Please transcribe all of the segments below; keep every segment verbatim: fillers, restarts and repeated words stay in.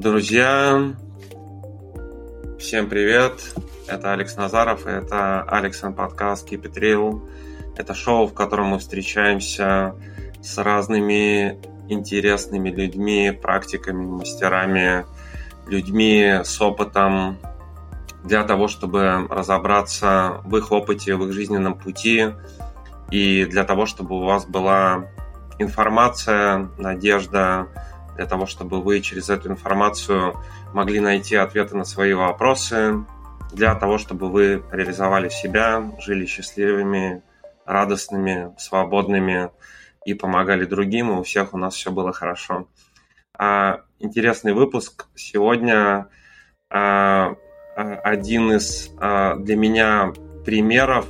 Друзья, всем привет! Это Алекс Назаров, и это Алексин подкаст Keep It Real. Это шоу, в котором мы встречаемся с разными интересными людьми, практиками, мастерами, людьми с опытом для того, чтобы разобраться в их опыте, в их жизненном пути, и для того, чтобы у вас была информация, надежда, для того, чтобы вы через эту информацию могли найти ответы на свои вопросы, для того, чтобы вы реализовали себя, жили счастливыми, радостными, свободными и помогали другим, и у всех у нас все было хорошо. А, интересный выпуск сегодня. А, один из а, для меня примеров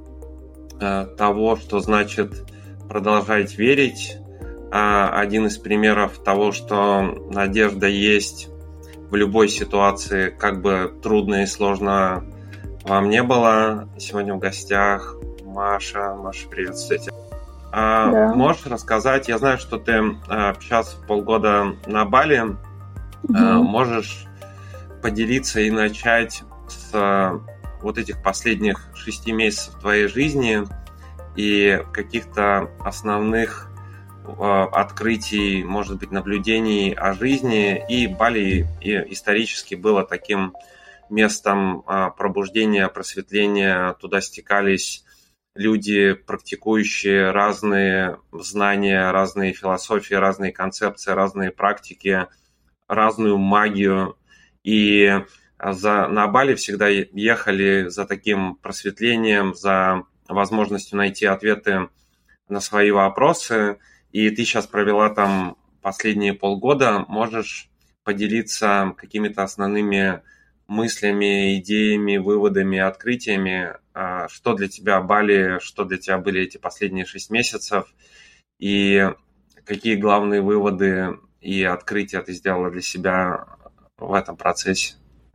а, того, что значит продолжать верить. Один из примеров того, что надежда есть в любой ситуации, как бы трудно и сложно вам не было. Сегодня в гостях Маша. Маша, приветствую тебя. Да. Можешь рассказать, я знаю, что ты сейчас полгода на Бали, угу. Можешь поделиться и начать с вот этих последних шести месяцев твоей жизни и каких-то основных открытий, может быть, наблюдений о жизни. И Бали исторически было таким местом пробуждения, просветления. Туда стекались люди, практикующие разные знания, разные философии, разные концепции, разные практики, разную магию. И за, на Бали всегда ехали за таким просветлением, за возможностью найти ответы на свои вопросы. И ты сейчас провела там последние полгода. Можешь поделиться какими-то основными мыслями, идеями, выводами, открытиями, что для тебя Бали, что для тебя были эти последние шесть месяцев, и какие главные выводы и открытия ты сделала для себя в этом процессе?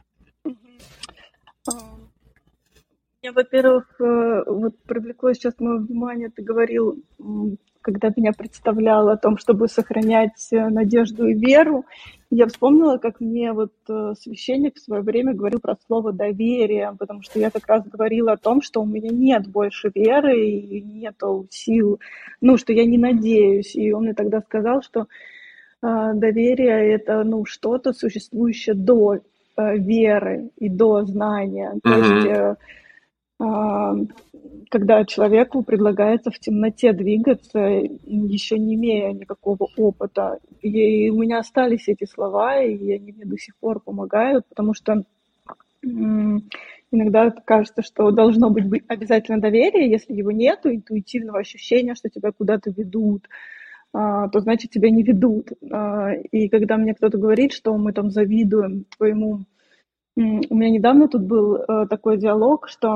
Я, во-первых, вот привлекло сейчас мое внимание, ты говорил, когда меня представлял о том, чтобы сохранять надежду и веру, я вспомнила, как мне вот священник в свое время говорил про слово «доверие», потому что я как раз говорила о том, что у меня нет больше веры и нету сил, ну, что я не надеюсь. И он мне тогда сказал, что э, доверие — это, ну, что-то существующее до э, веры и до знания. То mm-hmm. есть... Э, когда человеку предлагается в темноте двигаться, еще не имея никакого опыта. И у меня остались эти слова, и они мне до сих пор помогают, потому что иногда кажется, что должно быть обязательно доверие, если его нету, интуитивного ощущения, что тебя куда-то ведут, то значит тебя не ведут. И когда мне кто-то говорит, что мы там завидуем твоему... У меня недавно тут был такой диалог, что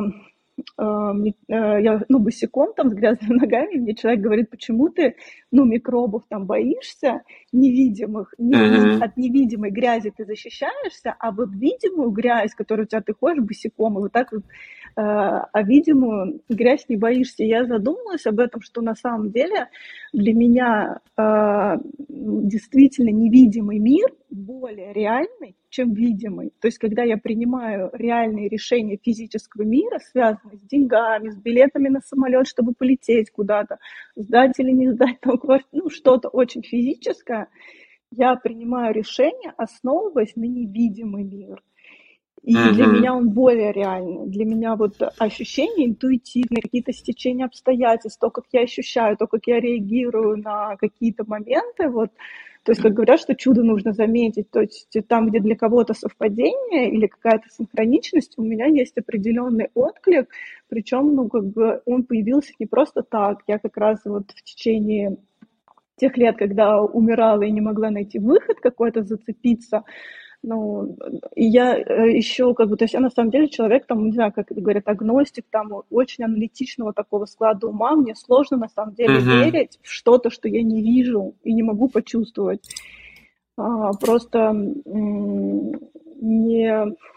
я, ну, босиком там с грязными ногами, мне человек говорит, почему ты, ну, микробов там боишься, невидимых, не, mm-hmm. от невидимой грязи ты защищаешься, а вот видимую грязь, которую у тебя ты ходишь босиком, и вот так вот, а видимую грязь не боишься. Я задумалась об этом, что на самом деле для меня действительно невидимый мир более реальный, чем видимый. То есть, когда я принимаю реальные решения физического мира, связанные с деньгами, с билетами на самолет, чтобы полететь куда-то, сдать или не сдать там квартиру, ну, что-то очень физическое, я принимаю решение, основываясь на невидимый мир. И mm-hmm. для меня он более реальный. Для меня вот ощущения интуитивные, какие-то стечения обстоятельств, то, как я ощущаю, то, как я реагирую на какие-то моменты, вот. То есть, как говорят, что чудо нужно заметить, то есть там, где для кого-то совпадение или какая-то синхроничность, у меня есть определенный отклик, причем, ну, как бы он появился не просто так. Я как раз вот в течение тех лет, когда умирала и не могла найти выход какой-то, зацепиться, ну, и я еще, как бы, то есть я на самом деле человек, там, не знаю, как это говорят, агностик, там, очень аналитичного такого склада ума, мне сложно, на самом деле, uh-huh. верить в что-то, что я не вижу и не могу почувствовать. А, просто м- не,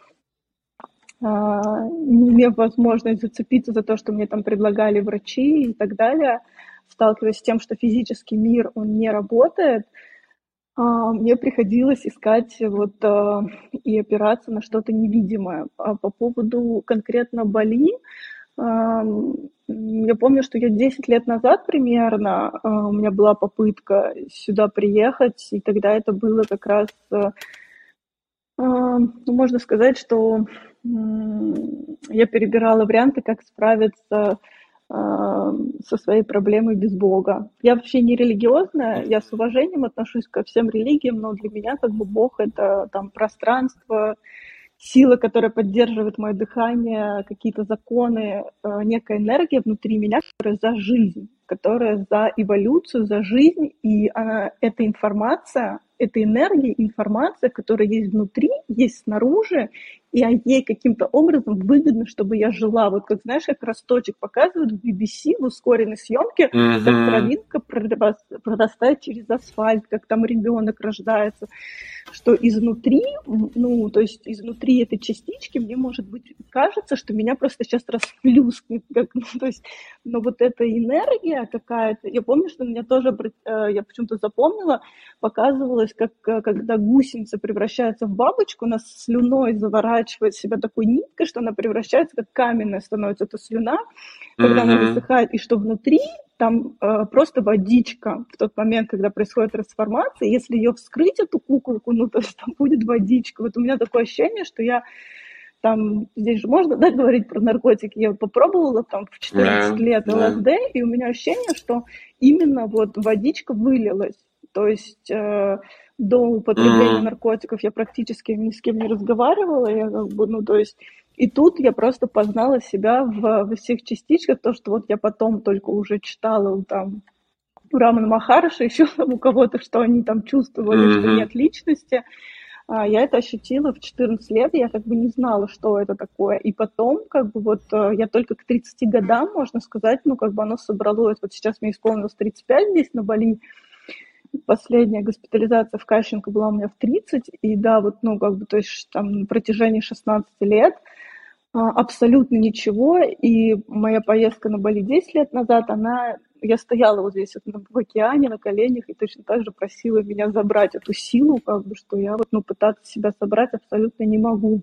а, не имев возможность зацепиться за то, что мне там предлагали врачи и так далее, сталкиваясь с тем, что физический мир, он не работает, А, мне приходилось искать вот, а, и опираться на что-то невидимое. А по поводу конкретно Бали, ам, я помню, что я десять лет назад примерно, а, у меня была попытка сюда приехать, и тогда это было как раз, э, а, ну, можно сказать, что м, я перебирала варианты, как справиться а, со своей проблемой без Бога. Я вообще не религиозная, я с уважением отношусь ко всем религиям, но для меня как бы Бог — это там пространство, сила, которая поддерживает мое дыхание, какие-то законы, э, некая энергия внутри меня, которая за жизнь, которая за эволюцию, за жизнь. И она, эта информация, эта энергия, информация, которая есть внутри, есть снаружи, и ей каким-то образом выгодно, чтобы я жила. Вот как, знаешь, как росточек показывают в би би си в ускоренной съемке, как Мгм. травинка прорастает через асфальт, как там ребенок рождается, что изнутри, ну, то есть изнутри этой частички мне, может быть, кажется, что меня просто сейчас расплюснет, как, ну, то есть, но вот эта энергия какая-то, я помню, что меня тоже, я почему-то запомнила, показывалось, как когда гусеница превращается в бабочку, она слюной заворачивает себя такой ниткой, что она превращается, как каменная становится эта слюна, когда она Мгм. высыхает, и что внутри там э, просто водичка в тот момент, когда происходит трансформация. Если ее вскрыть, эту куколку, ну, то есть там будет водичка. Вот у меня такое ощущение, что я там, здесь же можно, да, говорить про наркотики, я попробовала там в четырнадцать Да, лет да. ЛСД, и у меня ощущение, что именно вот водичка вылилась. То есть э, до употребления Мгм. наркотиков я практически ни с кем не разговаривала, я как бы, ну, то есть и тут я просто познала себя в, во всех частичках, то, что вот я потом только уже читала там у Рамана Махарши, еще у кого-то, что они там чувствовали, что Мгм. нет личности. А, я это ощутила в четырнадцать лет, и я как бы не знала, что это такое. И потом, как бы вот, э, я только к тридцати годам, можно сказать, ну, как бы оно собралось. Вот сейчас мне исполнилось тридцать пять здесь, на Бали. Последняя госпитализация в Кащенко была у меня в тридцать, и да, вот, ну, как бы, то есть там на протяжении шестнадцати лет а, абсолютно ничего, и моя поездка на Бали десять лет назад, она, я стояла вот здесь вот в океане на коленях и точно так же просила меня забрать эту силу, как бы, что я вот, ну, пытаться себя собрать абсолютно не могу.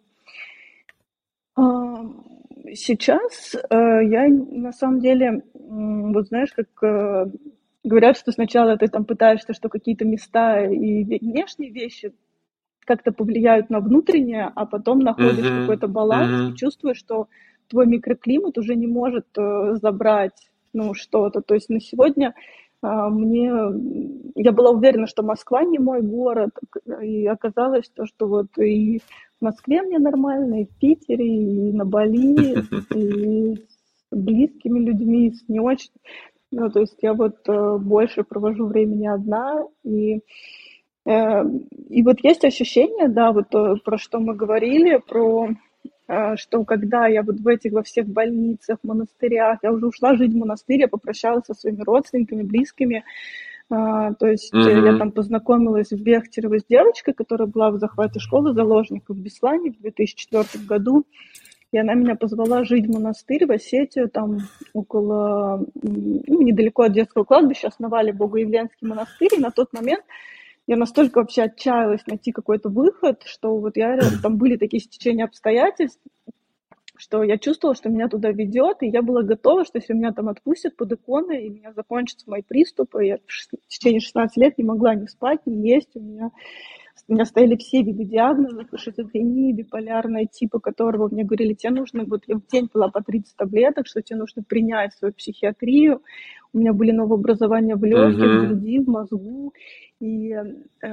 А, Сейчас э, я на самом деле, м, вот знаешь, как э, говорят, что сначала ты там пытаешься, что какие-то места и ве- внешние вещи как-то повлияют на внутреннее, а потом находишь Мгм. какой-то баланс и Мгм. чувствуешь, что твой микроклимат уже не может э, забрать, ну, что-то. То есть на сегодня а, мне... Я была уверена, что Москва не мой город, к- и оказалось то, что вот и в Москве мне нормально, и в Питере, и на Бали, и с близкими людьми, и с не очень. Ну, то есть я вот э, больше провожу времени одна, и Э, и вот есть ощущение, да, вот то, про что мы говорили, про э, что когда я вот в этих во всех больницах, монастырях, я уже ушла жить в монастырь, я попрощалась со своими родственниками, близкими, а, то есть э, я Мгм. там познакомилась в Бехтерево с девочкой, которая была в захвате школы заложников в Беслане в две тысячи четвёртом году, и она меня позвала жить в монастырь, в Осетию, там около, м, ну, недалеко от детского кладбища основали Богоявленский монастырь, и на тот момент я настолько вообще отчаялась найти какой-то выход, что вот я, там были такие стечения обстоятельств, что я чувствовала, что меня туда ведет, и я была готова, что если меня там отпустят под иконы, и у меня закончатся мои приступы, я в течение шестнадцати лет не могла ни спать, ни есть, у меня у меня стояли все виды диагнозов, шизофрения, биполярная, типа которого мне говорили, тебе нужно, вот я в день пила по тридцать таблеток, что тебе нужно принять свою психиатрию. У меня были новообразования в легких, в Мгм. груди, в мозгу. И э,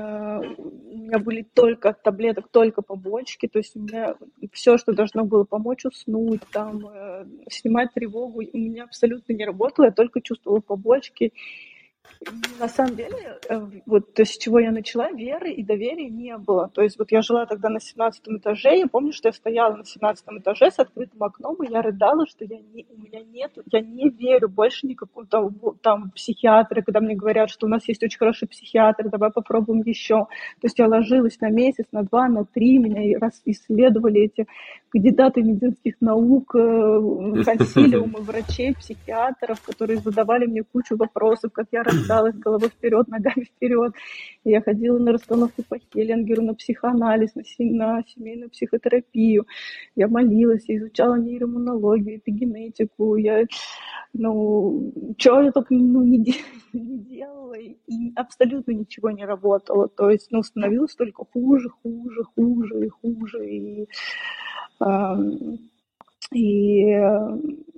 у меня были только от таблеток, только побочки. То есть у меня все, что должно было помочь уснуть, там, э, снимать тревогу, у меня абсолютно не работало. Я только чувствовала побочки. И на самом деле, э, вот то, с чего я начала, веры и доверия не было. То есть вот я жила тогда на семнадцатом этаже, я помню, что я стояла на семнадцатом этаже с открытым окном, и я рыдала, что я не, у меня нет, я не верю больше никакому там, там психиатры, когда мне говорят, что у нас есть очень хороший психиатр, давай попробуем еще. То есть я ложилась на месяц, на два, на три, меня и раз исследовали эти кандидаты медицинских наук, э, консилиумы врачей, психиатров, которые задавали мне кучу вопросов, как я рождалась, головой вперед, ногами вперед. Я ходила на расстановку по Хеллингеру, на психоанализ, на, сем- на семейную психотерапию. Я молилась, я изучала нейроиммунологию, эпигенетику. Я, ну, что я только ну, не, де- не делала, и абсолютно ничего не работало. То есть, ну, становилось только хуже, хуже, хуже и хуже. И, эм, и, э,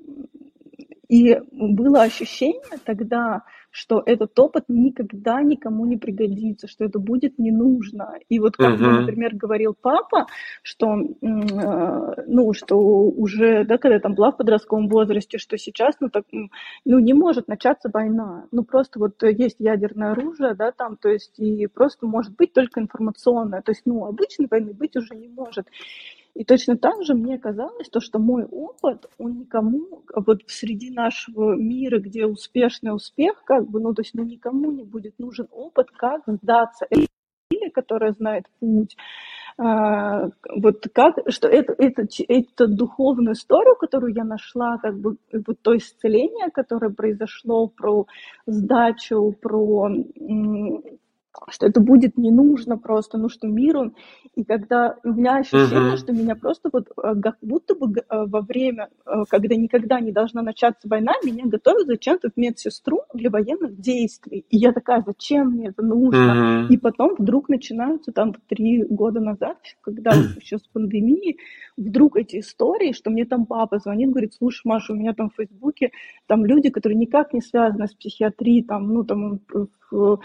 и было ощущение тогда, что этот опыт никогда никому не пригодится, что это будет не нужно. И вот как мне, Мгм. например, говорил папа, что, м, э, ну, что уже, да, когда я там была в подростковом возрасте, что сейчас, ну, так, м, ну, не может начаться война. Ну, просто вот э, есть ядерное оружие, да, там, то есть, и просто может быть только информационное. То есть, ну, обычной войны быть уже не может. И точно так же мне казалось, то, что мой опыт, он никому, вот среди нашего мира, где успешный успех, как бы, ну, то есть, ну, никому не будет нужен опыт, как сдаться. Это Лиля, которая знает путь, а, вот как, что это, это, ч- это духовную историю, которую я нашла, как бы, вот то исцеление, которое произошло, про сдачу, про м, что это будет не нужно просто, ну что мир он, и когда у меня ощущение, Мгм. что меня просто вот э, как будто бы г- э, во время, э, когда никогда не должна начаться война, меня готовят зачем-то в медсестру для военных действий. И я такая, зачем мне это нужно? И Мгм. потом вдруг начинаются там три года назад, когда вот еще с пандемией, вдруг эти истории, что мне там папа звонит, говорит, слушай, Маша, у меня там в Фейсбуке там люди, которые никак не связаны с психиатрией, там, ну, там, он в-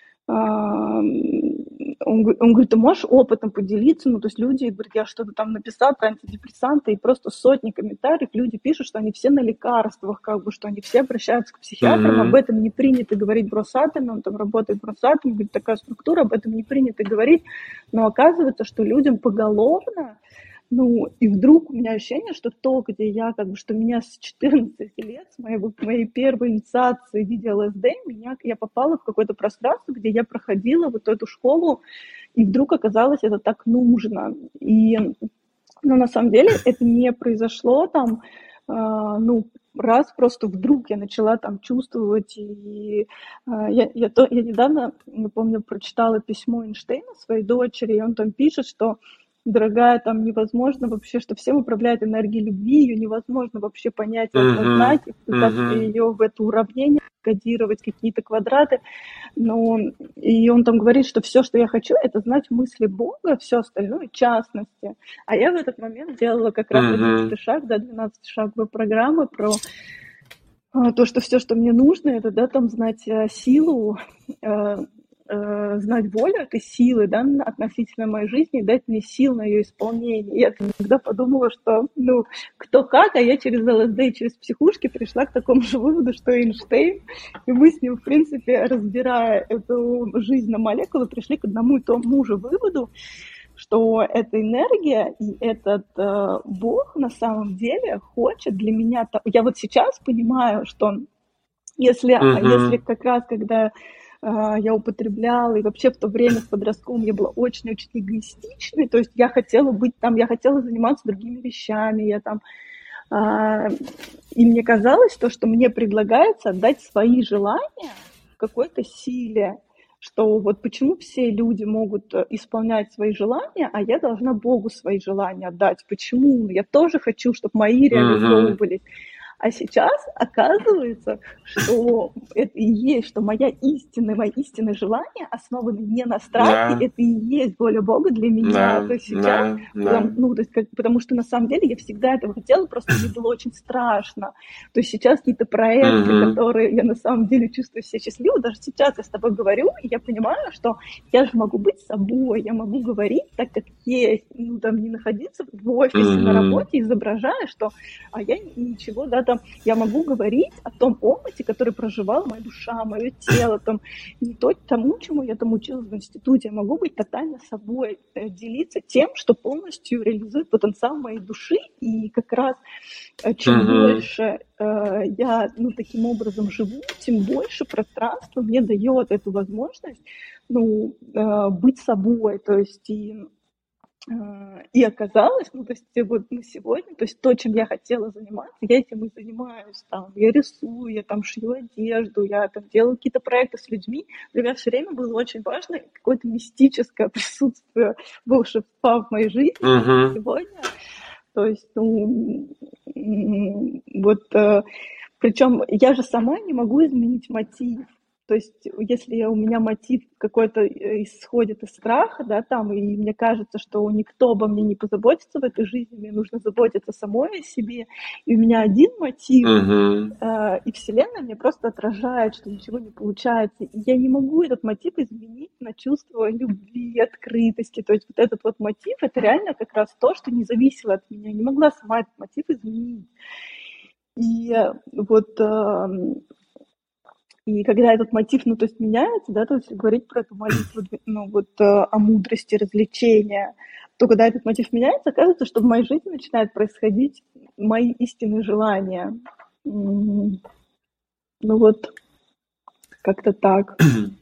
а, он, г- он говорит, ты можешь опытом поделиться? Ну, то есть люди, говорят, я что-то там написал про антидепрессанты, и просто сотни комментариев люди пишут, что они все на лекарствах, как бы, что они все обращаются к психиатрам, об Мгм. этом не принято говорить в Росатоме, он там работает в Росатоме, говорит, такая структура, об этом не принято говорить, но оказывается, что людям поголовно, ну, и вдруг у меня ощущение, что то, где я, как бы, что меня с четырнадцати лет, с моей, вот моей первой инициации в виде ЛСД, меня, я попала в какое-то пространство, где я проходила вот эту школу, и вдруг оказалось, это так нужно. И, ну, на самом деле, это не произошло там, а, ну, раз просто вдруг я начала там чувствовать, и а, я, я, то, я недавно, не помню, прочитала письмо Эйнштейна своей дочери, и он там пишет, что дорогая, там невозможно вообще, что всем управляет энергией любви, ее невозможно вообще понять и осознать, Мгм. и как Мгм. ее в это уравнение кодировать, какие-то квадраты. Но и он там говорит, что все, что я хочу, это знать мысли Бога, все остальное частности. А я в этот момент делала как раз одиннадцатый Мгм. шаг, да, двенадцатишаговой программы про а, то, что все, что мне нужно, это, да, там знать э, силу, э, э, знать волю этой силы, да, н- относительно моей жизни, и дать мне сил на ее исполнение. Я тогда подумала, что, ну, кто как, а я через ЛСД и через психушки пришла к такому же выводу, что Эйнштейн, и мы с ним, в принципе, разбирая эту жизнь на молекулы, пришли к одному и тому же выводу, что эта энергия и этот э, Бог на самом деле хочет для меня... та- Я вот сейчас понимаю, что если, если Мгм. как раз, когда э, я употребляла, и вообще в то время в подростковом я была очень-очень эгоистичной, то есть я хотела быть там, я хотела заниматься другими вещами, я там... а, и мне казалось то, что мне предлагается отдать свои желания какой-то силе, что вот почему все люди могут э, исполнять свои желания, а я должна Богу свои желания отдать. Почему? Ну, я тоже хочу, чтобы мои Мгм. реализовывались. А сейчас оказывается, что это и есть, что моя истинная, мои истинные желания основаны не на страхе, Да, это и есть воля Бога для меня. да, То есть сейчас, да, потому, да. ну, то есть как, потому что на самом деле я всегда этого хотела, просто мне было очень страшно. То есть сейчас какие-то проекты, Мгм. которые я на самом деле чувствую себя счастливой, даже сейчас я с тобой говорю, и я понимаю, что я же могу быть собой, я могу говорить так, как есть, ну, там, не находиться в офисе, на Мгм. работе, изображая, что а я ничего, да, там, я могу говорить о том опыте, который проживала моя душа, мое тело, там, не то, тому, чему я там училась в институте, я могу быть тотально собой, э, делиться тем, что полностью реализует потенциал моей души, и как раз э, чем Мгм. больше э, я, ну, таким образом живу, тем больше пространства мне дает эту возможность, ну, э, быть собой, то есть и И оказалось, ну, то есть вот на сегодня, то есть то, чем я хотела заниматься, я этим и занимаюсь. Там, я рисую, я там шью одежду, я там делаю какие-то проекты с людьми. Для меня все время было очень важно какое-то мистическое присутствие волшебства в моей жизни. Угу. Сегодня, то есть, ну, вот, причем я же сама не могу изменить мотив. То есть, если у меня мотив какой-то исходит из страха, да, там, и мне кажется, что никто обо мне не позаботится в этой жизни, мне нужно заботиться самой о себе, и у меня один мотив, Угу. э, и Вселенная мне просто отражает, что ничего не получается, и я не могу этот мотив изменить на чувство любви, открытости. То есть вот этот вот мотив, это реально как раз то, что не зависело от меня, не могла сама этот мотив изменить. И вот... Э, И когда этот мотив, ну, то есть меняется, да, то есть говорить про эту молитву, ну, вот о мудрости, развлечения, то когда этот мотив меняется, оказывается, что в моей жизни начинают происходить мои истинные желания. Ну, вот как-то так.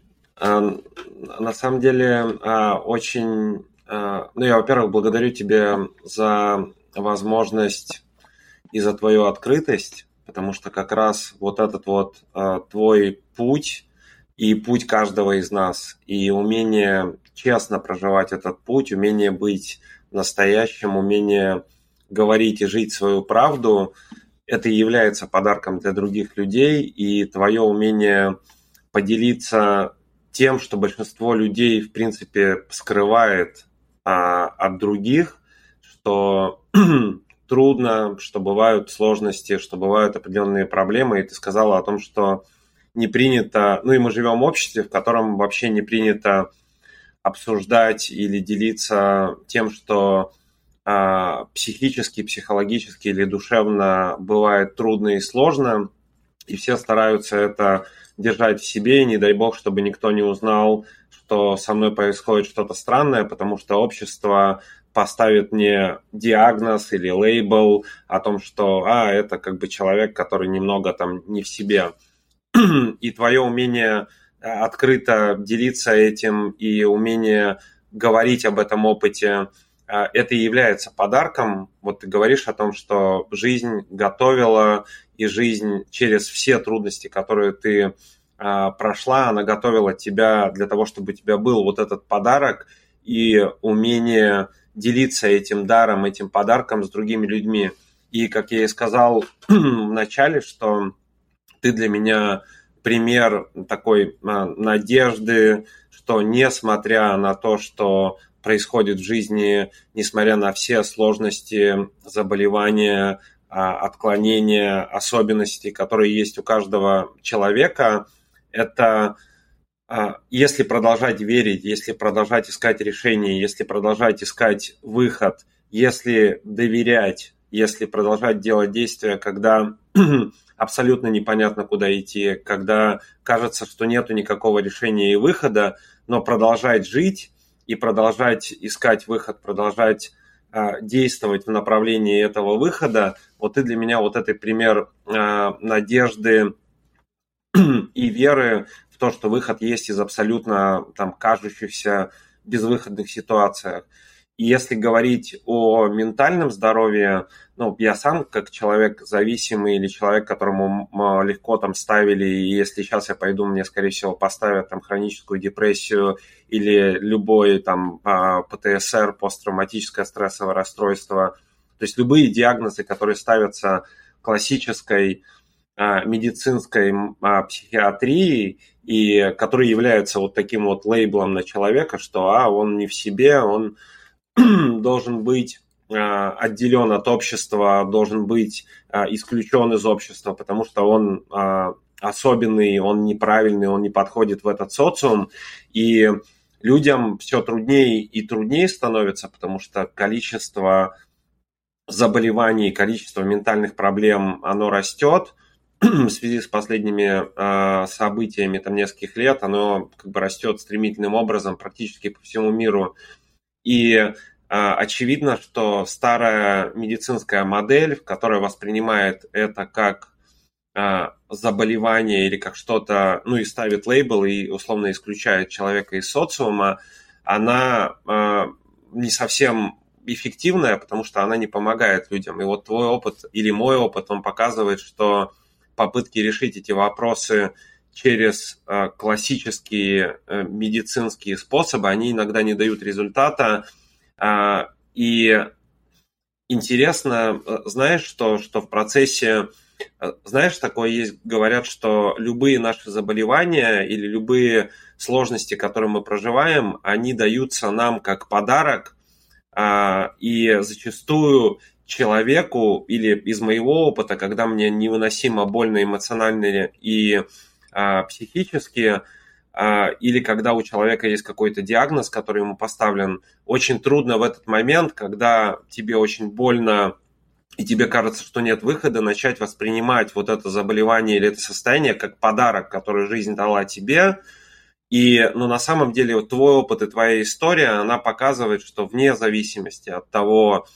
На самом деле, очень... Ну, я, во-первых, благодарю тебя за возможность и за твою открытость, потому что как раз вот этот вот э, твой путь и путь каждого из нас, и умение честно проживать этот путь, умение быть настоящим, умение говорить и жить свою правду, это и является подарком для других людей, и твое умение поделиться тем, что большинство людей, в принципе, скрывает а, от других, что трудно, что бывают сложности, что бывают определенные проблемы, и ты сказала о том, что не принято, ну и мы живем в обществе, в котором вообще не принято обсуждать или делиться тем, что а, психически, психологически или душевно бывает трудно и сложно, и все стараются это держать в себе, и не дай бог, чтобы никто не узнал, что со мной происходит что-то странное, потому что общество поставит мне диагноз или лейбл о том, что а, это как бы человек, который немного там не в себе. И твое умение открыто делиться этим и умение говорить об этом опыте, это и является подарком. Вот ты говоришь о том, что жизнь готовила, и жизнь через все трудности, которые ты прошла, она готовила тебя для того, чтобы у тебя был вот этот подарок и умение делиться этим даром, этим подарком с другими людьми. И, как я и сказал в начале, что ты для меня пример такой надежды, что несмотря на то, что происходит в жизни, несмотря на все сложности, заболевания, отклонения, особенности, которые есть у каждого человека, это если продолжать верить, если продолжать искать решение, если продолжать искать выход, если доверять, если продолжать делать действия, когда абсолютно непонятно, куда идти, когда кажется, что нету никакого решения и выхода, но продолжать жить и продолжать искать выход, продолжать э, действовать в направлении этого выхода, вот ты для меня вот этот пример э, надежды и веры в то, что выход есть из абсолютно там кажущихся безвыходных ситуациях. И если говорить о ментальном здоровье, ну, я сам как человек зависимый или человек, которому легко там ставили, и если сейчас я пойду, мне, скорее всего, поставят там хроническую депрессию или любой там ПТСР, посттравматическое стрессовое расстройство, то есть любые диагнозы, которые ставятся классической медицинской психиатрии, и которые являются вот таким вот лейблом на человека, что а, он не в себе, он должен быть отделен от общества, должен быть исключен из общества, потому что он особенный, он неправильный, он не подходит в этот социум. И людям все труднее и труднее становится, потому что количество заболеваний, количество ментальных проблем, оно растет. В связи с последними событиями там, нескольких лет, оно как бы растет стремительным образом практически по всему миру. И очевидно, что старая медицинская модель, которая воспринимает это как заболевание или как что-то, ну и ставит лейбл и условно исключает человека из социума, она не совсем эффективная, потому что она не помогает людям. И вот твой опыт или мой опыт, он показывает, что попытки решить эти вопросы через э, классические э, медицинские способы, они иногда не дают результата. Э, и интересно, э, знаешь, что, что в процессе, э, знаешь, такое есть, говорят, что любые наши заболевания или любые сложности, которые мы проживаем, они даются нам как подарок, и зачастую человеку, или из моего опыта, когда мне невыносимо больно эмоционально и а, психически, а, или когда у человека есть какой-то диагноз, который ему поставлен, очень трудно в этот момент, когда тебе очень больно и тебе кажется, что нет выхода, начать воспринимать вот это заболевание или это состояние как подарок, который жизнь дала тебе. И, ну, на самом деле, вот твой опыт и твоя история, она показывает, что вне зависимости от того,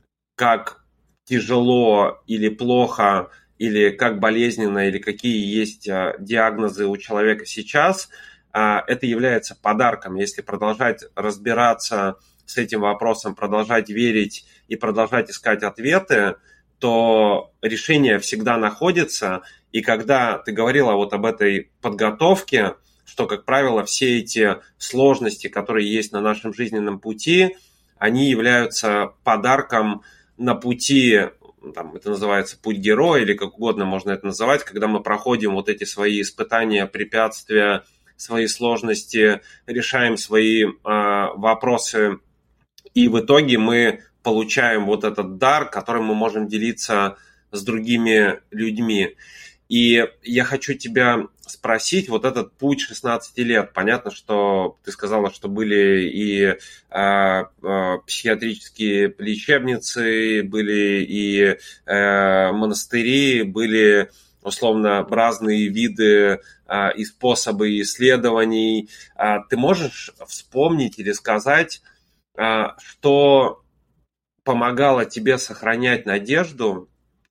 как тяжело или плохо, или как болезненно, или какие есть диагнозы у человека сейчас, это является подарком. Если продолжать разбираться с этим вопросом, продолжать верить и продолжать искать ответы, то решение всегда находится. И когда ты говорила вот об этой подготовке, что, как правило, все эти сложности, которые есть на нашем жизненном пути, они являются подарком на пути, там, это называется путь героя, или как угодно можно это называть, когда мы проходим вот эти свои испытания, препятствия, свои сложности, решаем свои э, вопросы, и в итоге мы получаем вот этот дар, которым мы можем делиться с другими людьми. И я хочу тебя спросить, вот этот путь шестнадцати лет, понятно, что ты сказала, что были и э, э, психиатрические лечебницы, были и э, монастыри, были условно разные виды э, и способы исследований. Э, ты можешь вспомнить или сказать, э, что помогало тебе сохранять надежду,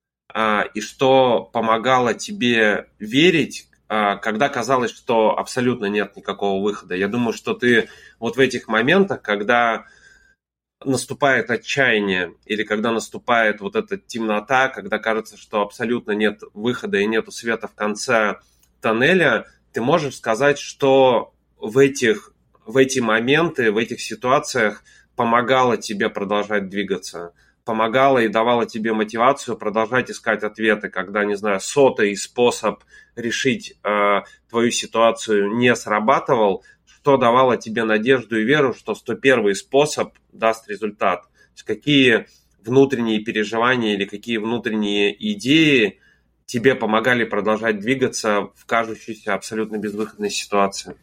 и что помогало тебе верить, когда казалось, что абсолютно нет никакого выхода? Я думаю, что ты вот в этих моментах, когда наступает отчаяние или когда наступает вот эта темнота, когда кажется, что абсолютно нет выхода и нету света в конце тоннеля, ты можешь сказать, что в, этих, в эти моменты, в этих ситуациях помогало тебе продолжать двигаться? Помогала и давала тебе мотивацию продолжать искать ответы, когда, не знаю, сотый способ решить э, твою ситуацию не срабатывал, что давало тебе надежду и веру, что сто первый способ даст результат? То есть какие внутренние переживания или какие внутренние идеи тебе помогали продолжать двигаться в кажущейся абсолютно безвыходной ситуации?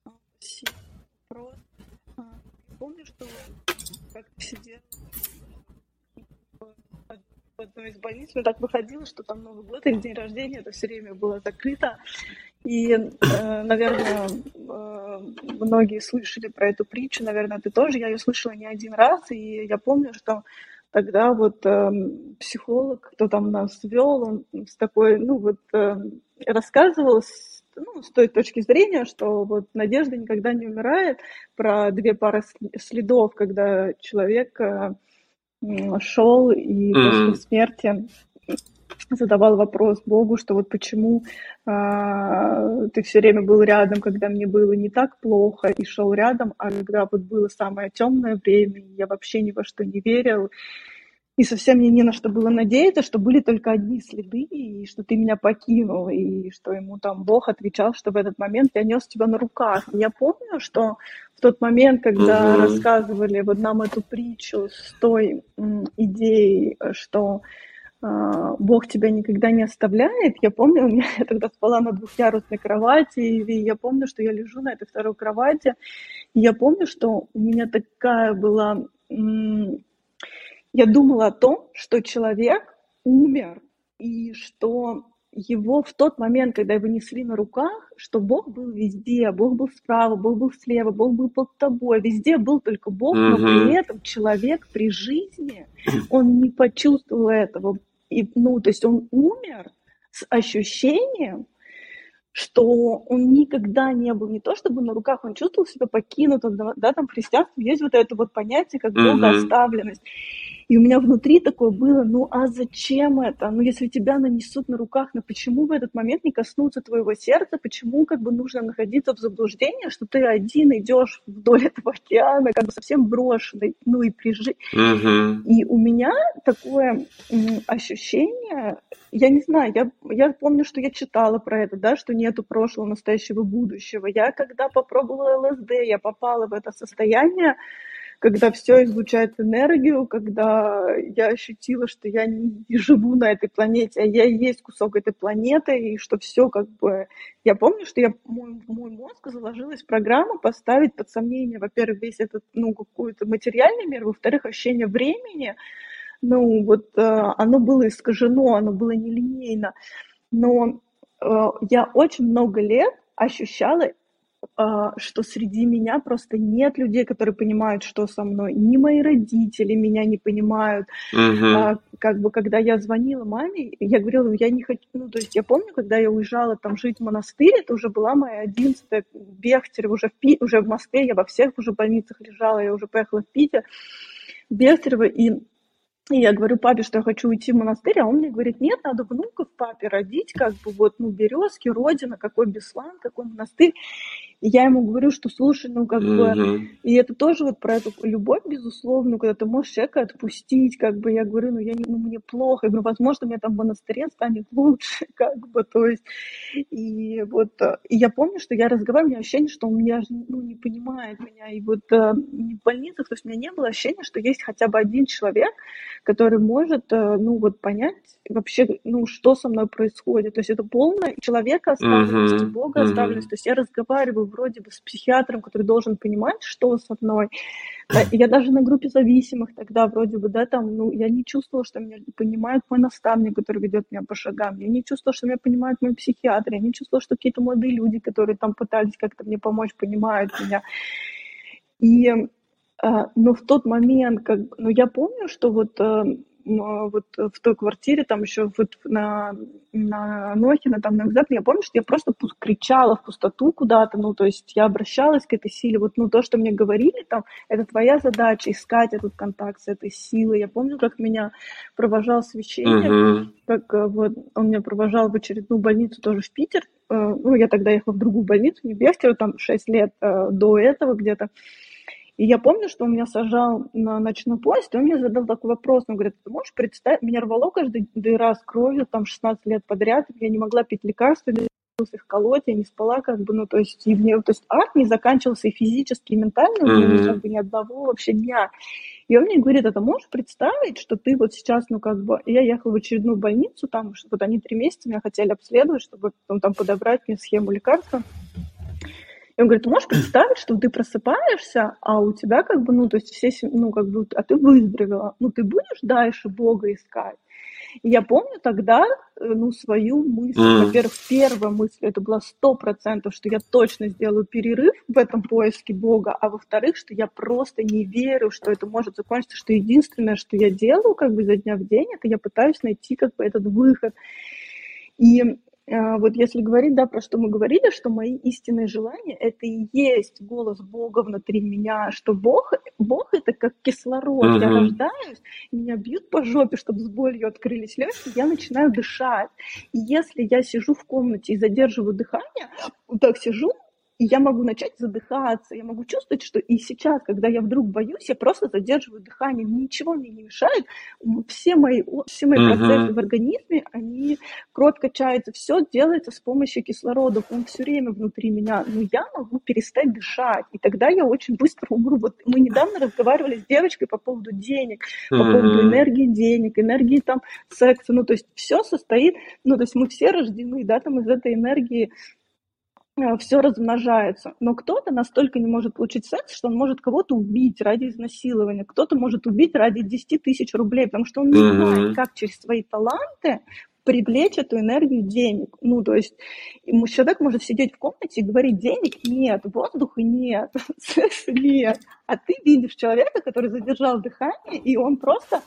Помню, что как сидел в одной из больниц, мне так выходило, что там Новый год или день рождения, это все время было закрыто. И, э, наверное, э, многие слышали про эту притчу, наверное, ты тоже. Я ее слышала не один раз, и я помню, что тогда вот э, психолог, кто там нас вел, он с такой, ну вот, э, рассказывал с, ну, с той точки зрения, что вот надежда никогда не умирает, про две пары следов, когда человек э, шел и mm-hmm. после смерти задавал вопрос Богу, что вот почему а, ты все время был рядом, когда мне было не так плохо, и шел рядом, а когда вот было самое темное время, я вообще ни во что не верил, и совсем мне не на что было надеяться, что были только одни следы, и что ты меня покинул, и что ему там Бог отвечал, что в этот момент я нес тебя на руках. И я помню, что в тот момент, когда mm-hmm. рассказывали вот нам эту притчу с той м, идеей, что Бог тебя никогда не оставляет. Я помню, у меня, я тогда спала на двухъярусной кровати, и я помню, что я лежу на этой второй кровати, и я помню, что у меня такая была... Я думала о том, что человек умер, и что его в тот момент, когда его несли на руках, что Бог был везде, Бог был справа, Бог был слева, Бог был под тобой, везде был только Бог, но при этом человек при жизни, он не почувствовал этого. И, ну, то есть он умер с ощущением, что он никогда не был не то чтобы на руках, он чувствовал себя покинутым, да, да, там в христианстве есть вот это вот понятие, как Мгм. богооставленность. И у меня внутри такое было, ну а зачем это? Ну если тебя нанесут на руках, ну почему в этот момент не коснуться твоего сердца? Почему как бы нужно находиться в заблуждении, что ты один идешь вдоль этого океана, как бы совсем брошенный, ну и прижи... Мгм. И у меня такое м, ощущение, я не знаю, я, я помню, что я читала про это, да, что нету прошлого, настоящего, будущего. Я когда попробовала ЛСД, я попала в это состояние, когда все излучает энергию, когда я ощутила, что я не живу на этой планете, а я и есть кусок этой планеты, и что все как бы... Я помню, что я, мой, мой мозг заложилась программа поставить под сомнение, во-первых, весь этот, ну, какой-то материальный мир, во-вторых, ощущение времени, ну, вот э, оно было искажено, оно было нелинейно, но э, я очень много лет ощущала, а, что среди меня просто нет людей, которые понимают, что со мной. Ни мои родители меня не понимают. Мгм. А, как бы, когда я звонила маме, я говорила, я не хочу... Ну, то есть я помню, когда я уезжала там жить в монастырь, это уже была моя одиннадцатая в Бехтере, уже в, Пи... уже в Москве, я во всех уже больницах лежала, я уже поехала в Питер, в Бехтерево, и и я говорю папе, что я хочу уйти в монастырь, а он мне говорит, нет, надо внуков папе родить, как бы вот, ну, Березки, родина, какой Беслан, какой монастырь. И я ему говорю, что слушай, ну как бы, Мгм. и это тоже вот про эту любовь, безусловно, когда ты можешь человека отпустить, как бы, я говорю, ну я не, ну мне плохо, я говорю, возможно, мне там в монастыре станет лучше, как бы, то есть, и вот, э, и я помню, что я разговариваю, у меня ощущение, что он меня, ну, не понимает меня, и вот э, в больницах, то есть у меня не было ощущения, что есть хотя бы один человек, который может, э, ну вот, понять вообще, ну, что со мной происходит, то есть это полная человекооставленность и Мгм. богооставленность, Мгм. то есть я разговариваю вроде бы с психиатром, который должен понимать, что со мной. Да, я даже на группе зависимых тогда вроде бы, да, там, ну, я не чувствовала, что меня понимает мой наставник, который ведет меня по шагам. Я не чувствовала, что меня понимает мой психиатр. Я не чувствовала, что какие-то молодые люди, которые там пытались как-то мне помочь, понимают меня. И, а, но в тот момент, как, ну, я помню, что вот, а, вот в той квартире, там еще вот на, на Анохина, там на Экзаптне, я помню, что я просто кричала в пустоту куда-то, ну, то есть я обращалась к этой силе, вот, ну, то, что мне говорили там, это твоя задача, искать этот контакт с этой силой. Я помню, как меня провожал священник, Мгм. как вот он меня провожал в очередную больницу тоже в Питер, ну, я тогда ехала в другую больницу, не в Бехтеру, там шесть лет до этого где-то. И я помню, что он меня сажал на ночной поезд, и он мне задал такой вопрос. Он говорит, ты можешь представить, меня рвало каждый раз кровью, там шестнадцать лет подряд, я не могла пить лекарства, их колоть, я не спала, как бы, ну, то есть, и мне, то есть, ад не заканчивался и физически, и ментально, у меня не, как бы, ни одного вообще дня. И он мне говорит, а ты можешь представить, что ты вот сейчас, ну, как бы, я ехала в очередную больницу, там, вот они три месяца меня хотели обследовать, чтобы потом там подобрать мне схему лекарства. И он говорит, ты можешь представить, что ты просыпаешься, а у тебя как бы, ну, то есть все, ну, как бы, а ты выздоровела, ну, ты будешь дальше Бога искать? И я помню тогда, ну, свою мысль, Мгм. во-первых, первая мысль, это была сто процентов, что я точно сделаю перерыв в этом поиске Бога, а во-вторых, что я просто не верю, что это может закончиться, что единственное, что я делаю, как бы, изо дня в день, это я пытаюсь найти, как бы, этот выход. И вот если говорить, да, про что мы говорили, что мои истинные желания, это и есть голос Бога внутри меня, что Бог, Бог это как кислород. Я Мгм. рождаюсь, меня бьют по жопе, чтобы с болью открылись легкие, я начинаю дышать. И если я сижу в комнате и задерживаю дыхание, вот так сижу, и я могу начать задыхаться, я могу чувствовать, что и сейчас, когда я вдруг боюсь, я просто задерживаю дыхание, ничего мне не мешает, все мои, все мои процессы Мгм. в организме, они, кровь качается, все делается с помощью кислорода, он все время внутри меня, но я могу перестать дышать, и тогда я очень быстро умру. Вот мы недавно разговаривали с девочкой по поводу денег, по поводу Мгм. энергии денег, энергии там секса, ну то есть все состоит, ну то есть мы все рождены, да, там из этой энергии все размножается. Но кто-то настолько не может получить секс, что он может кого-то убить ради изнасилования, кто-то может убить ради десять тысяч рублей, потому что он не знает, Мгм. как через свои таланты привлечь эту энергию денег. Ну, то есть человек может сидеть в комнате и говорить, денег нет, воздуха нет, секса нет. А ты видишь человека, который задержал дыхание, и он просто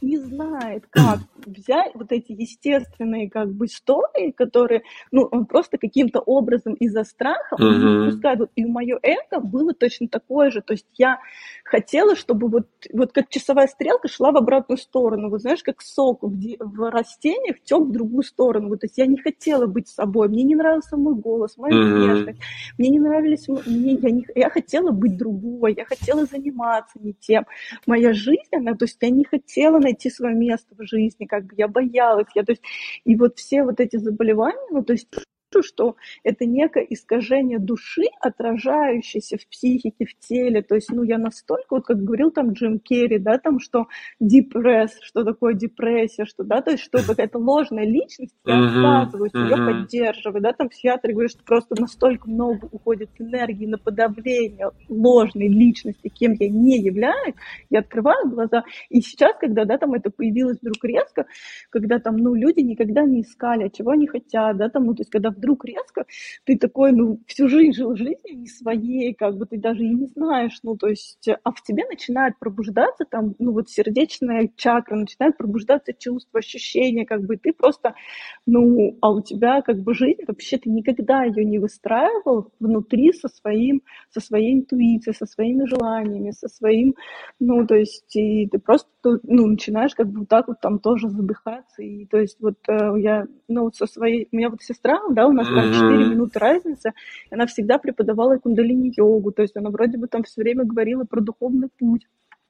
не знает, как взять вот эти естественные как бы истории, которые, ну, он просто каким-то образом из-за страха он не Мгм. выпускает. Вот и мое эго было точно такое же. То есть я хотела, чтобы вот, вот как часовая стрелка шла в обратную сторону. Вот знаешь, как сок в, де- в растениях тек в другую сторону. Вот, то есть я не хотела быть собой. Мне не нравился мой голос, моя внешность. Мгм. Мне не нравились... м- Мне, я, не, я хотела быть другой. Я хотела заниматься не тем. Моя жизнь, она... То есть я не хотела найти свое место в жизни. Как бы я боялась. Я, то есть, и вот все вот эти заболевания, ну, то есть что это некое искажение души, отражающееся в психике, в теле. То есть, ну, я настолько, вот как говорил там Джим Керри, да, там, что депресс, что такое депрессия, что, да, то есть, что какая-то ложная личность, я Мгм. отказываюсь ее Мгм. поддерживать, да, там психиатры говорят, что просто настолько много уходит энергии на подавление ложной личности, кем я не являюсь, я открываю глаза, и сейчас, когда, да, там это появилось вдруг резко, когда там, ну, люди никогда не искали, чего они хотят, да, там, ну, то есть, когда вдруг резко ты такой, ну, всю жизнь жил жизнью не своей, как бы ты даже и не знаешь, ну, то есть, а в тебе начинает пробуждаться там, ну, вот сердечная чакра, начинает пробуждаться чувства, ощущения, как бы ты просто, ну, а у тебя как бы жизнь, вообще ты никогда ее не выстраивал внутри со своим, со своей интуицией, со своими желаниями, со своим, ну, то есть, и ты просто, ну, начинаешь как бы вот так вот там тоже задыхаться, и, то есть, вот э, я, ну, вот со своей, у меня вот сестра, да, у нас там четыре Мгм. минуты разницы, она всегда преподавала кундалини-йогу, то есть она вроде бы там все время говорила про духовный путь,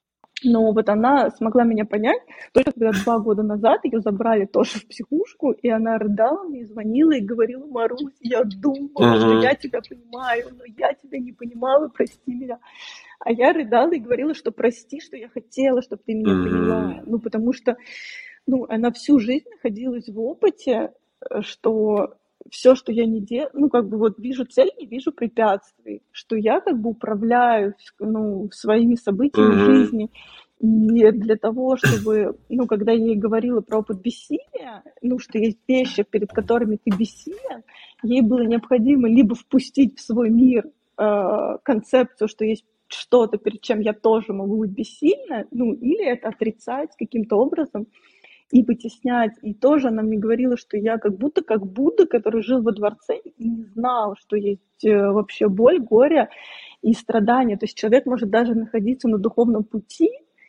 но вот она смогла меня понять только когда два года назад ее забрали тоже в психушку, и она рыдала мне, звонила и говорила: Марусь, я думала, что Мгм. я тебя понимаю, но я тебя не понимала, прости меня. А я рыдала и говорила, что прости, что я хотела, чтобы ты меня Мгм. поняла. Ну, потому что, ну, она всю жизнь находилась в опыте, э, что все, что я не делаю, ну, как бы вот вижу цель, не вижу препятствий, что я как бы управляю, ну, своими событиями Мгм. жизни. И для того, чтобы, ну, когда я ей говорила про опыт бессилия, ну, что есть вещи, перед которыми ты бессилен, ей было необходимо либо впустить в свой мир э, концепцию, что есть что-то, перед чем я тоже могу быть бессильна, ну, или это отрицать каким-то образом и вытеснять. И тоже она мне говорила, что я как будто как Будда, который жил во дворце и не знал, что есть э, вообще боль, горе и страдания. То есть человек может даже находиться на духовном пути,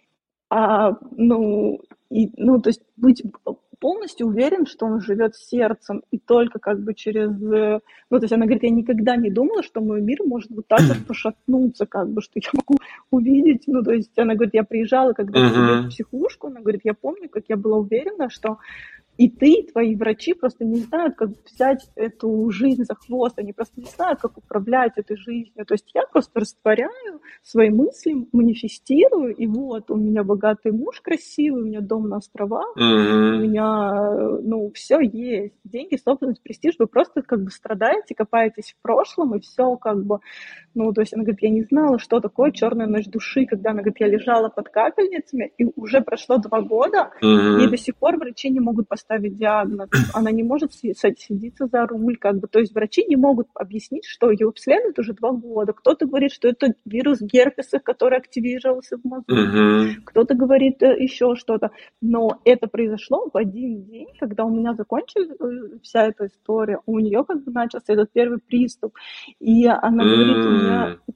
а, ну, и, ну, то есть быть полностью уверен, что он живет сердцем, и только как бы через... э, Ну, то есть она говорит, я никогда не думала, что мой мир может вот так вот пошатнуться, как бы, что я могу увидеть. Ну, то есть она говорит, я приезжала, когда к себе в Мгм. психушку, она говорит, я помню, как я была уверена, что и ты, и твои врачи просто не знают, как взять эту жизнь за хвост, они просто не знают, как управлять этой жизнью. То есть я просто растворяю свои мысли, манифестирую, и вот у меня богатый муж красивый, у меня дом на островах, у Мгм. меня, ну, все есть. Деньги, собственность, престиж, вы просто как бы страдаете, копаетесь в прошлом, и все как бы, ну, то есть она говорит, я не знала, что такое черная ночь души, когда она говорит, я лежала под капельницами, и уже прошло два года, ей до Мгм. сих пор врачи не могут поставить диагноз, она не может садиться за руль, как бы, то есть врачи не могут объяснить, что ее обследуют уже два года. Кто-то говорит, что это вирус герпеса, который активировался в мозгу, Мгм. кто-то говорит э, еще что-то, но это произошло в один день, когда у меня закончилась э, вся эта история, у нее как бы начался этот первый приступ, и она говорит, у меня М.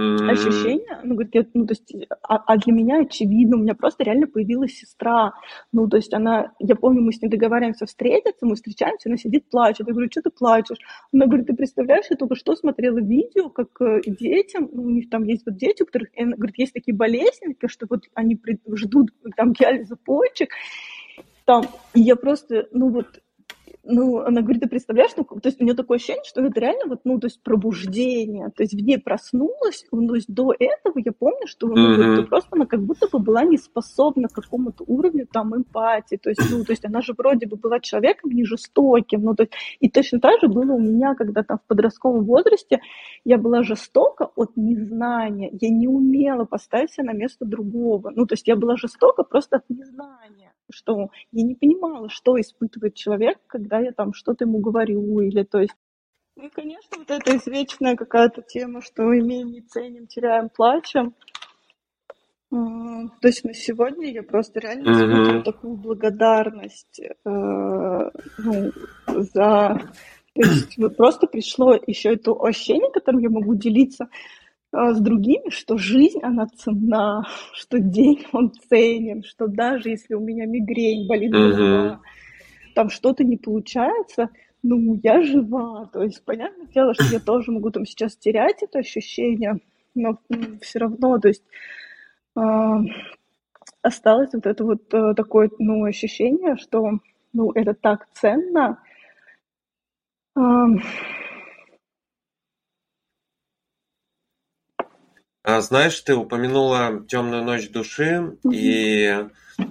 М. ощущение, ну, говорит, я, ну, то есть, а, а для меня очевидно, у меня просто реально появилась сестра, ну, то есть она, я помню, мы с ней договариваемся встретиться, мы встречаемся, она сидит, плачет, я говорю, что ты плачешь? Она говорит, ты представляешь, я только что смотрела видео, как э, детям, ну, у них там есть вот дети, у которых, она говорит, есть такие болезни, что вот они при, ждут там диализа почек, там, и я просто, ну, вот, ну, она говорит, ты представляешь, ну, то есть у нее такое ощущение, что это реально вот, ну, то есть пробуждение, то есть в ней проснулась, ну, то есть до этого я помню, что, ну, вот Мгм. просто она как будто бы была не способна к какому-то уровню там эмпатии, то есть, ну, то есть она же вроде бы была человеком не жестоким, ну, то есть, и точно так же было у меня, когда там в подростковом возрасте я была жестока от незнания, я не умела поставить себя на место другого, ну, то есть я была жестока просто от незнания, что я не понимала, что испытывает человек, когда я там что-то ему говорю, или то есть... Ну и, конечно, вот эта извечная какая-то тема, что имеем, не ценим, теряем, плачем. М, То есть на сегодня я просто реально испытываю Мгм. такую благодарность, э, ну, за... То есть вот просто пришло еще это ощущение, которым я могу делиться а, с другими, что жизнь, она ценна, что день, он ценен, что даже если у меня мигрень, болит голова, Мгм. там что-то не получается, ну, я жива. То есть, понятное дело, что я тоже могу там сейчас терять это ощущение, но все равно, то есть а, осталось вот это вот э, такое, ну, ощущение, что, ну, это так ценно. Ам, А знаешь, ты упомянула темную ночь души, мгм, и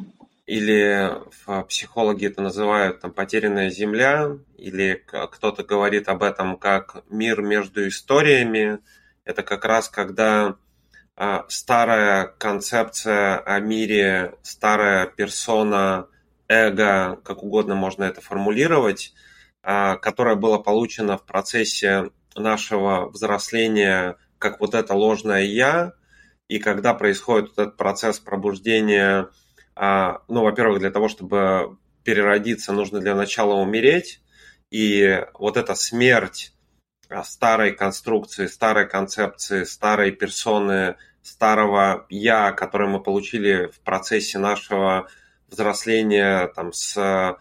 или в психологи это называют там потерянная земля, или к- кто-то говорит об этом как мир между историями. Это как раз когда а, старая концепция о мире, старая персона, эго, как угодно можно это формулировать, а, которое было получено в процессе нашего взросления, как вот это ложное «я», и когда происходит вот этот процесс пробуждения, а, ну, во-первых, для того, чтобы переродиться, нужно для начала умереть, и вот эта смерть а, старой конструкции, старой концепции, старой персоны, старого «я», который мы получили в процессе нашего взросления там, с,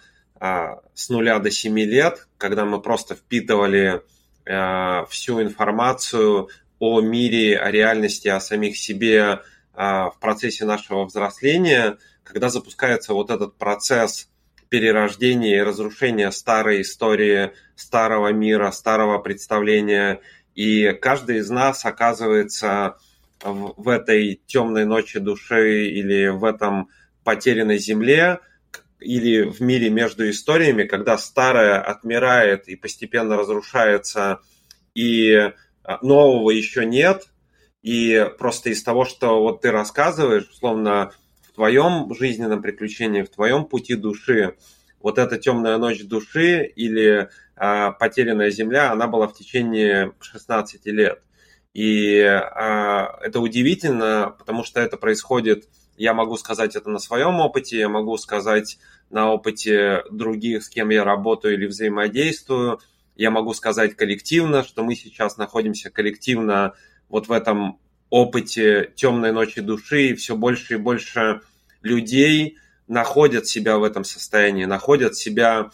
а, с нуля до семи лет, когда мы просто впитывали а, всю информацию о мире, о реальности, о самих себе а, в процессе нашего взросления, когда запускается вот этот процесс перерождения и разрушения старой истории, старого мира, старого представления. И каждый из нас оказывается в, в этой темной ночи души или в этом потерянной земле, или в мире между историями, когда старое отмирает и постепенно разрушается, и нового еще нет, и просто из того, что вот ты рассказываешь, условно, в твоем жизненном приключении, в твоем пути души, вот эта темная ночь души или а, потерянная земля, она была в течение шестнадцати лет. И а, это удивительно, потому что это происходит, я могу сказать это на своем опыте, я могу сказать на опыте других, с кем я работаю или взаимодействую, я могу сказать коллективно, что мы сейчас находимся коллективно вот в этом опыте темной ночи души, и все больше и больше людей находят себя в этом состоянии, находят себя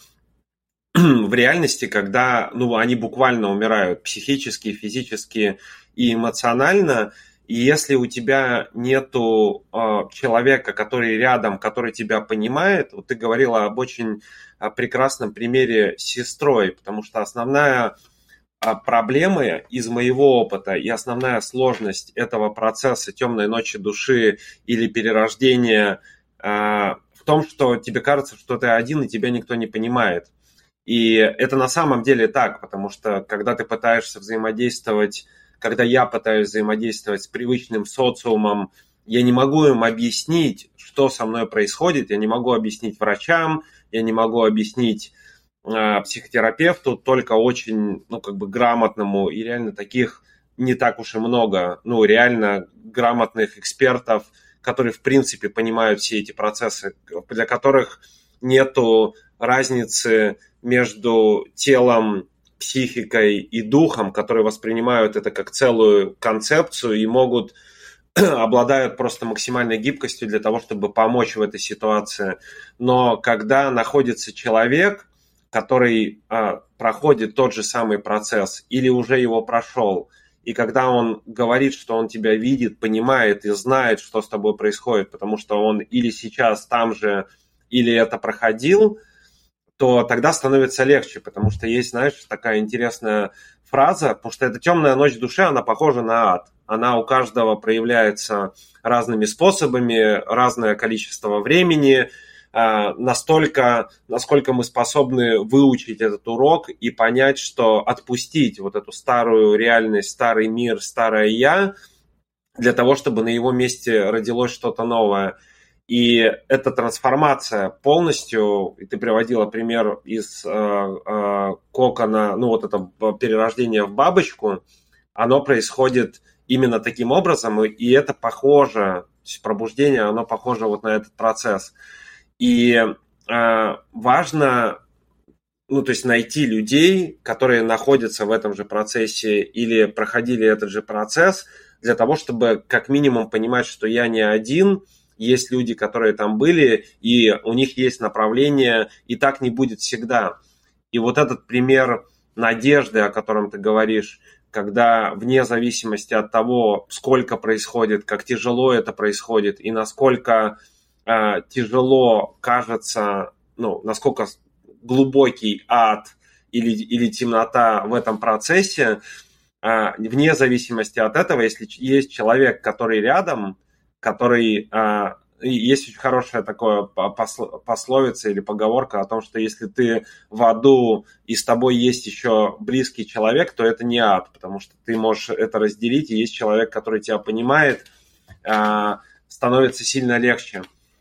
в реальности, когда ну, они буквально умирают психически, физически и эмоционально. И если у тебя нету э, человека, который рядом, который тебя понимает, вот ты говорила об очень э, прекрасном примере с сестрой, потому что основная э, проблема из моего опыта и основная сложность этого процесса темной ночи души или перерождения э, в том, что тебе кажется, что ты один и тебя никто не понимает. И это на самом деле так, потому что когда ты пытаешься взаимодействовать, когда я пытаюсь взаимодействовать с привычным социумом, я не могу им объяснить, что со мной происходит, я не могу объяснить врачам, я не могу объяснить э, психотерапевту, только очень, ну, как бы грамотному, и реально таких не так уж и много, ну, реально грамотных экспертов, которые, в принципе, понимают все эти процессы, для которых нету разницы между телом, психикой и духом, которые воспринимают это как целую концепцию и могут обладают просто максимальной гибкостью для того, чтобы помочь в этой ситуации. Но когда находится человек, который а, проходит тот же самый процесс или уже его прошел, и когда он говорит, что он тебя видит, понимает и знает, что с тобой происходит, потому что он или сейчас там же, или это проходил, то тогда становится легче, потому что есть, знаешь, такая интересная фраза, потому что эта темная ночь души, она похожа на ад. Она у каждого проявляется разными способами, разное количество времени, настолько, насколько мы способны выучить этот урок и понять, что отпустить вот эту старую реальность, старый мир, старое «я», для того, чтобы на его месте родилось что-то новое. И эта трансформация полностью, и ты приводила пример из э, э, кокона, ну вот это перерождение в бабочку, оно происходит именно таким образом, и это похоже есть пробуждение, оно похоже вот на этот процесс. И э, важно, ну, то есть найти людей, которые находятся в этом же процессе или проходили этот же процесс, для того, чтобы как минимум понимать, что я не один, есть люди, которые там были, и у них есть направление, и так не будет всегда. И вот этот пример надежды, о котором ты говоришь, когда вне зависимости от того, сколько происходит, как тяжело это происходит, и насколько э, тяжело кажется, ну, насколько глубокий ад или, или темнота в этом процессе, э, вне зависимости от этого, если есть человек, который рядом, который... Э, есть очень хорошая такое пословица или поговорка о том, что если ты в аду и с тобой есть еще близкий человек, то это не ад, потому что ты можешь это разделить, и есть человек, который тебя понимает, становится сильно легче.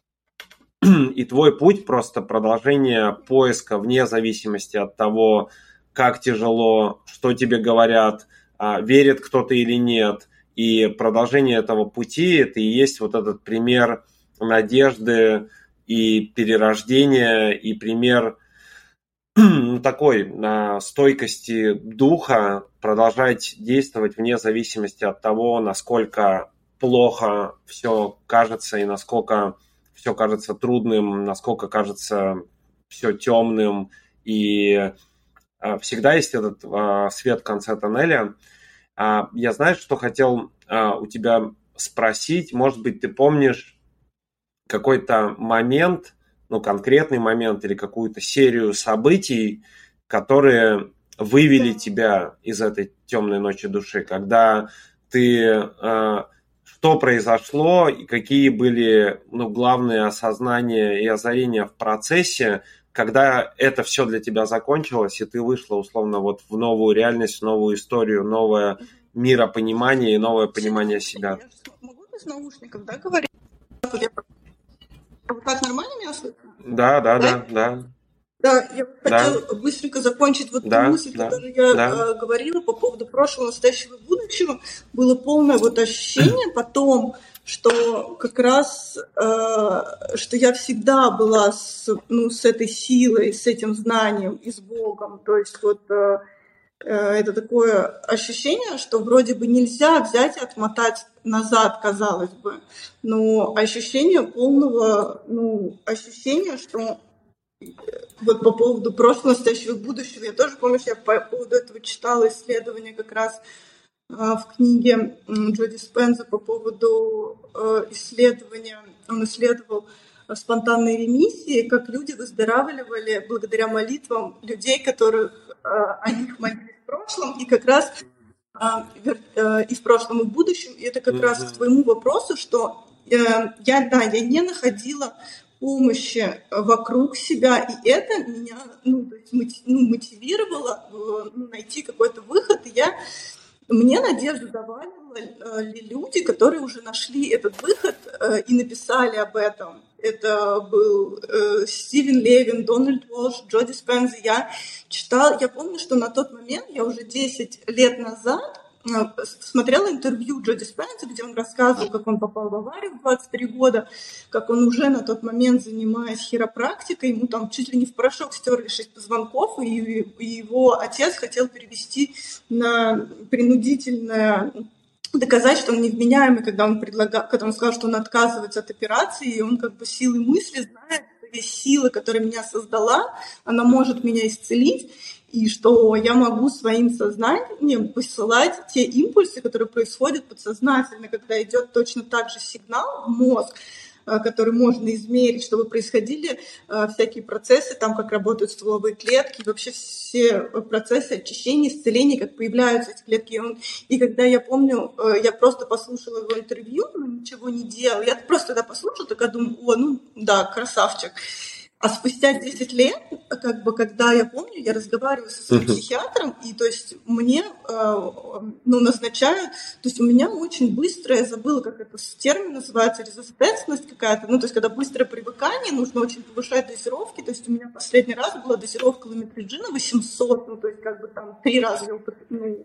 И твой путь просто продолжение поиска вне зависимости от того, как тяжело, что тебе говорят, верит кто-то или нет. И продолжение этого пути – это и есть вот этот пример надежды и перерождения, и пример ну, такой на стойкости духа продолжать действовать вне зависимости от того, насколько плохо все кажется и насколько все кажется трудным, насколько кажется все темным. И всегда есть этот свет в конце тоннеля. Я, знаешь, что хотел у тебя спросить? Может быть, ты помнишь какой-то момент, ну, конкретный момент или какую-то серию событий, которые вывели тебя из этой темной ночи души, когда ты... Э, что произошло и какие были, ну, главные осознания и озарения в процессе, когда это все для тебя закончилось, и ты вышла, условно, вот в новую реальность, в новую историю, новое миропонимание и новое понимание себя. Я могу без наушников, да, говорить? Вот так нормально меня слышно? Да, да, да, да. Да, я Да. хотела быстренько закончить вот Да, ту мысль, да, которую я да. э, говорила по поводу прошлого, настоящего и будущего. Было полное вот ощущение потом, что как раз, э, что я всегда была с, ну, с этой силой, с этим знанием и с Богом. То есть вот э, э, это такое ощущение, что вроде бы нельзя взять и отмотать назад, казалось бы, но ощущение полного, ну, ощущения, что вот по поводу прошлого, настоящего и будущего, я тоже помню, что я по поводу этого читала исследование как раз в книге Джо Диспенза по поводу исследования, он исследовал спонтанные ремиссии, как люди выздоравливали благодаря молитвам людей, которых о них молились в прошлом, и как раз и в прошлом, и в будущем. И это как mm-hmm. раз к твоему вопросу, что я, да, я не находила помощи вокруг себя, и это меня, ну, то есть, ну, мотивировало ну, найти какой-то выход, и я, мне надежду давали люди, которые уже нашли этот выход и написали об этом. Это был Стивен Левин, Дональд Уолш, Джо Диспенза. Я читала, я помню, что на тот момент, я уже десять лет назад смотрела интервью Джо Диспенза, где он рассказывал, как он попал в аварию в двадцать три года, как он уже на тот момент, занимаясь хиропрактикой, ему там чуть ли не в порошок стерли шесть позвонков, и, и его отец хотел перевести на принудительное, доказать, что он невменяемый, когда он, предлагал, когда он сказал, что он отказывается от операции, и он как бы силой мысли знает, что есть сила, которая меня создала, она может меня исцелить, и что я могу своим сознанием посылать те импульсы, которые происходят подсознательно, когда идет точно так же сигнал в мозг, который можно измерить, чтобы происходили всякие процессы, там, как работают стволовые клетки, вообще все процессы очищения, исцеления, как появляются эти клетки. И, он, и когда я помню, я просто послушала его интервью, но ничего не делала, я просто тогда послушала, такая думаю, о, ну да, красавчик. А спустя десять лет, как бы, когда я помню, я разговариваю со своим uh-huh. психиатром, и то есть мне э, ну, назначают, то есть у меня очень быстро, я забыла, как это термин называется, резистентность какая-то, ну то есть когда быстрое привыкание, нужно очень повышать дозировки, то есть у меня последний раз была дозировка ламитриджина восемьсот, ну то есть как бы там три раза я ну,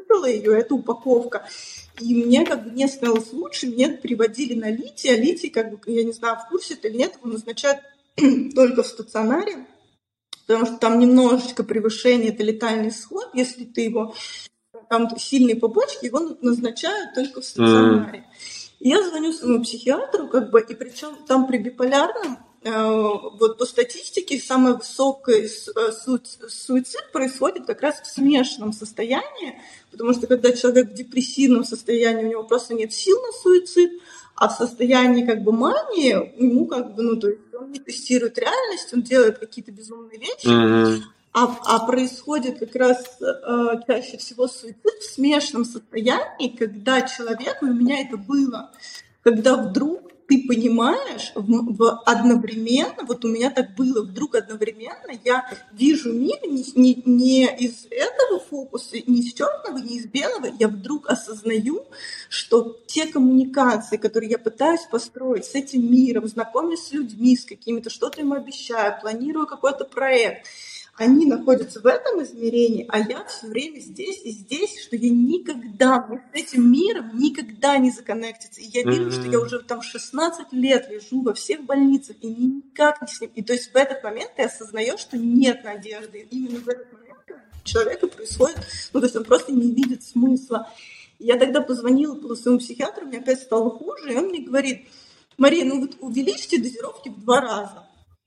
купила ее, это упаковка. И мне как бы не становилось лучше, мне приводили на литий, а литий, как бы, я не знаю, в курсе это или нет, его назначают только в стационаре, потому что там немножечко превышение, это летальный исход, если ты его, там сильные побочки, его назначают только в стационаре. И я звоню своему психиатру, как бы, и причем там при биполярном, вот по статистике, самый высокий суицид происходит как раз в смешанном состоянии, потому что когда человек в депрессивном состоянии, у него просто нет сил на суицид, а в состоянии как бы мании ему как бы, ну, то есть он не тестирует реальность, он делает какие-то безумные вещи, mm-hmm. а, а происходит как раз э, чаще всего суицид в смешанном состоянии, когда человек, у меня это было, когда вдруг ты понимаешь, в, в одновременно, вот у меня так было, вдруг одновременно я вижу мир не, не, не из этого фокуса, не из черного, не из белого, я вдруг осознаю, что те коммуникации, которые я пытаюсь построить с этим миром, знакомлюсь с людьми, с какими-то, что-то им обещаю, планирую какой-то проект, они находятся в этом измерении, а я все время здесь и здесь, что я никогда с этим миром никогда не законнектиться. И я вижу, mm-hmm. что я уже там шестнадцать лет лежу во всех больницах и никак не с ним. И то есть в этот момент ты осознаешь, что нет надежды. И именно в этот момент у человека происходит, ну то есть он просто не видит смысла. И я тогда позвонила по своему психиатру, мне опять стало хуже, и он мне говорит: Мария, ну вот увеличьте дозировки в два раза.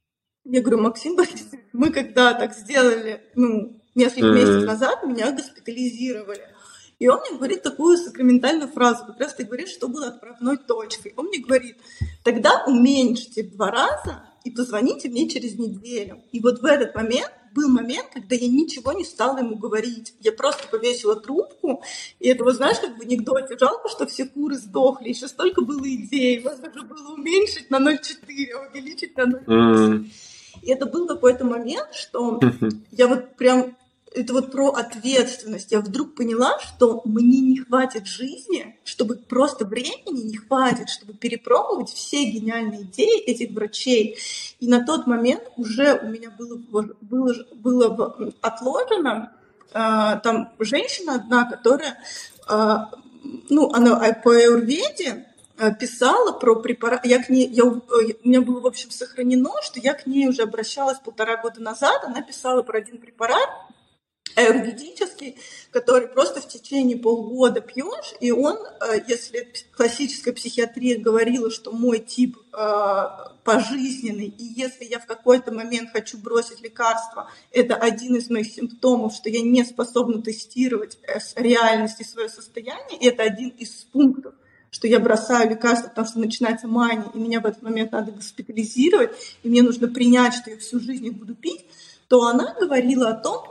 Я говорю: Максим Борисович, мы когда так сделали, ну, несколько mm-hmm. месяцев назад, меня госпитализировали. И он мне говорит такую сакраментальную фразу, как раз ты говоришь, что было отправной точкой. Он мне говорит: тогда уменьшите в два раза и позвоните мне через неделю. И вот в этот момент был момент, когда я ничего не стала ему говорить. Я просто повесила трубку, и это, вот знаешь, как в анекдоте, жалко, что все куры сдохли, еще столько было идей, можно же было уменьшить на ноль целых четыре десятых, а увеличить на ноль целых восемь десятых. Mm. И это был какой-то момент, что я вот прям, это вот про ответственность. Я вдруг поняла, что мне не хватит жизни, чтобы просто времени не хватит, чтобы перепробовать все гениальные идеи этих врачей. И на тот момент уже у меня было, было, было отложено, э, там женщина одна, которая, э, ну, она по аюрведе писала про препарат. Я к ней, я, у меня было, в общем, сохранено, что я к ней уже обращалась полтора года назад. Она писала про один препарат аюрведический, который просто в течение полгода пьешь, и он, если классическая психиатрия говорила, что мой тип э, пожизненный, и если я в какой-то момент хочу бросить лекарство, это один из моих симптомов, что я не способна тестировать реальность и свое состояние, и это один из пунктов, что я бросаю лекарства, потому что начинается мания, и меня в этот момент надо госпитализировать, и мне нужно принять, что я всю жизнь их буду пить, то она говорила о том,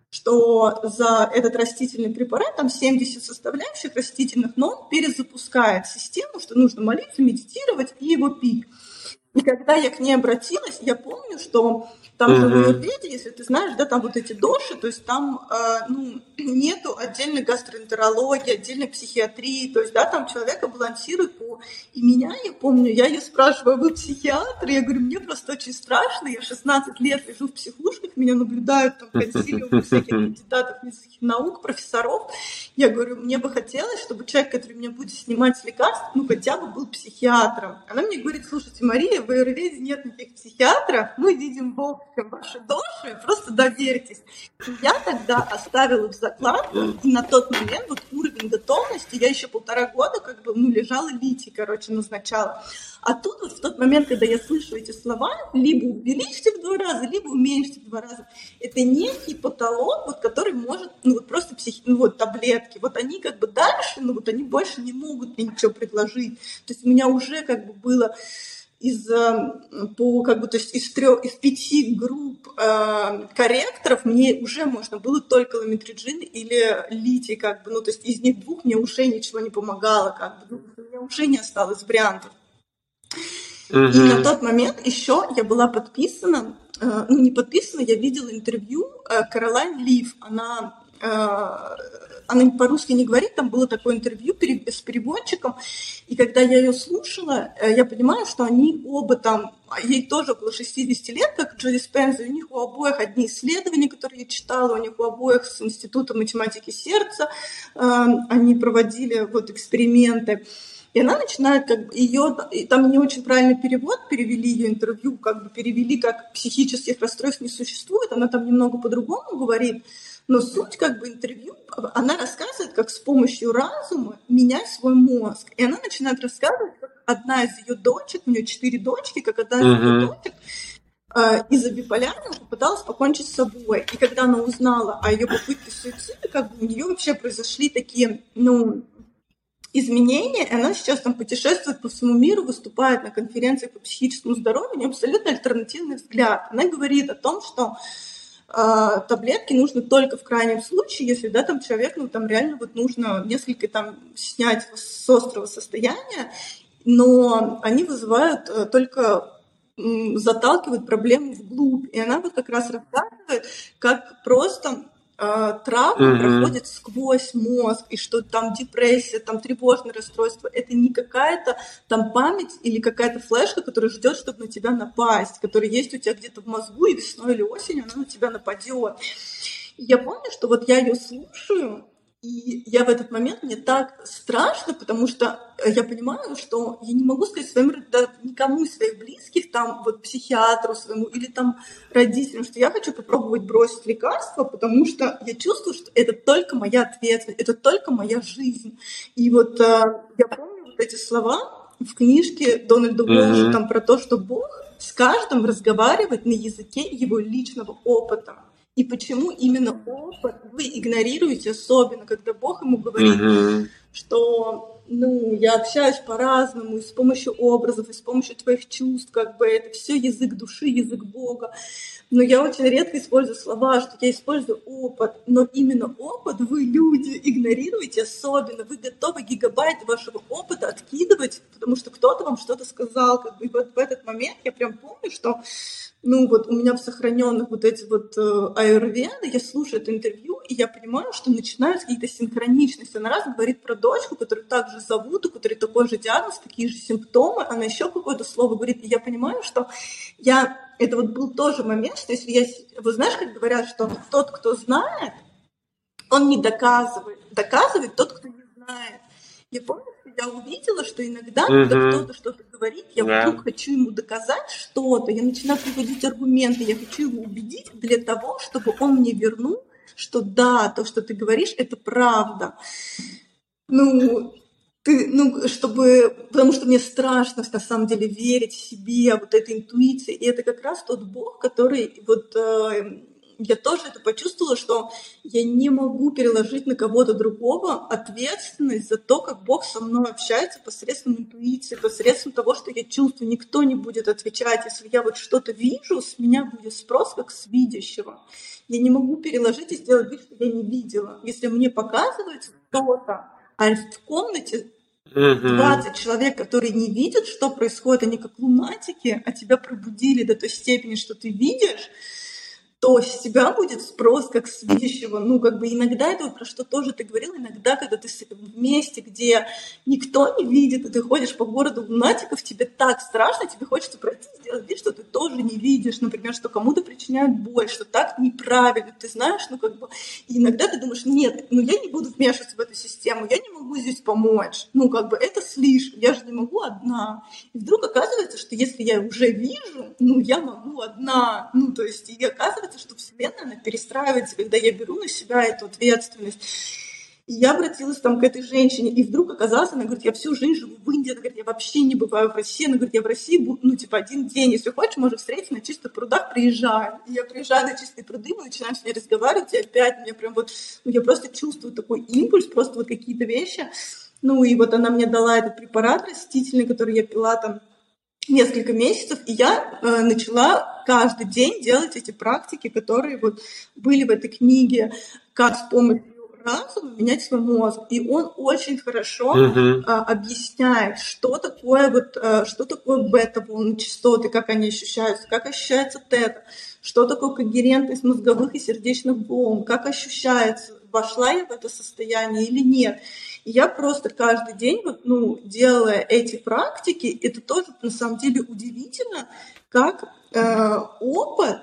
что за этот растительный препарат, там семьдесят составляющих растительных, но он перезапускает систему, что нужно молиться, медитировать и его пить. И когда я к ней обратилась, я помню, что там mm-hmm. в аюрведе, если ты знаешь, да, там вот эти доши, то есть там э, ну, нету отдельной гастроэнтерологии, отдельной психиатрии, то есть, да, там человека балансирует по... И меня, я помню, я ее спрашиваю: вы психиатр? Я говорю: мне просто очень страшно, я шестнадцать лет лежу в психушках, меня наблюдают там консилиумы всяких кандидатов медицинских наук, профессоров. Я говорю: мне бы хотелось, чтобы человек, который меня будет снимать с лекарств, ну, хотя бы был психиатром. Она мне говорит: слушайте, Мария, в аюрведе нет никаких психиатров, мы видим в общем ваши доши, просто доверьтесь. И я тогда оставила в закладку, и на тот момент вот уровень готовности, я еще полтора года как бы, ну, лежала литий, короче, назначала. А тут вот в тот момент, когда я слышу эти слова, либо увеличьте в два раза, либо уменьшите в два раза, это некий потолок, вот, который может, ну, вот просто психи... ну, вот таблетки, вот они как бы дальше, ну, вот они больше не могут мне ничего предложить. То есть у меня уже как бы было из, по, как бы, то есть из, трех, из пяти групп э, корректоров мне уже можно было только ламитриджин или литий, как бы, ну, то есть из них двух мне уже ничего не помогало, как бы, ну, у меня уже не осталось вариантов. Uh-huh. И на тот момент еще я была подписана, э, ну, не подписана, я видела интервью э, Каролайн Лив, она она по-русски не говорит, там было такое интервью с переводчиком, и когда я ее слушала, я понимаю, что они оба там, ей тоже около шестьдесят лет, как Джо Диспенза, у них у обоих одни исследования, которые я читала, у них у обоих с Института математики сердца, они проводили вот эксперименты. И она начинает, как бы, ее, там не очень правильный перевод, перевели ее интервью, как бы перевели, как психических расстройств не существует, она там немного по-другому говорит, но суть, как бы, интервью, она рассказывает, как с помощью разума менять свой мозг. И она начинает рассказывать, как одна из ее дочек, у нее четыре дочки, как одна из Мгм. ее дочек э, из-за биполярного попыталась покончить с собой. И когда она узнала о ее попытке суицида, как бы у нее вообще произошли такие, ну, изменения, и она сейчас там путешествует по всему миру, выступает на конференциях по психическому здоровью, у нее абсолютно альтернативный взгляд. Она говорит о том, что э, таблетки нужны только в крайнем случае, если, да, там человек, ну, там реально вот нужно несколько там снять с острого состояния, но они вызывают э, только м, заталкивают проблему вглубь. И она вот как раз рассказывает, как просто э, травма Мгм. проходит сквозь мозг, и что там депрессия, там тревожное расстройство, это не какая-то там память или какая-то флешка, которая ждет, чтобы на тебя напасть, которая есть у тебя где-то в мозгу, и весной или осенью она на тебя нападет. И я помню, что вот я ее слушаю, и я в этот момент, мне так страшно, потому что я понимаю, что я не могу сказать своим, да, никому из своих близких, там, вот психиатру своему или там родителям, что я хочу попробовать бросить лекарства, потому что я чувствую, что это только моя ответственность, это только моя жизнь. И вот э, я помню вот эти слова в книжке Дональда Уолша Мгм. там про то, что Бог с каждым разговаривает на языке его личного опыта. И почему именно опыт вы игнорируете, особенно когда Бог ему говорит, Мгм. что, ну, я общаюсь по-разному, и с помощью образов, и с помощью твоих чувств, как бы это все язык души, язык Бога. Но я очень редко использую слова, что я использую опыт, но именно опыт вы, люди, игнорируете, особенно вы готовы гигабайты вашего опыта откидывать, потому что кто-то вам что-то сказал, как бы, и вот в этот момент я прям помню, что ну вот у меня в сохраненных вот эти вот э, аюрведы, я слушаю это интервью, и я понимаю, что начинаются какие-то синхроничности. Она раз говорит про дочку, которую также зовут, у которой такой же диагноз, такие же симптомы, она еще какое-то слово говорит, и я понимаю, что я... Это вот был тоже момент, что если я... Вы знаешь, как говорят, что тот, кто знает, он не доказывает. Доказывает тот, кто не знает. Я помню, что я увидела, что иногда, когда Мгм. кто-то что-то говорит, я Да. вдруг хочу ему доказать что-то, я начинаю приводить аргументы, я хочу его убедить для того, чтобы он мне вернул, что да, то, что ты говоришь, это правда. Ну, ты, ну, чтобы, потому что мне страшно, на самом деле, верить себе, вот этой интуиции, и это как раз тот Бог, который вот... э, я тоже это почувствовала, что я не могу переложить на кого-то другого ответственность за то, как Бог со мной общается посредством интуиции, посредством того, что я чувствую. Никто не будет отвечать. Если я вот что-то вижу, с меня будет спрос как с видящего. Я не могу переложить и сделать вид, что я не видела. Если мне показывается что-то, а в комнате Мгм. двадцать человек, которые не видят, что происходит, они как лунатики, а тебя пробудили до той степени, что ты видишь, то с тебя будет спрос как с видящего. Ну, как бы иногда это вот про что тоже ты говорил, иногда, когда ты в месте, где никто не видит, и ты ходишь по городу лунатиков, тебе так страшно, тебе хочется пройти, сделать вид, что ты тоже не видишь, например, что кому-то причиняют боль, что так неправильно, ты знаешь, ну, как бы, и иногда ты думаешь, нет, ну, я не буду вмешиваться в эту систему, я не могу здесь помочь, ну, как бы, это слишком, я же не могу одна. И вдруг оказывается, что если я уже вижу, ну, я могу одна, ну, то есть, и оказывается, что Вселенная, она перестраивается, когда я беру на себя эту ответственность. И я обратилась там к этой женщине, и вдруг оказалось, она говорит, я всю жизнь живу в Индии, она говорит, я вообще не бываю в России, она говорит, я в России буду, ну, типа, один день, если хочешь, можем встретиться на чистых прудах, приезжаем. И я приезжаю на чистые пруды, мы начинаем с ней разговаривать, и опять мне прям вот, ну, я просто чувствую такой импульс, просто вот какие-то вещи. Ну, и вот она мне дала этот препарат растительный, который я пила там несколько месяцев, и я э, начала каждый день делать эти практики, которые вот были в этой книге, как с помощью разум, менять свой мозг. И он очень хорошо Мгм. а, объясняет, что такое вот, а, что такое бета-волны, частоты, как они ощущаются, как ощущается тета, что такое когерентность мозговых и сердечных волн, как ощущается, вошла я в это состояние или нет. И я просто каждый день, вот, ну, делая эти практики, это тоже на самом деле удивительно, как э, опыт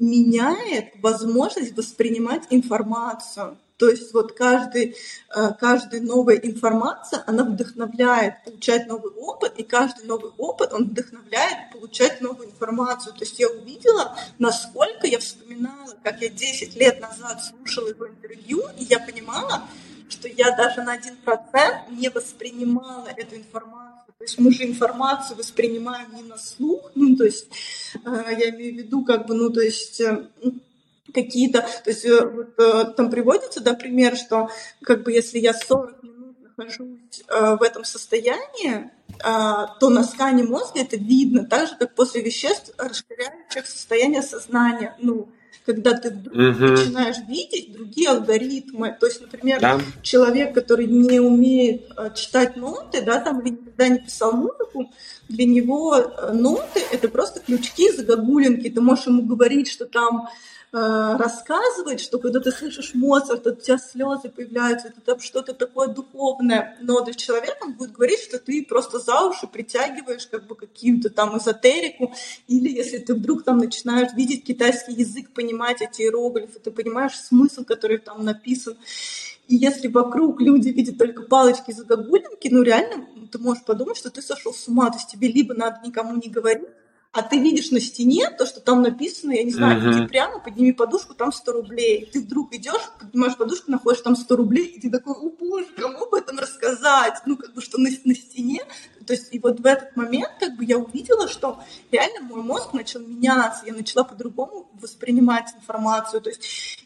меняет возможность воспринимать информацию. То есть вот каждый, э, каждая новая информация, она вдохновляет получать новый опыт, и каждый новый опыт, он вдохновляет получать новую информацию. То есть я увидела, насколько я вспоминала, как я десять лет назад слушала его интервью, и я понимала, что я даже на один процент не воспринимала эту информацию. То есть мы же информацию воспринимаем не на слух, ну, то есть э, я имею в виду, как бы, ну, то есть э, какие-то, то есть э, вот, э, там приводится, да, пример, что как бы если я сорок минут нахожусь э, в этом состоянии, э, то на скане мозга это видно, так же, как после веществ, расширяющих состояние сознания, ну, когда ты вдруг Мгм. начинаешь видеть другие алгоритмы. То есть, например, Да. человек, который не умеет э, читать ноты, да, там, или никогда не писал музыку, для него э, ноты — это просто крючки, загогулинки. Ты можешь ему говорить, что там э, рассказывать, что когда ты слышишь Моцарта, у тебя слезы появляются, это там что-то такое духовное. Но для человека он будет говорить, что ты просто за уши притягиваешь как бы какую-то там эзотерику, или если ты вдруг там начинаешь видеть китайский язык, понимать эти иероглифы, ты понимаешь смысл, который там написан. И если вокруг люди видят только палочки и загогулинки, ну реально ты можешь подумать, что ты сошел с ума, то есть тебе либо надо никому не говорить, а ты видишь на стене то, что там написано, я не знаю, иди Мгм. прямо, подними подушку, там сто рублей. Ты вдруг идешь, поднимаешь подушку, находишь там сто рублей, и ты такой: о боже, кому об этом рассказать? Ну, как бы, что на, на стене. То есть, и вот в этот момент, как бы, я увидела, что реально мой мозг начал меняться, я начала по-другому воспринимать информацию. То есть,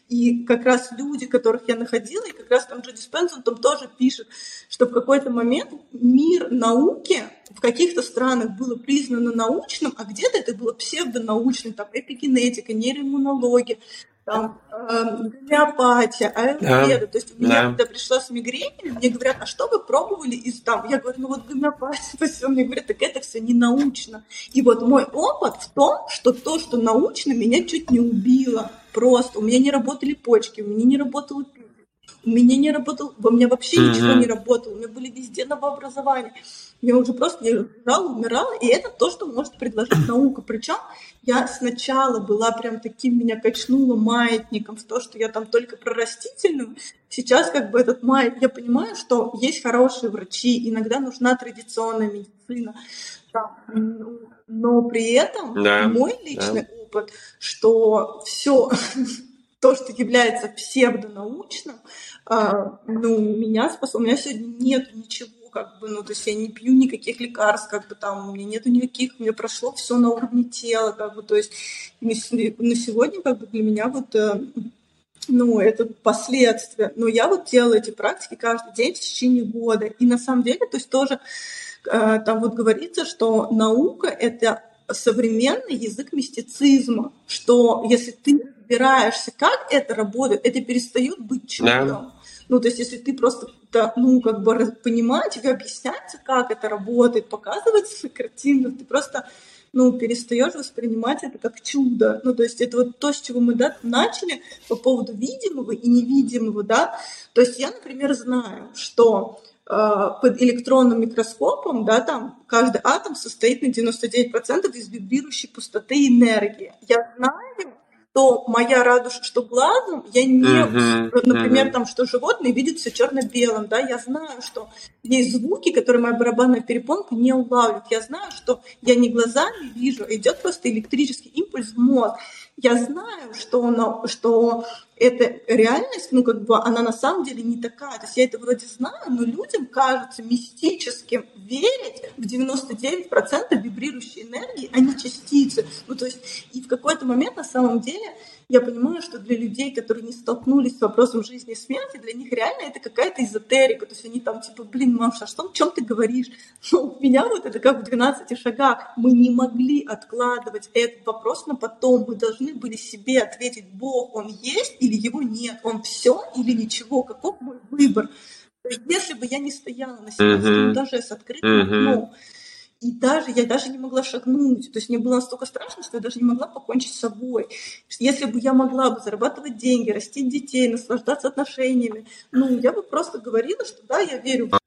и как раз люди, которых я находила, и как раз там Джо Диспенза, он там тоже пишет, что в какой-то момент мир науки в каких-то странах было признано научным, а где-то это было псевдонаучным, там эпигенетика, нейроиммунология, там э, гомеопатия, аюрведа. То есть у меня, Да. когда пришла с мигренями, мне говорят: а что вы пробовали из там? Я говорю: ну вот гомеопатия, все. Мне говорят: так это все не научно. И вот мой опыт в том, что то, что научно, меня чуть не убило. Просто у меня не работали почки, у меня не работало печень, у меня не работал, у меня вообще ничего не Мгм. работало, у меня были везде новообразования. Я уже просто я лежала, умирала, и это то, что может предложить наука. Причем я сначала была прям таким, меня качнуло маятником в то, что я там только про растительную. Сейчас как бы этот маятник, я понимаю, что есть хорошие врачи, иногда нужна традиционная медицина. Там, ну, но при этом Да. мой Да. личный опыт, что все то, что является псевдонаучным, а, ну, меня спасло. У меня сегодня нет ничего, как бы, ну, то есть я не пью никаких лекарств, как бы там, у меня нету никаких, у меня прошло все на уровне тела, как бы, то есть на сегодня, как бы, для меня вот, э, ну, это последствия. Но я вот делала эти практики каждый день в течение года. И на самом деле, то есть тоже э, там вот говорится, что наука — это современный язык мистицизма, что если ты разбираешься, как это работает, это перестает быть чудом. Да. Ну, то есть, если ты просто, да, ну, как бы понимаешь, тебе объясняется, как это работает, показывается картинка, ты просто, ну, перестаешь воспринимать это как чудо. Ну, то есть, это вот то, с чего мы, да, начали по поводу видимого и невидимого, да. То есть, я, например, знаю, что под электронным микроскопом, да, там каждый атом состоит на девяносто девять процентов из вибрирующей пустоты и энергии. Я знаю, что моя радужка, что глазом, я не, Мгм. например, Мгм. там, что животные видят все черно-белым, да, я знаю, что есть звуки, которые моя барабанная перепонка не улавливает. Я знаю, что я не глазами вижу, а идет просто электрический импульс в мозг. Я знаю, что, она, что эта реальность, ну, как бы, она на самом деле не такая. То есть я это вроде знаю, но людям кажется мистическим верить в девяносто девять процентов вибрирующей энергии, а не частицы. Ну, то есть, и в какой-то момент, на самом деле, я понимаю, что для людей, которые не столкнулись с вопросом жизни и смерти, для них реально это какая-то эзотерика. То есть они там типа, блин, Маша, что, о чем ты говоришь? Ну, у меня вот это как в двенадцати шагах. Мы не могли откладывать этот вопрос на потом. Мы должны были себе ответить: Бог, Он есть или Его нет? Он все или ничего? Каков мой выбор? То есть, если бы я не стояла на семнадцатом этаже с открытым окном, и даже я даже не могла шагнуть, то есть мне было настолько страшно, что я даже не могла покончить с собой. Если бы я могла бы зарабатывать деньги, растить детей, наслаждаться отношениями, ну, я бы просто говорила, что да, я верю в...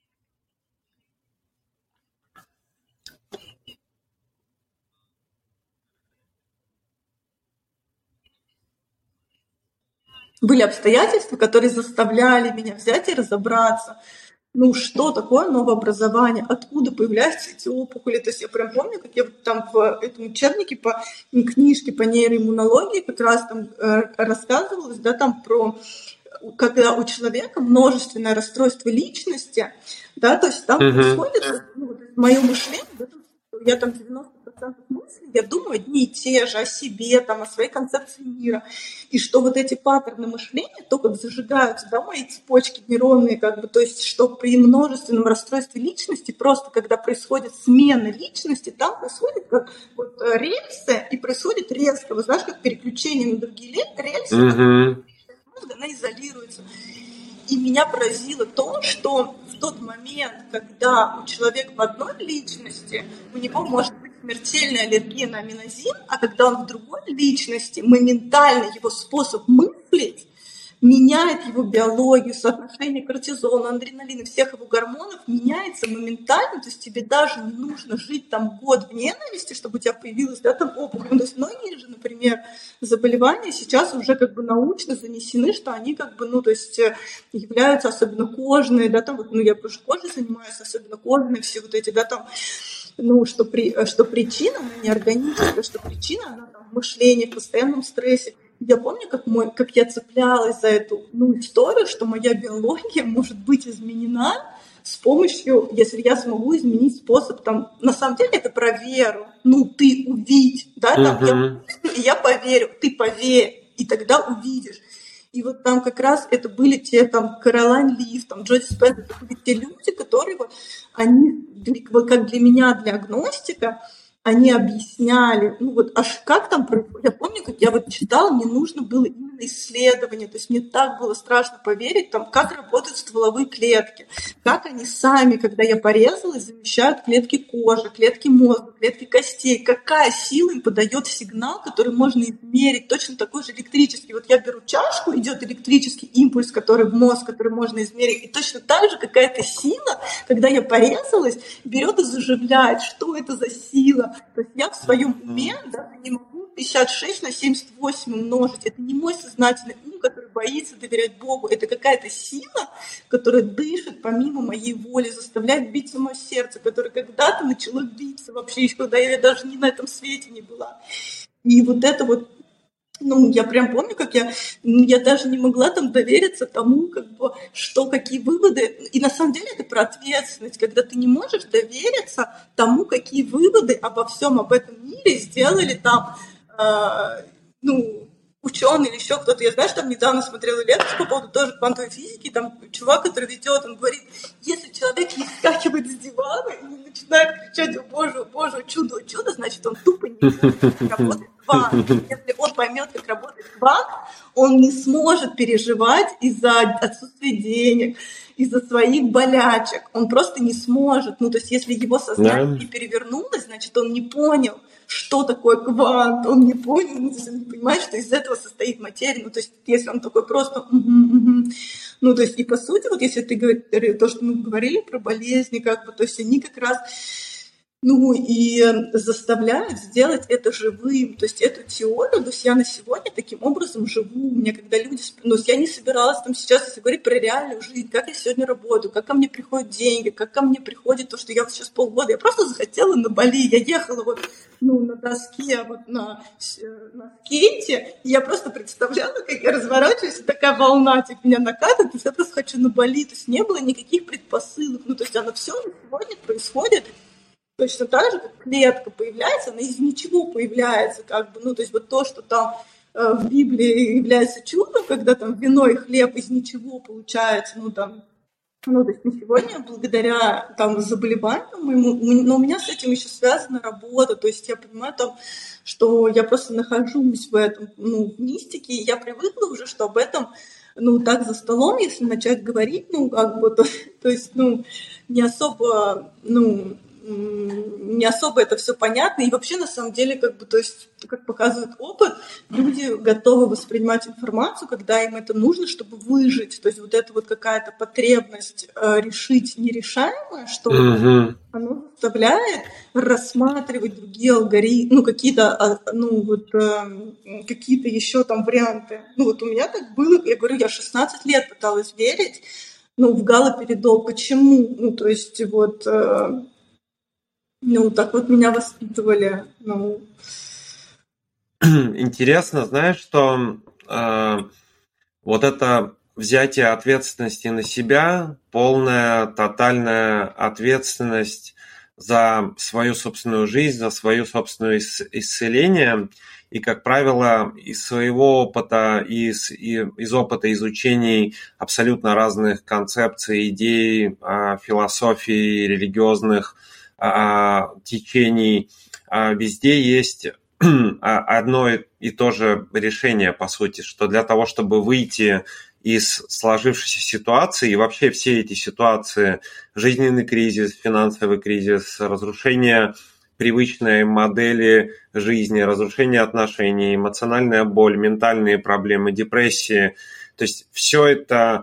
Были обстоятельства, которые заставляли меня взять и разобраться, ну, что такое новообразование, откуда появляются эти опухоли. То есть я прям помню, как я вот там в этом учебнике, по книжке по нейроиммунологии как раз там э, рассказывалось, да, там про когда у человека множественное расстройство личности, да, то есть там uh-huh. происходит, ну, мое мышление, да, я там девяносто процентов мыслей, я думаю одни и те же о себе, там, о своей концепции мира. И что вот эти паттерны мышления, то, как зажигаются, да, мои цепочки нейронные, как бы, то есть, что при множественном расстройстве личности, просто когда происходит смена личности, там происходит как вот рельсы, и происходит резко, вы знаешь, как переключение на другие рельсы, uh-huh. она изолируется. И меня поразило то, что в тот момент, когда у человека в одной личности, у него может быть смертельная аллергия на аминозин, а когда он в другой личности, моментально его способ мыслить меняет его биологию, соотношение кортизола, адреналина, всех его гормонов меняется моментально, то есть тебе даже не нужно жить там год в ненависти, чтобы у тебя появилась, да, там опухоль. Ну, то есть многие же, например, заболевания сейчас уже как бы научно занесены, что они как бы, ну, то есть являются особенно кожные, да, там вот, ну, я тоже кожей занимаюсь, особенно кожные все вот эти, да, там, ну, что, при, что причина, она не органическая, что причина, она там в мышлении, в постоянном стрессе. Я помню, как, мой, как я цеплялась за эту, ну, историю, что моя биология может быть изменена с помощью, если я смогу изменить способ, там, на самом деле это про веру, ну, ты увидь, да, там, uh-huh. я, я поверю, ты поверь, и тогда увидишь. И вот там как раз это были те, там, Кэролайн Лив, там, Джо Диспенза, это были те люди, которые вот, они, как для меня, для агностика, они объясняли, ну вот аж как там происходит. Я помню, как я вот читала, мне нужно было именно исследование, то есть мне так было страшно поверить, там, как работают стволовые клетки, как они сами, когда я порезалась, замещают клетки кожи, клетки мозга, клетки костей, какая сила им подает сигнал, который можно измерить, точно такой же электрический. Вот я беру чашку, идет электрический импульс, который в мозг, который можно измерить, и точно так же какая-то сила, когда я порезалась, берет и заживляет. Что это за сила? То есть я в своем уме даже не могу пятьдесят шесть на семьдесят восемь умножить. Это не мой сознательный ум, который боится доверять Богу. Это какая-то сила, которая дышит помимо моей воли, заставляет биться мое сердце, которое когда-то начало биться вообще, когда я даже не на этом свете не была. И вот это вот, ну, я прям помню, как я, ну, я даже не могла там довериться тому, как бы, что, какие выводы. И на самом деле это про ответственность, когда ты не можешь довериться тому, какие выводы обо всем об этом мире сделали там, э, ну, ученые или еще кто-то. Я, знаешь, там недавно смотрела лекцию по поводу тоже квантовой физики, там чувак, который ведет, он говорит, если человек не вскакивает с дивана и не начинает кричать: «О боже, о боже, чудо, о чудо», значит, он тупо не знает, как работает квант. Если он поймет, как работает квант, он не сможет переживать из-за отсутствия денег, из-за своих болячек. Он просто не сможет. Ну, то есть, если его сознание не перевернулось, значит, он не понял, что такое квант, он не понял, ну, то есть он не понимает, что из этого состоит материя. Ну, то есть, если он такой просто... Угу, угу. Ну, то есть, и по сути, вот если ты говоришь, то, что мы говорили про болезни, как бы, то есть они как раз... Ну и заставляют сделать это живым. То есть эту теорию, то есть я на сегодня таким образом живу. У меня когда люди... Ну, я не собиралась там сейчас, если говорить про реальную жизнь, как я сегодня работаю, как ко мне приходят деньги, как ко мне приходит то, что я вот сейчас полгода... Я просто захотела на Бали. Я ехала вот, ну, на доске, вот на, на скейте, и я просто представляла, как я разворачиваюсь, и такая волна типа меня накатывает, то есть я просто хочу на Бали. То есть не было никаких предпосылок. Ну, то есть оно все сегодня происходит точно так же, как клетка появляется, она из ничего появляется, как бы, ну, то есть вот то, что там э, в Библии является чудом, когда там вино и хлеб из ничего получается, ну там, ну, то есть не сегодня, благодаря там заболеванию моему, но у меня с этим еще связана работа, то есть я понимаю там, что я просто нахожусь в этом, ну, в мистике, и я привыкла уже, что об этом, ну, так за столом, если начать говорить, ну, как бы, то, то есть, ну, не особо, ну, не особо это все понятно, и вообще, на самом деле, как бы, то есть, как показывает опыт, люди готовы воспринимать информацию, когда им это нужно, чтобы выжить, то есть вот эта вот какая-то потребность э, решить нерешаемое, что Мгм. оно заставляет рассматривать другие алгоритмы, ну, какие-то, а, ну, вот, э, какие-то еще там варианты. Ну, вот у меня так было, я говорю, я шестнадцать лет пыталась верить, ну, в галоперидол. Почему? Ну, то есть вот... Э, ну, так вот меня воспитывали. Ну. Интересно, знаешь, что э, вот это взятие ответственности на себя, полная, тотальная ответственность за свою собственную жизнь, за свое собственное исцеление. И, как правило, из своего опыта, из, из опыта изучений абсолютно разных концепций, идей, философий, религиозных течений, везде есть одно и то же решение, по сути, что для того, чтобы выйти из сложившейся ситуации, и вообще все эти ситуации, жизненный кризис, финансовый кризис, разрушение привычной модели жизни, разрушение отношений, эмоциональная боль, ментальные проблемы, депрессии, то есть все это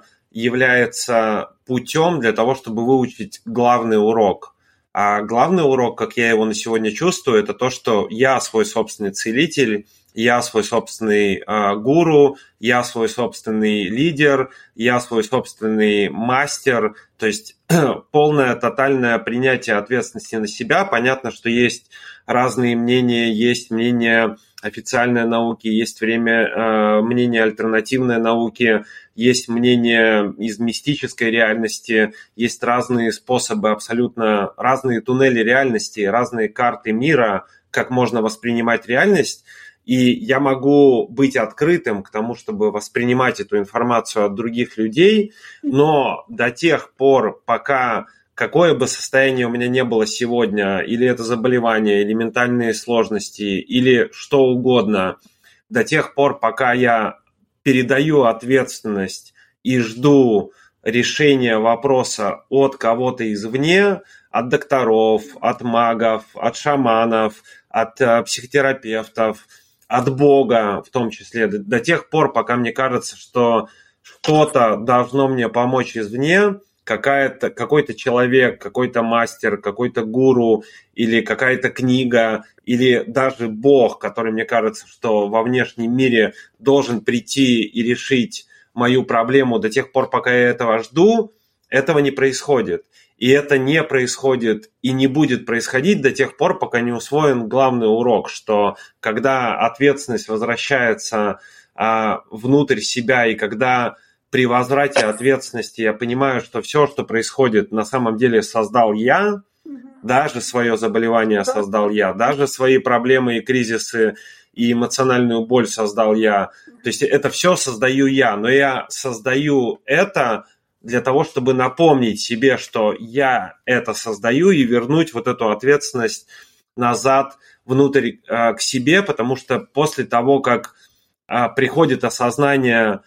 является путем для того, чтобы выучить главный урок. А главный урок, как я его на сегодня чувствую, это то, что я свой собственный целитель, я свой собственный э, гуру, я свой собственный лидер, я свой собственный мастер. То есть полное, тотальное принятие ответственности на себя. Понятно, что есть разные мнения, есть мнение официальной науки, есть время, э, мнение альтернативной науки, есть мнение из мистической реальности, есть разные способы, абсолютно разные туннели реальности, разные карты мира, как можно воспринимать реальность. И я могу быть открытым к тому, чтобы воспринимать эту информацию от других людей, но до тех пор, пока какое бы состояние у меня не было сегодня, или это заболевание, или ментальные сложности, или что угодно, до тех пор, пока я передаю ответственность и жду решения вопроса от кого-то извне, от докторов, от магов, от шаманов, от э, психотерапевтов, от Бога в том числе, до, до тех пор, пока мне кажется, что что-то должно мне помочь извне, какая-то, какой-то человек, какой-то мастер, какой-то гуру или какая-то книга, или даже Бог, который, мне кажется, что во внешнем мире должен прийти и решить мою проблему, до тех пор, пока я этого жду, этого не происходит. И это не происходит и не будет происходить до тех пор, пока не усвоен главный урок, что когда ответственность возвращается а, внутрь себя, и когда при возврате ответственности я понимаю, что все, что происходит, на самом деле создал я, даже свое заболевание создал я, даже свои проблемы и кризисы и эмоциональную боль создал я. То есть это все создаю я, но я создаю это для того, чтобы напомнить себе, что я это создаю, и вернуть вот эту ответственность назад внутрь э, к себе, потому что после того, как э, приходит осознание,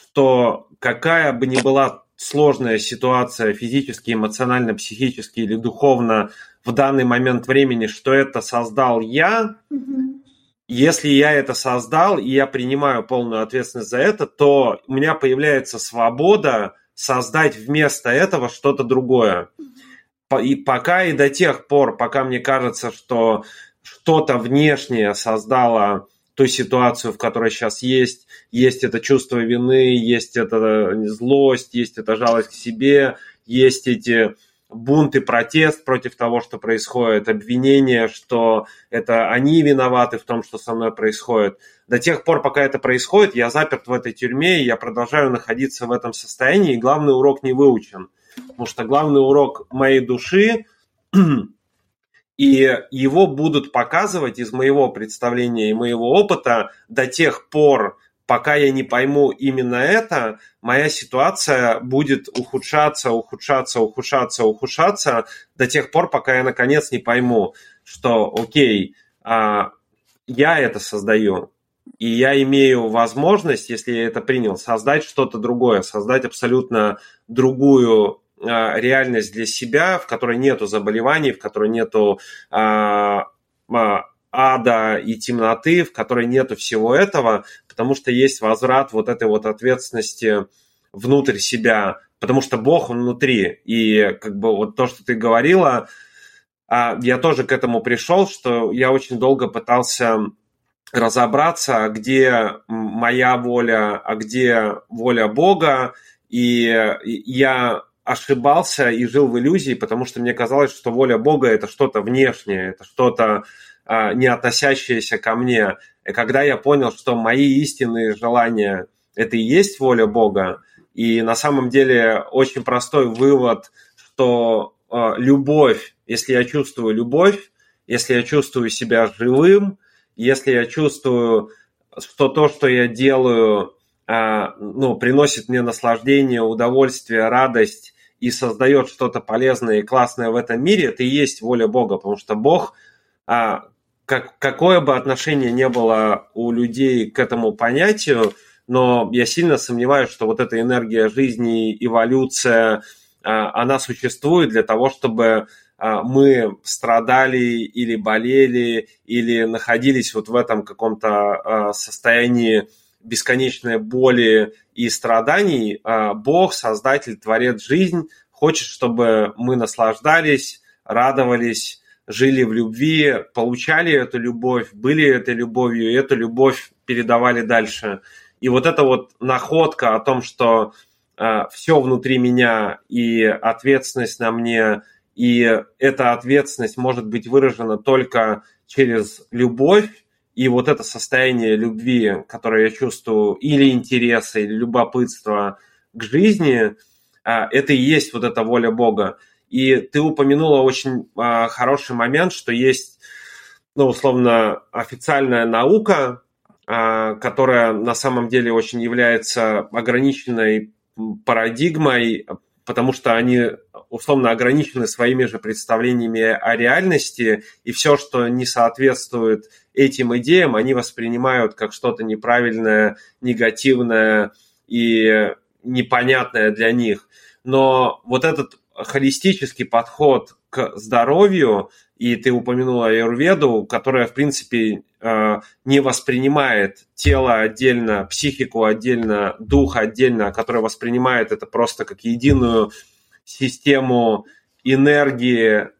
что какая бы ни была сложная ситуация физически, эмоционально, психически или духовно в данный момент времени, что это создал я, mm-hmm. Если я это создал, и я принимаю полную ответственность за это, то у меня появляется свобода создать вместо этого что-то другое. И пока и до тех пор, пока мне кажется, что что-то внешнее создало ту ситуацию, в которой сейчас есть, есть это чувство вины, есть эта злость, есть эта жалость к себе, есть эти бунт и протест против того, что происходит, обвинение, что это они виноваты в том, что со мной происходит. До тех пор, пока это происходит, я заперт в этой тюрьме, и я продолжаю находиться в этом состоянии, и главный урок не выучен. Потому что главный урок моей души и его будут показывать из моего представления и моего опыта до тех пор, пока я не пойму именно это, моя ситуация будет ухудшаться, ухудшаться, ухудшаться, ухудшаться до тех пор, пока я наконец не пойму, что окей, я это создаю, и я имею возможность, если я это принял, создать что-то другое, создать абсолютно другую реальность для себя, в которой нету заболеваний, в которой нету ада и темноты, в которой нету всего этого, потому что есть возврат вот этой вот ответственности внутрь себя, потому что Бог, Он внутри. И как бы вот то, что ты говорила, я тоже к этому пришел, что я очень долго пытался разобраться, где моя воля, а где воля Бога, и я ошибался и жил в иллюзии, потому что мне казалось, что воля Бога – это что-то внешнее, это что-то не относящееся ко мне. И когда я понял, что мои истинные желания – это и есть воля Бога, и на самом деле очень простой вывод, что любовь, если я чувствую любовь, если я чувствую себя живым, если я чувствую, что то, что я делаю, ну, приносит мне наслаждение, удовольствие, радость и создает что-то полезное и классное в этом мире, это и есть воля Бога, потому что Бог, как, какое бы отношение не было у людей к этому понятию, но я сильно сомневаюсь, что вот эта энергия жизни, эволюция, она существует для того, чтобы мы страдали или болели, или находились вот в этом каком-то состоянии бесконечной боли и страданий. Бог, Создатель, Творец, жизнь, хочет, чтобы мы наслаждались, радовались, жили в любви, получали эту любовь, были этой любовью, и эту любовь передавали дальше. И вот эта вот находка о том, что э, все внутри меня и ответственность на мне, и эта ответственность может быть выражена только через любовь, и вот это состояние любви, которое я чувствую, или интереса, или любопытства к жизни, э, это и есть вот эта воля Бога. И ты упомянула очень э, хороший момент, что есть, ну, условно, официальная наука, э, которая на самом деле очень является ограниченной парадигмой, потому что они условно ограничены своими же представлениями о реальности, и все, что не соответствует этим идеям, они воспринимают как что-то неправильное, негативное и непонятное для них. Но вот этот холистический подход к здоровью, и ты упомянула аюрведу, которая, в принципе, не воспринимает тело отдельно, психику отдельно, дух отдельно, которая воспринимает это просто как единую систему энергии.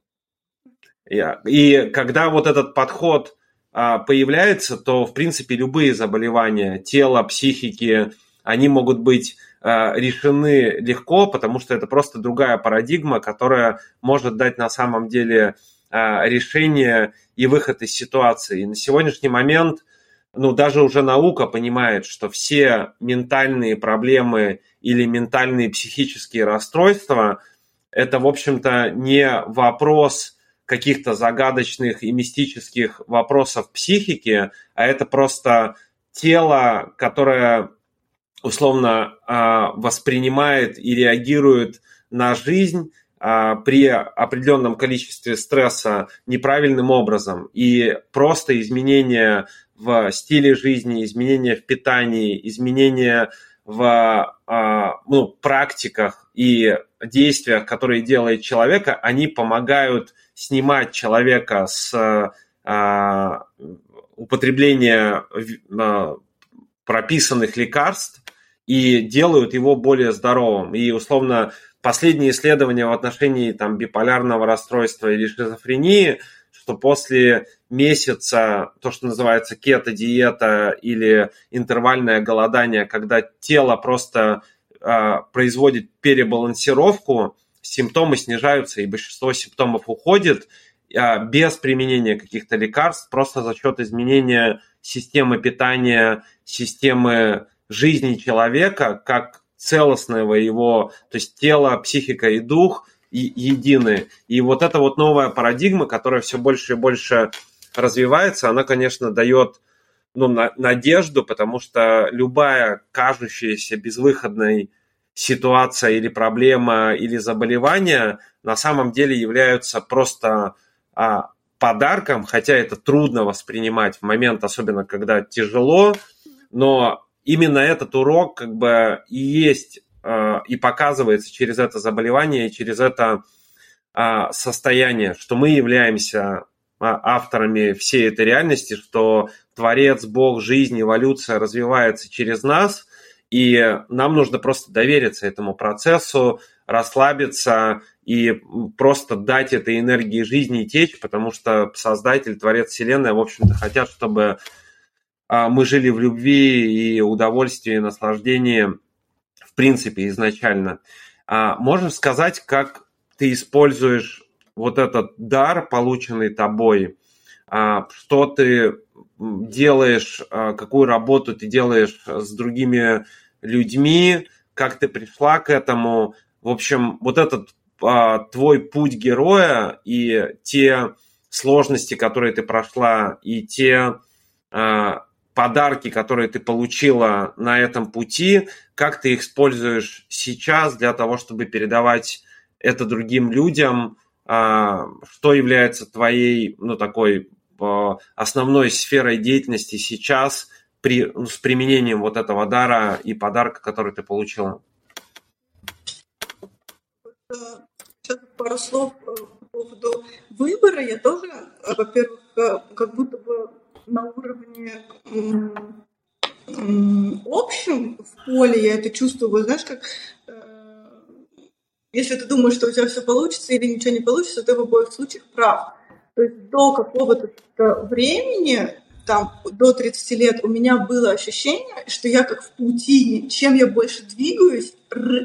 И когда вот этот подход появляется, то, в принципе, любые заболевания тела, психики, они могут быть решены легко, потому что это просто другая парадигма, которая может дать на самом деле решение и выход из ситуации. И на сегодняшний момент, ну, даже уже наука понимает, что все ментальные проблемы или ментальные психические расстройства – это, в общем-то, не вопрос каких-то загадочных и мистических вопросов психики, а это просто тело, которое условно воспринимает и реагирует на жизнь при определенном количестве стресса неправильным образом. И просто изменения в стиле жизни, изменения в питании, изменения в ну, практиках и действиях, которые делает человека, они помогают снимать человека с употребления прописанных лекарств и делают его более здоровым. И, условно, последние исследования в отношении там, биполярного расстройства или шизофрении, что после месяца, то, что называется кето-диета или интервальное голодание, когда тело просто э, производит перебалансировку, симптомы снижаются, и большинство симптомов уходит э, без применения каких-то лекарств, просто за счет изменения системы питания, системы жизни человека, как целостного его, то есть тело, психика и дух, и, едины. И вот эта вот новая парадигма, которая все больше и больше развивается, она, конечно, дает ну, на, надежду, потому что любая кажущаяся безвыходной ситуация или проблема или заболевание на самом деле являются просто а, подарком, хотя это трудно воспринимать в момент, особенно когда тяжело, но именно этот урок как бы и есть а, и показывается через это заболевание, и через это а, состояние, что мы являемся авторами всей этой реальности, что Творец, Бог, жизнь, эволюция развивается через нас, и нам нужно просто довериться этому процессу, расслабиться и просто дать этой энергии жизни течь, потому что Создатель, Творец Вселенной, в общем-то, хотят, чтобы мы жили в любви и удовольствии, и наслаждении, в принципе, изначально. Можешь сказать, как ты используешь вот этот дар, полученный тобой, что ты делаешь, какую работу ты делаешь с другими людьми, как ты пришла к этому. В общем, вот этот твой путь героя и те сложности, которые ты прошла, и те подарки, которые ты получила на этом пути, как ты их используешь сейчас для того, чтобы передавать это другим людям, что является твоей, ну, такой основной сферой деятельности сейчас при, ну, с применением вот этого дара и подарка, который ты получила? Сейчас пару слов по поводу выбора. Я тоже, во-первых, как будто бы на уровне общем в поле я это чувствую, знаешь, как если ты думаешь, что у тебя все получится или ничего не получится, ты в обоих случаях прав. То есть до какого-то времени, там, до тридцати лет, у меня было ощущение, что я как в паутине, чем я больше двигаюсь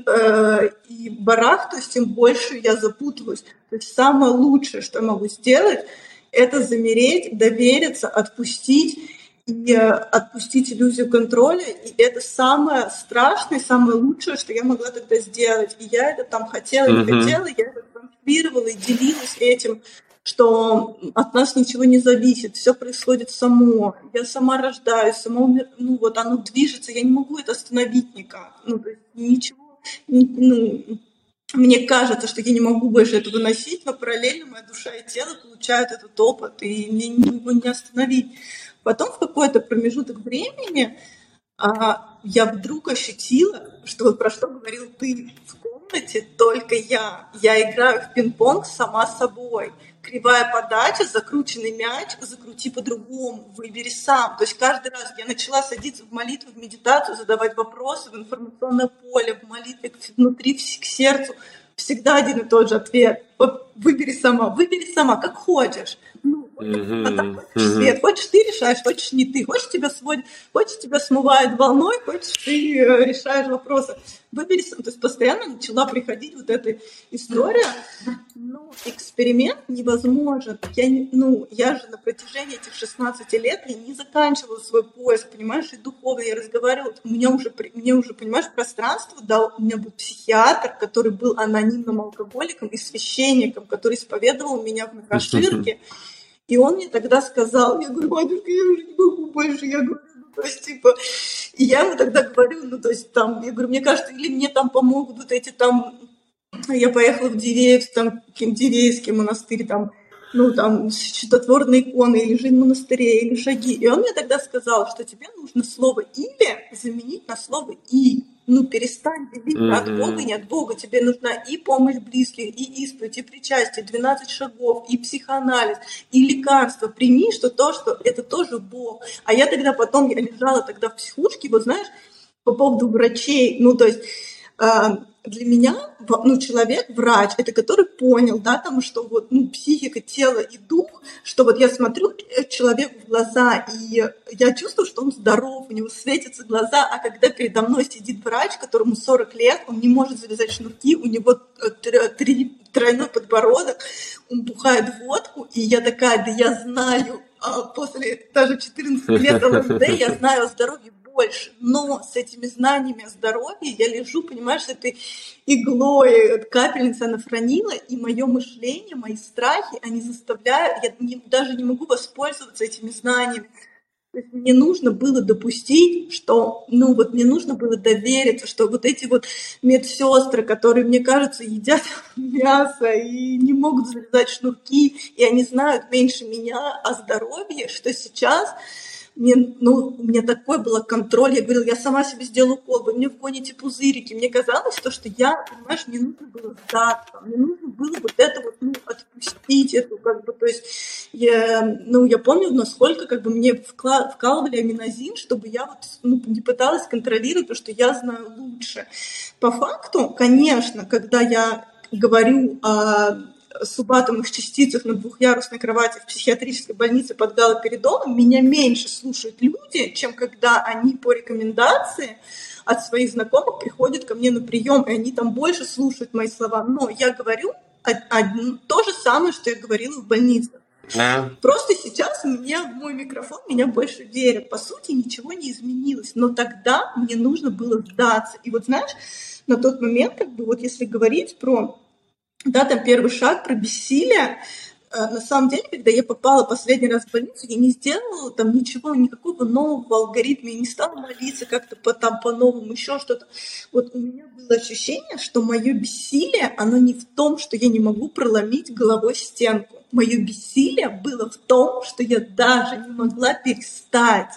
э, и барахтаюсь, тем больше я запутываюсь. То есть самое лучшее, что я могу сделать, это замереть, довериться, отпустить, и отпустить иллюзию контроля, и это самое страшное, самое лучшее, что я могла тогда сделать. И я это там хотела, не mm-hmm. хотела, я это транслировала и делилась этим, что от нас ничего не зависит, все происходит само. Я сама рождаюсь, сама умер... ну вот оно движется, я не могу это остановить никак. Ну, то есть ничего, ну, мне кажется, что я не могу больше это выносить, но параллельно моя душа и тело получают этот опыт, и мне его не остановить. Потом в какой-то промежуток времени а, я вдруг ощутила, что вот про что говорил ты, в комнате только я. Я играю в пинг-понг сама с собой. Кривая подача, закрученный мяч, закрути по-другому, выбери сам. То есть каждый раз я начала садиться в молитву, в медитацию, задавать вопросы в информационное поле, в молитве внутри, к сердцу. Всегда один и тот же ответ. Выбери сама, выбери сама, как хочешь. Ну, вот, mm-hmm. а так хочешь свет, хочешь ты решаешь, хочешь не ты, хочешь тебя сводит, хочешь тебя смывает волной, хочешь ты э, решаешь вопросы. Выбери сам. То есть постоянно начала приходить вот эта история. Ну, эксперимент невозможен. Я, не, ну, я же на протяжении этих шестнадцати лет я не заканчивала свой поиск, понимаешь, и духовно я разговаривала. У меня уже, мне уже, понимаешь, пространство дал. У меня был психиатр, который был анонимным алкоголиком и священником, который исповедовал меня в Накаширке. И он мне тогда сказал, я говорю, батюшка, я уже не могу больше, я говорю, ну, то есть, типа, и я ему тогда говорю, ну, то есть, там, я говорю, мне кажется, или мне там помогут вот эти там, я поехала в Дивеевск, там, Дивеевский монастырь, там, ну, там, чудотворные иконы, или жизнь в монастыре, или шаги. И он мне тогда сказал, что тебе нужно слово «или» заменить на слово «и». Ну, перестань делить mm-hmm. от Бога и не от Бога. Тебе нужна и помощь близких, и исповедь, и причастие, двенадцать шагов, и психоанализ, и лекарства. Прими, что то, что это тоже Бог. А я тогда потом, я лежала тогда в психушке, вот знаешь, по поводу врачей, ну, то есть для меня, ну, человек, врач, это который понял, да, там, что вот, ну, психика, тело и дух, что вот я смотрю человеку в глаза, и я чувствую, что он здоров, у него светятся глаза, а когда передо мной сидит врач, которому сорок лет, он не может завязать шнурки, у него три, тройной подбородок, он бухает водку, и я такая, да я знаю, после даже четырнадцати лет ЛСД, я знаю о здоровье больше. Но с этими знаниями о здоровье я лежу, понимаешь, с этой иглой, капельница она хранила, и мое мышление, мои страхи, они заставляют, я не, даже не могу воспользоваться этими знаниями. То есть мне нужно было допустить, что, ну вот мне нужно было довериться, что вот эти вот медсестры, которые, мне кажется, едят мясо и не могут завязать шнурки, и они знают меньше меня о здоровье, что сейчас мне, ну, у меня такой был контроль, я говорила, я сама себе сделаю укол, вы мне вгоните пузырики. Мне казалось, то, что я, понимаешь, мне нужно было сдаться, мне нужно было вот это вот, ну, отпустить эту, как бы, то есть, я, ну, я помню, насколько, как бы, мне вкла- вкалывали аминозин, чтобы я вот, ну, не пыталась контролировать, потому что я знаю лучше. По факту, конечно, когда я говорю о субатомных частицах на двухъярусной кровати в психиатрической больнице под галоперидолом, меня меньше слушают люди, чем когда они по рекомендации от своих знакомых приходят ко мне на прием, и они там больше слушают мои слова. Но я говорю о, о, то же самое, что я говорила в больнице. Да. Просто сейчас мне в мой микрофон меня больше верят. По сути, ничего не изменилось. Но тогда мне нужно было сдаться. И вот знаешь, на тот момент, как бы, вот если говорить про да, там первый шаг про бессилие. На самом деле, когда я попала последний раз в больницу, я не сделала там ничего, никакого нового алгоритма, я не стала молиться как-то по, там, по-новому, еще что-то. Вот у меня было ощущение, что мое бессилие, оно не в том, что я не могу проломить головой стенку. Мое бессилие было в том, что я даже не могла перестать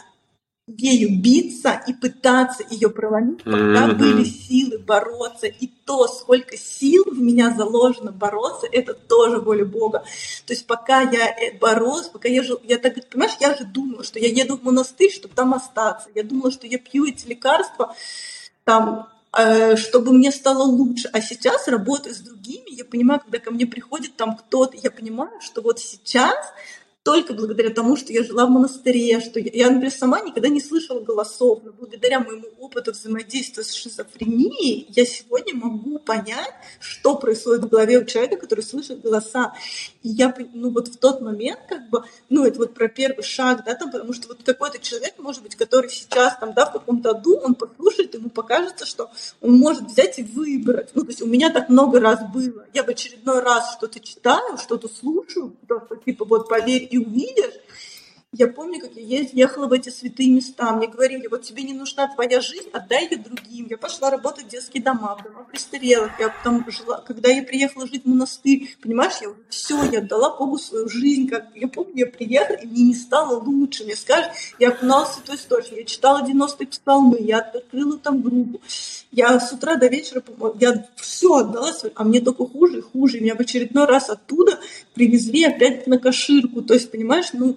ею биться и пытаться ее проломить, пока Mm-hmm. были силы бороться. И то, сколько сил в меня заложено бороться, это тоже воля Бога. То есть пока я боролась, пока я жила, я так, понимаешь, я же думала, что я еду в монастырь, чтобы там остаться. Я думала, что я пью эти лекарства, там, э, чтобы мне стало лучше. А сейчас, работая с другими, я понимаю, когда ко мне приходит там кто-то, я понимаю, что вот сейчас только благодаря тому, что я жила в монастыре, что я, я, например, сама никогда не слышала голосов, но благодаря моему опыту взаимодействия с шизофренией я сегодня могу понять, что происходит в голове у человека, который слышит голоса. И я, ну вот в тот момент, как бы, ну это вот про первый шаг, да, там, потому что вот какой-то человек, может быть, который сейчас там, да, в каком-то аду, он послушает, ему покажется, что он может взять и выбрать. Ну, то есть у меня так много раз было. Я в очередной раз что-то читаю, что-то слушаю, просто типа вот поверь и увидишь. Я помню, как я ехала в эти святые места. Мне говорили, вот тебе не нужна твоя жизнь, отдай ее другим. Я пошла работать в детские дома, в дома престарелых. Я там жила. Когда я приехала жить в монастырь, понимаешь, я уже все, я отдала Богу свою жизнь. Как... Я помню, я приехала, и мне не стало лучше. Мне скажут, я окуналась в святой источник, я читала девяностые псалмы, я открыла там группу. Я с утра до вечера, я все отдала, а мне только хуже и хуже. И меня в очередной раз оттуда привезли опять на Каширку. То есть, понимаешь, ну...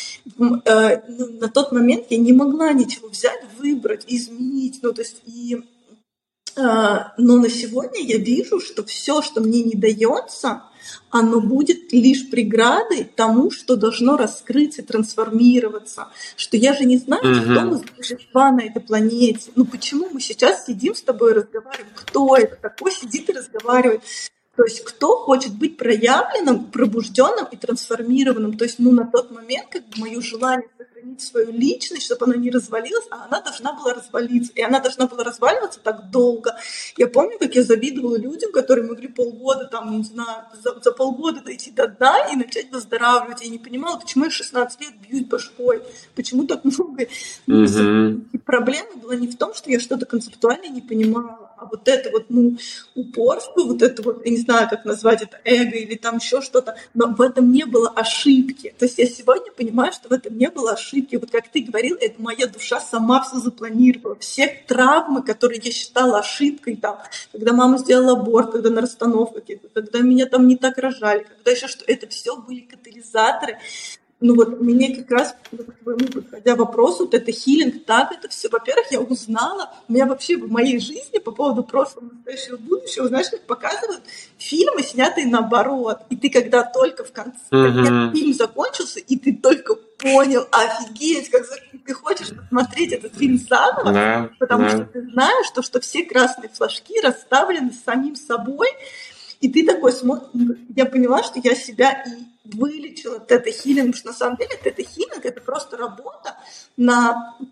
Э, ну, на тот момент я не могла ничего взять, выбрать, изменить. Ну, то есть, и, э, но на сегодня я вижу, что все, что мне не дается, оно будет лишь преградой тому, что должно раскрыться, трансформироваться. Что я же не знаю, Mm-hmm. кто мы за существа на этой планете. Ну почему мы сейчас сидим с тобой и разговариваем? Кто это такой сидит и разговаривает? То есть кто хочет быть проявленным, пробужденным и трансформированным. То есть, ну, на тот момент, как бы, мое желание сохранить свою личность, чтобы она не развалилась, а она должна была развалиться. И она должна была разваливаться так долго. Я помню, как я завидовала людям, которые могли полгода, там, не знаю, за, за полгода дойти до дна и начать выздоравливать. Я не понимала, почему я шестнадцать лет бьюсь башкой, почему так много. Mm-hmm. И проблема была не в том, что я что-то концептуально не понимала, а вот это вот, ну, упорство, вот это вот, я не знаю, как назвать это, эго или там еще что-то, но в этом не было ошибки. То есть я сегодня понимаю, что в этом не было ошибки. Вот как ты говорил, это моя душа сама все запланировала. Все травмы, которые я считала ошибкой, там, когда мама сделала аборт, когда на расстановках, когда меня там не так рожали, когда еще что, это все были катализаторы. Ну вот мне как раз, к твоему подходя вопросу, вот это хилинг, так это все. Во-первых, я узнала, у меня вообще в моей жизни по поводу прошлого, настоящего, будущего, знаешь, как показывают фильмы, снятые наоборот. И ты когда только в конце, Mm-hmm. когда фильм закончился, и ты только понял, офигеть, как ты хочешь посмотреть этот фильм заново, Yeah. потому Yeah. что ты знаешь, что, что все красные флажки расставлены самим собой, и ты такой смотришь, я поняла, что я себя и вылечила тета-хилинг, потому что на самом деле тета-хилинг — это просто работа на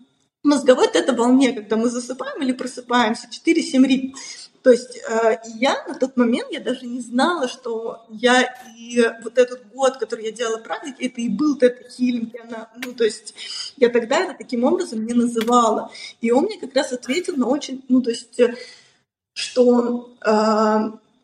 мозговой тета-волне, когда мы засыпаем или просыпаемся, четыре-семь ритм. То есть э, я на тот момент, я даже не знала, что я и вот этот год, который я делала практики, это и был тета-хилинг. Ну, то есть я тогда это таким образом не называла. И он мне как раз ответил на очень, ну, то есть, что э,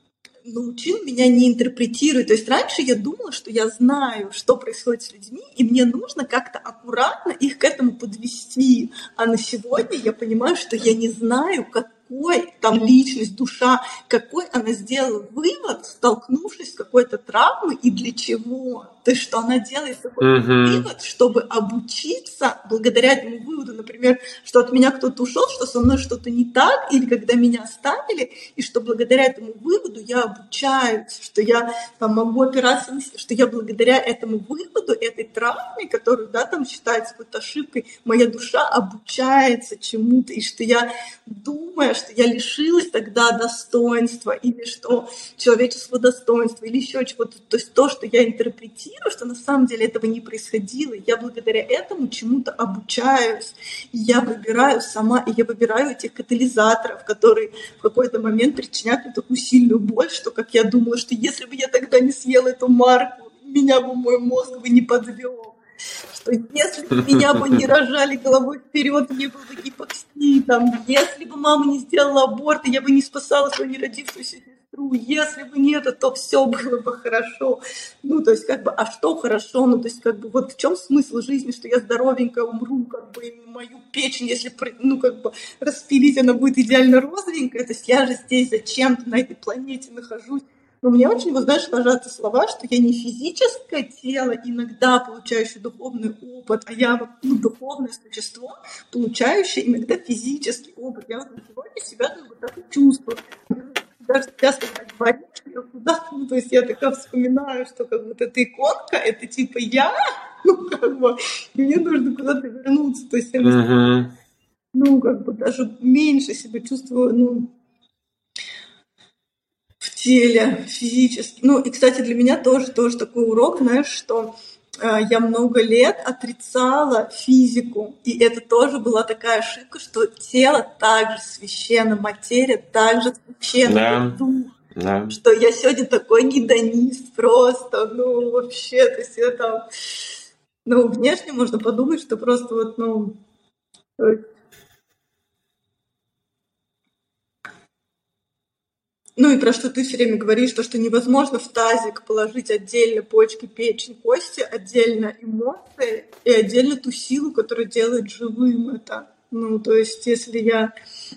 научил меня не интерпретировать. То есть раньше я думала, что я знаю, что происходит с людьми, и мне нужно как-то аккуратно их к этому подвести. А на сегодня я понимаю, что я не знаю, какой там личность, душа, какой она сделала вывод, столкнувшись с какой-то травмой, и для чего. То есть, что она делает такой uh-huh. вывод, чтобы обучиться благодаря этому выводу, например, что от меня кто-то ушел, что со мной что-то не так, или когда меня оставили, и что благодаря этому выводу я обучаюсь, что я там, могу опираться на себя, что я благодаря этому выводу, этой травме, которую, да, там считается какой-то ошибкой, моя душа обучается чему-то, и что я думаю, что я лишилась тогда достоинства, или что человеческого достоинства, или еще чего-то, то есть то, что я интерпретирую, что на самом деле этого не происходило. Я благодаря этому чему-то обучаюсь. И я выбираю сама, и я выбираю этих катализаторов, которые в какой-то момент причиняют мне такую сильную боль, что, как я думала, что если бы я тогда не съела эту марку, меня бы мой мозг бы не подвел. Что если бы меня бы не рожали головой вперед, не было бы гипоксии, там, если бы мама не сделала аборт, я бы не спасала свою неродившуюся сестру, если бы не это, то все было бы хорошо. Ну, то есть, как бы, а что хорошо? Ну, то есть, как бы, вот в чем смысл жизни, что я здоровенькая умру, как бы, и мою печень, если, ну, как бы, распилить, она будет идеально розовенькая, то есть я же здесь зачем-то на этой планете нахожусь. Но мне очень, вот, знаешь, ложатся слова, что я не физическое тело, иногда получающее духовный опыт, а я, ну, духовное существо, получающее иногда физический опыт. Я вот сегодня себя как бы так и чувствую. Даже сейчас, когда говорю, что я куда, ну, то есть я такая вспоминаю, что как вот эта иконка, это типа я, ну, как бы, и мне нужно куда-то вернуться. То есть я, uh-huh. ну, как бы даже меньше себя чувствую, ну, в теле, физически. Ну, и, кстати, для меня тоже, тоже такой урок, знаешь, что э, я много лет отрицала физику, и это тоже была такая ошибка, что тело также священно, материя также священна, да. дух. Да. Что я сегодня такой гедонист просто, ну, вообще, то есть это, ну, внешне можно подумать, что просто вот, ну, ну и про что ты все время говоришь, то, что невозможно в тазик положить отдельно почки, печень, кости, отдельно эмоции и отдельно ту силу, которая делает живым это. Ну, то есть, если я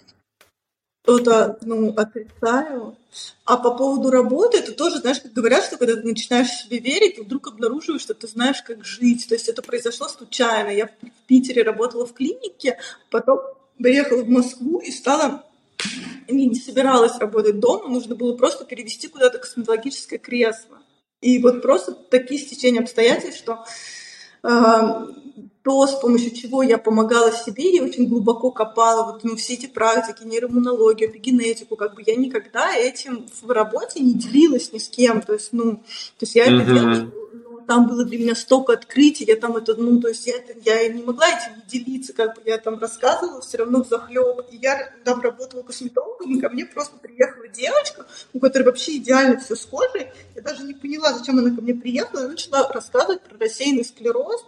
что-то, ну, отрицаю. А по поводу работы, это тоже, знаешь, как говорят, что когда ты начинаешь в себе верить, ты вдруг обнаруживаешь, что ты знаешь, как жить. То есть это произошло случайно. Я в Питере работала в клинике, потом приехала в Москву и стала... Не, не собиралась работать дома, нужно было просто перевести куда-то косметологическое кресло. И вот просто такие стечения обстоятельств, что э, то, с помощью чего я помогала себе, я очень глубоко копала вот, ну, все эти практики, нейромонологию, эпигенетику, как бы я никогда этим в работе не делилась ни с кем. То есть, ну, то есть я это делала, там было для меня столько открытий, я там это, ну, то есть я, это, я не могла этим не делиться, как бы я там рассказывала все равно взахлёб. И я там работала косметологом, и ко мне просто приехала девочка, у которой вообще идеально все с кожей. Я даже не поняла, зачем она ко мне приехала, я начала рассказывать про рассеянный склероз.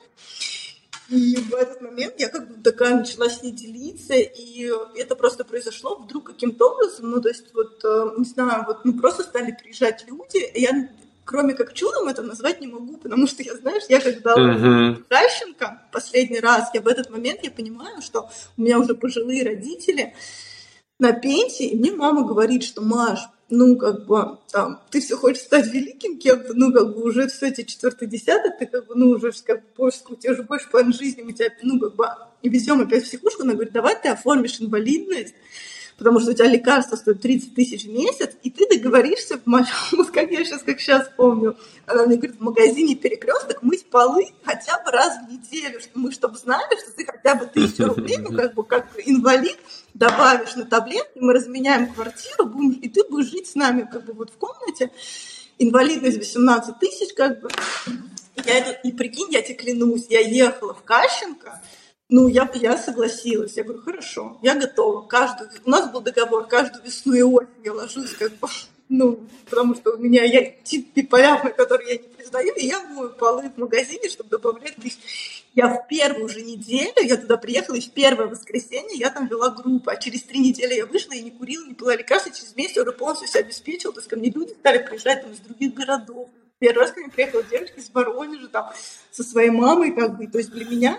И в этот момент я как бы такая начала с ней делиться, и это просто произошло вдруг каким-то образом, ну, то есть вот, не знаю, вот, ну, просто стали приезжать люди, и я... Кроме как чудом это назвать не могу, потому что я, знаешь, я когда uh-huh. Кащенко последний раз, я в этот момент я понимаю, что у меня уже пожилые родители на пенсии, и мне мама говорит, что Маш, ну как бы там, ты все хочешь стать великим кем-то, ну как бы уже все эти четвертый десяток, ты как бы, ну уже как бы больше, у тебя уже больше половины жизни, мы тебя, ну как бы везем опять в психушку, она говорит, давай ты оформишь инвалидность, потому что у тебя лекарства стоят тридцать тысяч в месяц, и ты договоришься, вот как я сейчас, как сейчас помню, она мне говорит, в магазине «Перекресток» мыть полы хотя бы раз в неделю, что мы, чтобы знали, что ты хотя бы тысячу рублей, ну, как бы, как инвалид, добавишь на таблетки, мы разменяем квартиру, будем, и ты будешь жить с нами, как бы, вот в комнате, инвалидность восемнадцать тысяч, как бы, я это, и прикинь, я тебе клянусь, я ехала в Кащенко, Ну, я, я согласилась. Я говорю, хорошо, я готова. Каждую, у нас был договор, каждую весну и осень я ложусь, как бы, ну, потому что у меня я тип биполярный, который я не признаю, и я мою полы в магазине, чтобы добавлять лифт. Я в первую же неделю, я туда приехала, и в первое воскресенье я там вела группу, а через три недели я вышла и не курила, не пила лекарства, через месяц я уже полностью себя обеспечила, то есть ко мне люди стали приезжать там из других городов. Первый раз ко мне приехала девочка из Воронежа, там, со своей мамой, как бы, то есть для меня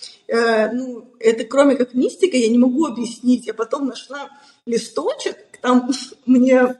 Э, ну, это кроме как мистика, я не могу объяснить. Я потом нашла листочек, там мне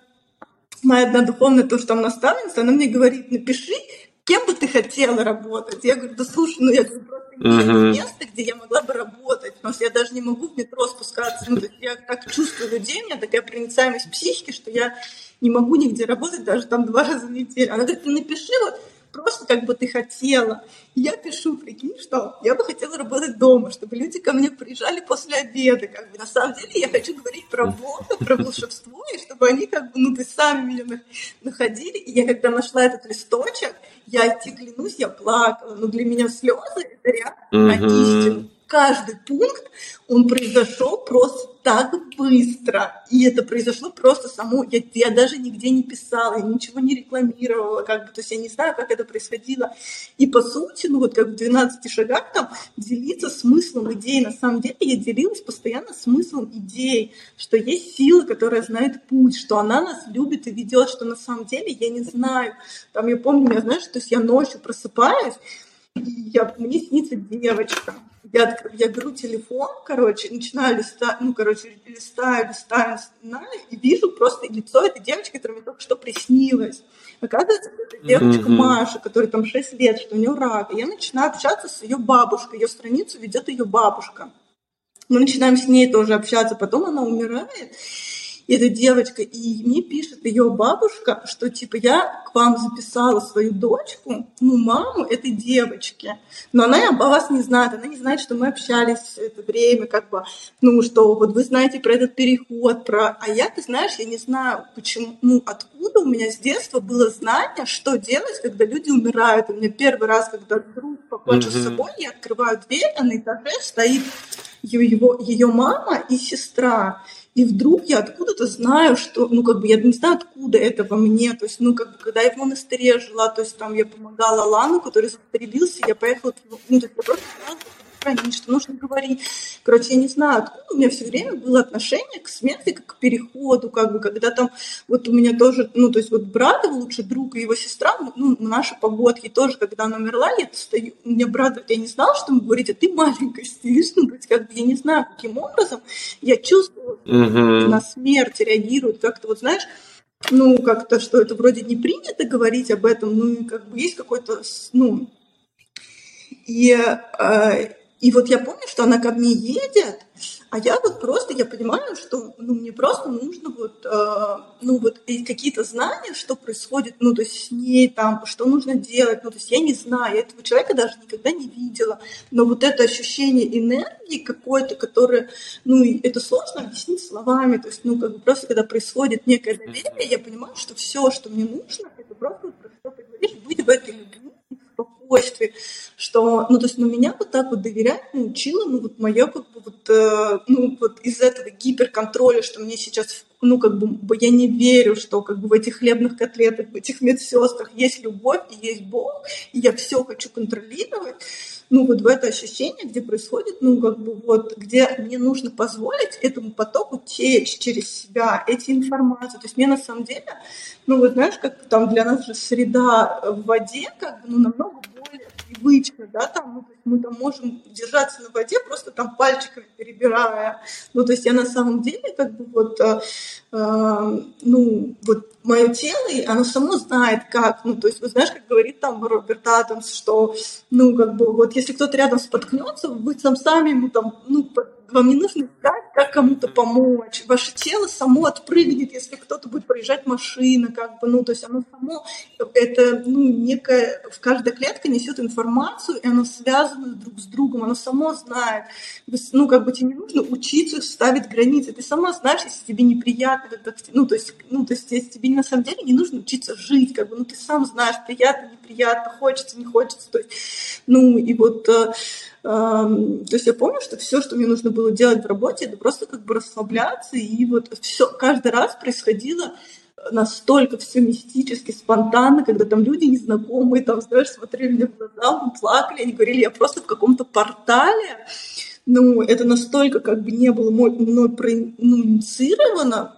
моя одна духовная тоже там наставница, она мне говорит, напиши, кем бы ты хотела работать. Я говорю, да слушай, ну я говорю, просто нет Мгм. места, где я могла бы работать, потому что я даже не могу в метро спускаться. Ну, то есть я так чувствую людей, у меня такая проницаемость психики, что я не могу нигде работать даже там два раза в неделю. Она говорит, ты напиши вот просто как бы ты хотела. И я пишу, прикинь, что я бы хотела работать дома, чтобы люди ко мне приезжали после обеда. Как бы. На самом деле я хочу говорить про Бога, про волшебство, и чтобы они как бы, ну, ты сами меня находили. И я когда нашла этот листочек, я тебе клянусь, я плакала. Но для меня слезы — это реально на истину. Мгм. Каждый пункт, он произошел просто так быстро. И это произошло просто само. Я, я даже нигде не писала, я ничего не рекламировала. Как бы, то есть я не знаю, как это происходило. И по сути, ну вот как в двенадцати шагах там делиться смыслом идей. На самом деле я делилась постоянно смыслом идей, что есть сила, которая знает путь, что она нас любит и ведет, что на самом деле я не знаю. Там я помню, я, знаешь, то есть я ночью просыпаюсь, и я, мне снится девочка. Я, откры- я беру телефон, короче, начинаю листать, ну, короче, листаю, листаю, листаю, и вижу просто лицо этой девочки, которая мне только что приснилась. Оказывается, это девочка Мгм. Маша, которой там шесть лет, что у нее рак. И я начинаю общаться с ее бабушкой, ее страницу ведет ее бабушка. Мы начинаем с ней тоже общаться, потом она умирает, эта девочка, и мне пишет ее бабушка, что типа я к вам записала свою дочку, ну, маму этой девочки, но она обо вас не знает, она не знает, что мы общались все это время, как бы, ну, что вот вы знаете про этот переход, про... А я, ты знаешь, я не знаю, почему, ну, откуда у меня с детства было знание, что делать, когда люди умирают. У меня первый раз, когда друг покончил с Мгм. собой, я открываю дверь, а на этаже стоит ее, его, ее мама и сестра. И вдруг я откуда-то знаю, что, ну, как бы, я не знаю, откуда это во мне, то есть, ну, как бы, когда я в монастыре жила, то есть, там, я помогала Лану, который застрелился, я поехала, к нему, ну, то есть, я просто знала, хранить, что нужно говорить. Короче, я не знаю, откуда у меня все время было отношение к смерти, как к переходу, как бы, когда там, вот у меня тоже, ну, то есть, вот брат, его лучший друг и его сестра, ну, наши погодки тоже, когда она умерла, я стою, у меня брат говорит, я не знала, что ему говорить, а ты маленькая сидишь, ну, то есть, как бы, я не знаю, каким образом я чувствую, Мгм. на смерть реагируют как-то, вот знаешь, ну, как-то, что это вроде не принято говорить об этом, ну, и как бы есть какой-то, ну, и, э, и вот я помню, что она ко мне едет, а я вот просто, я понимаю, что, ну, мне просто нужно вот, э, ну, вот какие-то знания, что происходит, ну, то есть с ней там, что нужно делать, ну, то есть я не знаю, я этого человека даже никогда не видела, но вот это ощущение энергии какой-то, которое, ну, и это сложно объяснить словами, то есть, ну, как бы просто когда происходит некое доверие, я понимаю, что все, что мне нужно, это просто, вот, про что ты говоришь, быть в этой любви, спокойствии, что, ну, то есть, ну, меня вот так вот доверять научила, ну, вот моя, как бы, вот, э, ну, вот из этого гиперконтроля, что мне сейчас, ну, как бы, я не верю, что, как бы, в этих хлебных котлетах, в этих медсестрах есть любовь и есть Бог, и я все хочу контролировать, ну, вот в это ощущение, где происходит, ну, как бы, вот, где мне нужно позволить этому потоку течь через себя, эти информации, то есть мне на самом деле, ну, вот знаешь, как там для нас же среда в воде, как бы, ну, намного более привычно, да, там, ну, то есть мы там можем держаться на воде, просто там пальчиками перебирая. Ну, то есть я на самом деле, как бы, вот, э, э, ну, вот мое тело, и оно само знает, как, ну, то есть, вы знаешь, как говорит там Роберт Адамс, что, ну, как бы, вот, если кто-то рядом споткнется, вы там сами ему там, ну, вам не нужно искать, как кому-то помочь. Ваше тело само отпрыгнет, если кто-то будет проезжать машина, как бы, ну, то есть оно само, это, ну, некая, в каждой клетке несет информацию, и оно связано друг с другом, оно само знает. Ну, как бы тебе не нужно учиться ставить границы, ты сама знаешь, если тебе неприятно, когда, ну, то есть, ну, то есть, если тебе на самом деле не нужно учиться жить, как бы, ну, ты сам знаешь, приятно, неприятно, хочется, не хочется, то есть, ну, и вот То есть я помню, что все, что мне нужно было делать в работе, это просто как бы расслабляться, и вот все каждый раз происходило настолько все мистически, спонтанно, когда там люди незнакомые, там, знаешь, смотрели мне в глаза, плакали, они говорили, я просто в каком-то портале. Ну, это настолько как бы не было мной, мной ну, инициировано,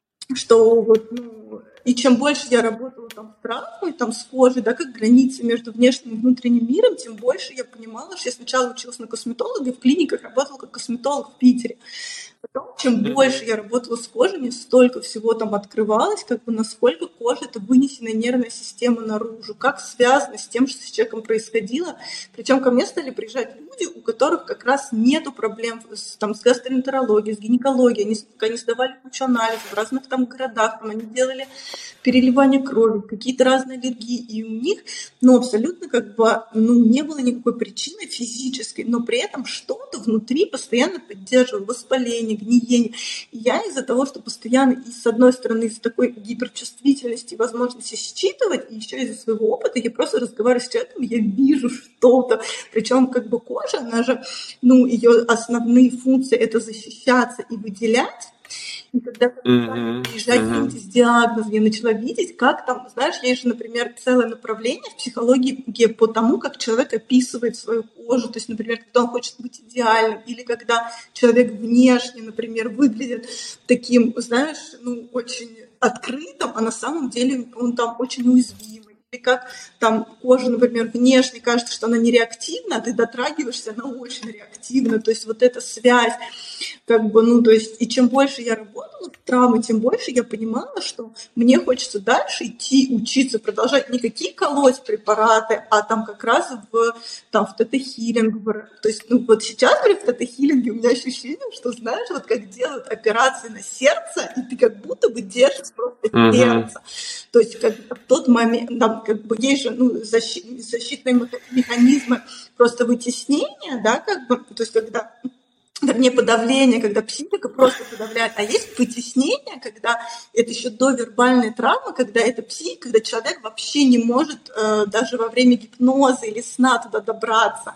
что вот, ну, и чем больше я работала там с травмой, там с кожей, да, как границы между внешним и внутренним миром, тем больше я понимала, что я сначала училась на косметолога, и в клиниках работала как косметолог в Питере. Потом, чем больше я работала с кожей, мне столько всего там открывалось, как бы насколько кожа — это вынесенная нервная система наружу, как связано с тем, что с человеком происходило. Причем ко мне стали приезжать люди, у которых как раз нету проблем с, там, с гастроэнтерологией, с гинекологией. Они, они сдавали кучу анализов в разных там городах, там, они делали переливание крови, какие-то разные аллергии, и у них, ну, абсолютно как бы, ну, не было никакой причины физической, но при этом что-то внутри постоянно поддерживало воспаление, гниение. И я из-за того, что постоянно, и с одной стороны, из-за такой гиперчувствительности и возможности считывать, и еще из-за своего опыта, я просто разговариваю с человеком, я вижу что-то. Причем как бы кожа, она же, ну, ее основные функции — это защищаться и выделять. И когда Mm-hmm. приезжать Mm-hmm. люди с диагнозом, я начала видеть, как там, знаешь, есть же, например, целое направление в психологии по тому, как человек описывает свою кожу. То есть, например, когда он хочет быть идеальным, или когда человек внешне, например, выглядит таким, знаешь, ну, очень открытым, а на самом деле он там очень уязвимый. Или как там кожа, например, внешне кажется, что она не реактивна, а ты дотрагиваешься, она очень реактивна. То есть вот эта связь, как бы, ну, то есть, и чем больше я работала в травме, тем больше я понимала, что мне хочется дальше идти, учиться, продолжать не какие колоть препараты, а там как раз в, там, в тета-хилинг. То есть, ну, вот сейчас, говорю, в тета-хилинге у меня ощущение, что, знаешь, вот как делают операции на сердце, и ты как будто бы держишь просто Mm-hmm. сердце. То есть, как в тот момент, там, как бы, есть же, ну, защит, защитные механизмы просто вытеснения, да, как бы, то есть, когда... вернее, подавление, когда психика просто подавляет, а есть вытеснение, когда это еще до вербальной травмы, когда это психика, когда человек вообще не может э, даже во время гипноза или сна туда добраться.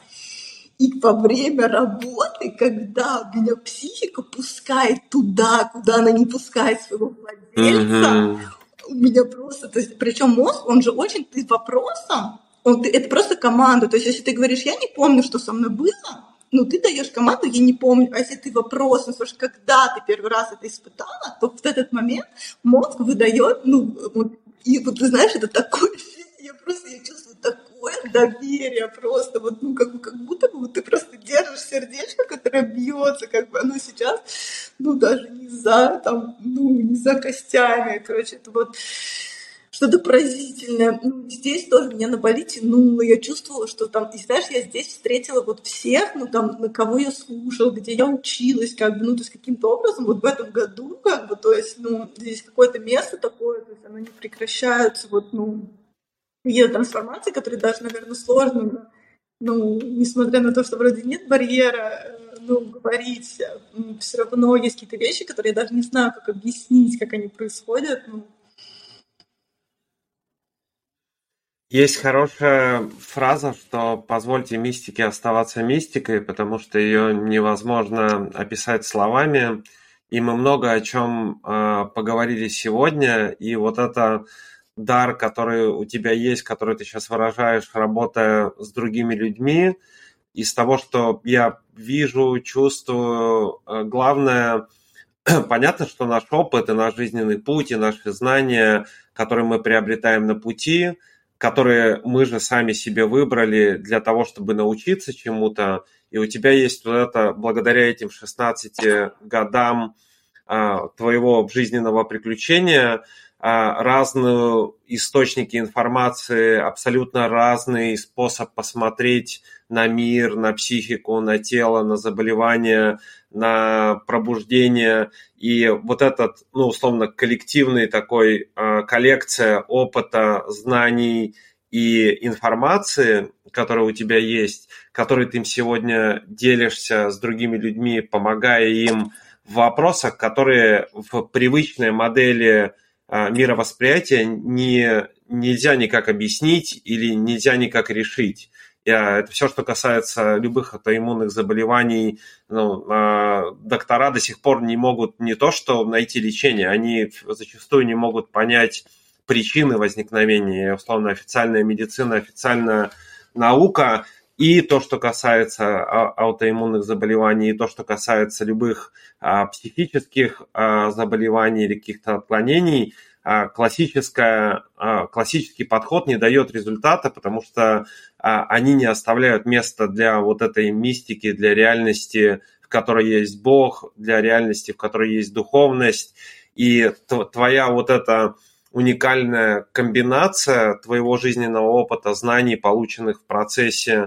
И во время работы, когда меня психика пускает туда, куда она не пускает своего владельца, Mm-hmm. у меня просто, то есть, причем мозг, он же очень, ты вопросом, он, это просто команда, то есть если ты говоришь, я не помню, что со мной было, ну, ты даешь команду, я не помню. А если ты вопрос, ну, слушай, когда ты первый раз это испытала, то в этот момент мозг выдает, ну, вот, и вот ты знаешь, это такое ощущение, я просто, я чувствую такое доверие просто, вот, ну, как, как будто бы вот ты просто держишь сердечко, которое бьется, как бы оно сейчас, ну, даже не за, там, ну, не за костями, короче, это вот... что-то поразительное. Ну, здесь тоже меня на Бали тянуло. Я чувствовала, что там... И знаешь, я здесь встретила вот всех, ну, там, на кого я слушала, где я училась, как бы, ну, то есть каким-то образом вот в этом году, как бы, то есть, ну, здесь какое-то место такое, то есть оно не прекращается, вот, ну, какие-то трансформации, которые даже, наверное, сложно, ну, несмотря на то, что вроде нет барьера, ну, говорить, все равно есть какие-то вещи, которые я даже не знаю, как объяснить, как они происходят, ну. Есть хорошая фраза, что позвольте мистике оставаться мистикой, потому что ее невозможно описать словами. И мы много о чем э, поговорили сегодня. И вот это дар, который у тебя есть, который ты сейчас выражаешь, работая с другими людьми, из того, что я вижу, чувствую, э, главное, понятно, что наш опыт и наш жизненный путь, и наши знания, которые мы приобретаем на пути, которые мы же сами себе выбрали для того, чтобы научиться чему-то. И у тебя есть вот это, благодаря этим шестнадцати годам а, твоего жизненного приключения, а, разные источники информации, абсолютно разный способ посмотреть на мир, на психику, на тело, на заболевания, на пробуждение. И вот этот, ну, условно, коллективный такой э, коллекция опыта, знаний и информации, которая у тебя есть, которой ты сегодня делишься с другими людьми, помогая им в вопросах, которые в привычной модели э, мировосприятия не, нельзя никак объяснить или нельзя никак решить. Это все, что касается любых аутоиммунных заболеваний. Ну, доктора до сих пор не могут не то что найти лечение, они зачастую не могут понять причины возникновения. Условно, официальная медицина, официальная наука. И то, что касается аутоиммунных заболеваний, и то, что касается любых а, психических а, заболеваний или каких-то отклонений, а, классическая, а, классический подход не дает результата, потому что а, они не оставляют места для вот этой мистики, для реальности, в которой есть Бог, для реальности, в которой есть духовность. И твоя вот эта уникальная комбинация твоего жизненного опыта, знаний, полученных в процессе,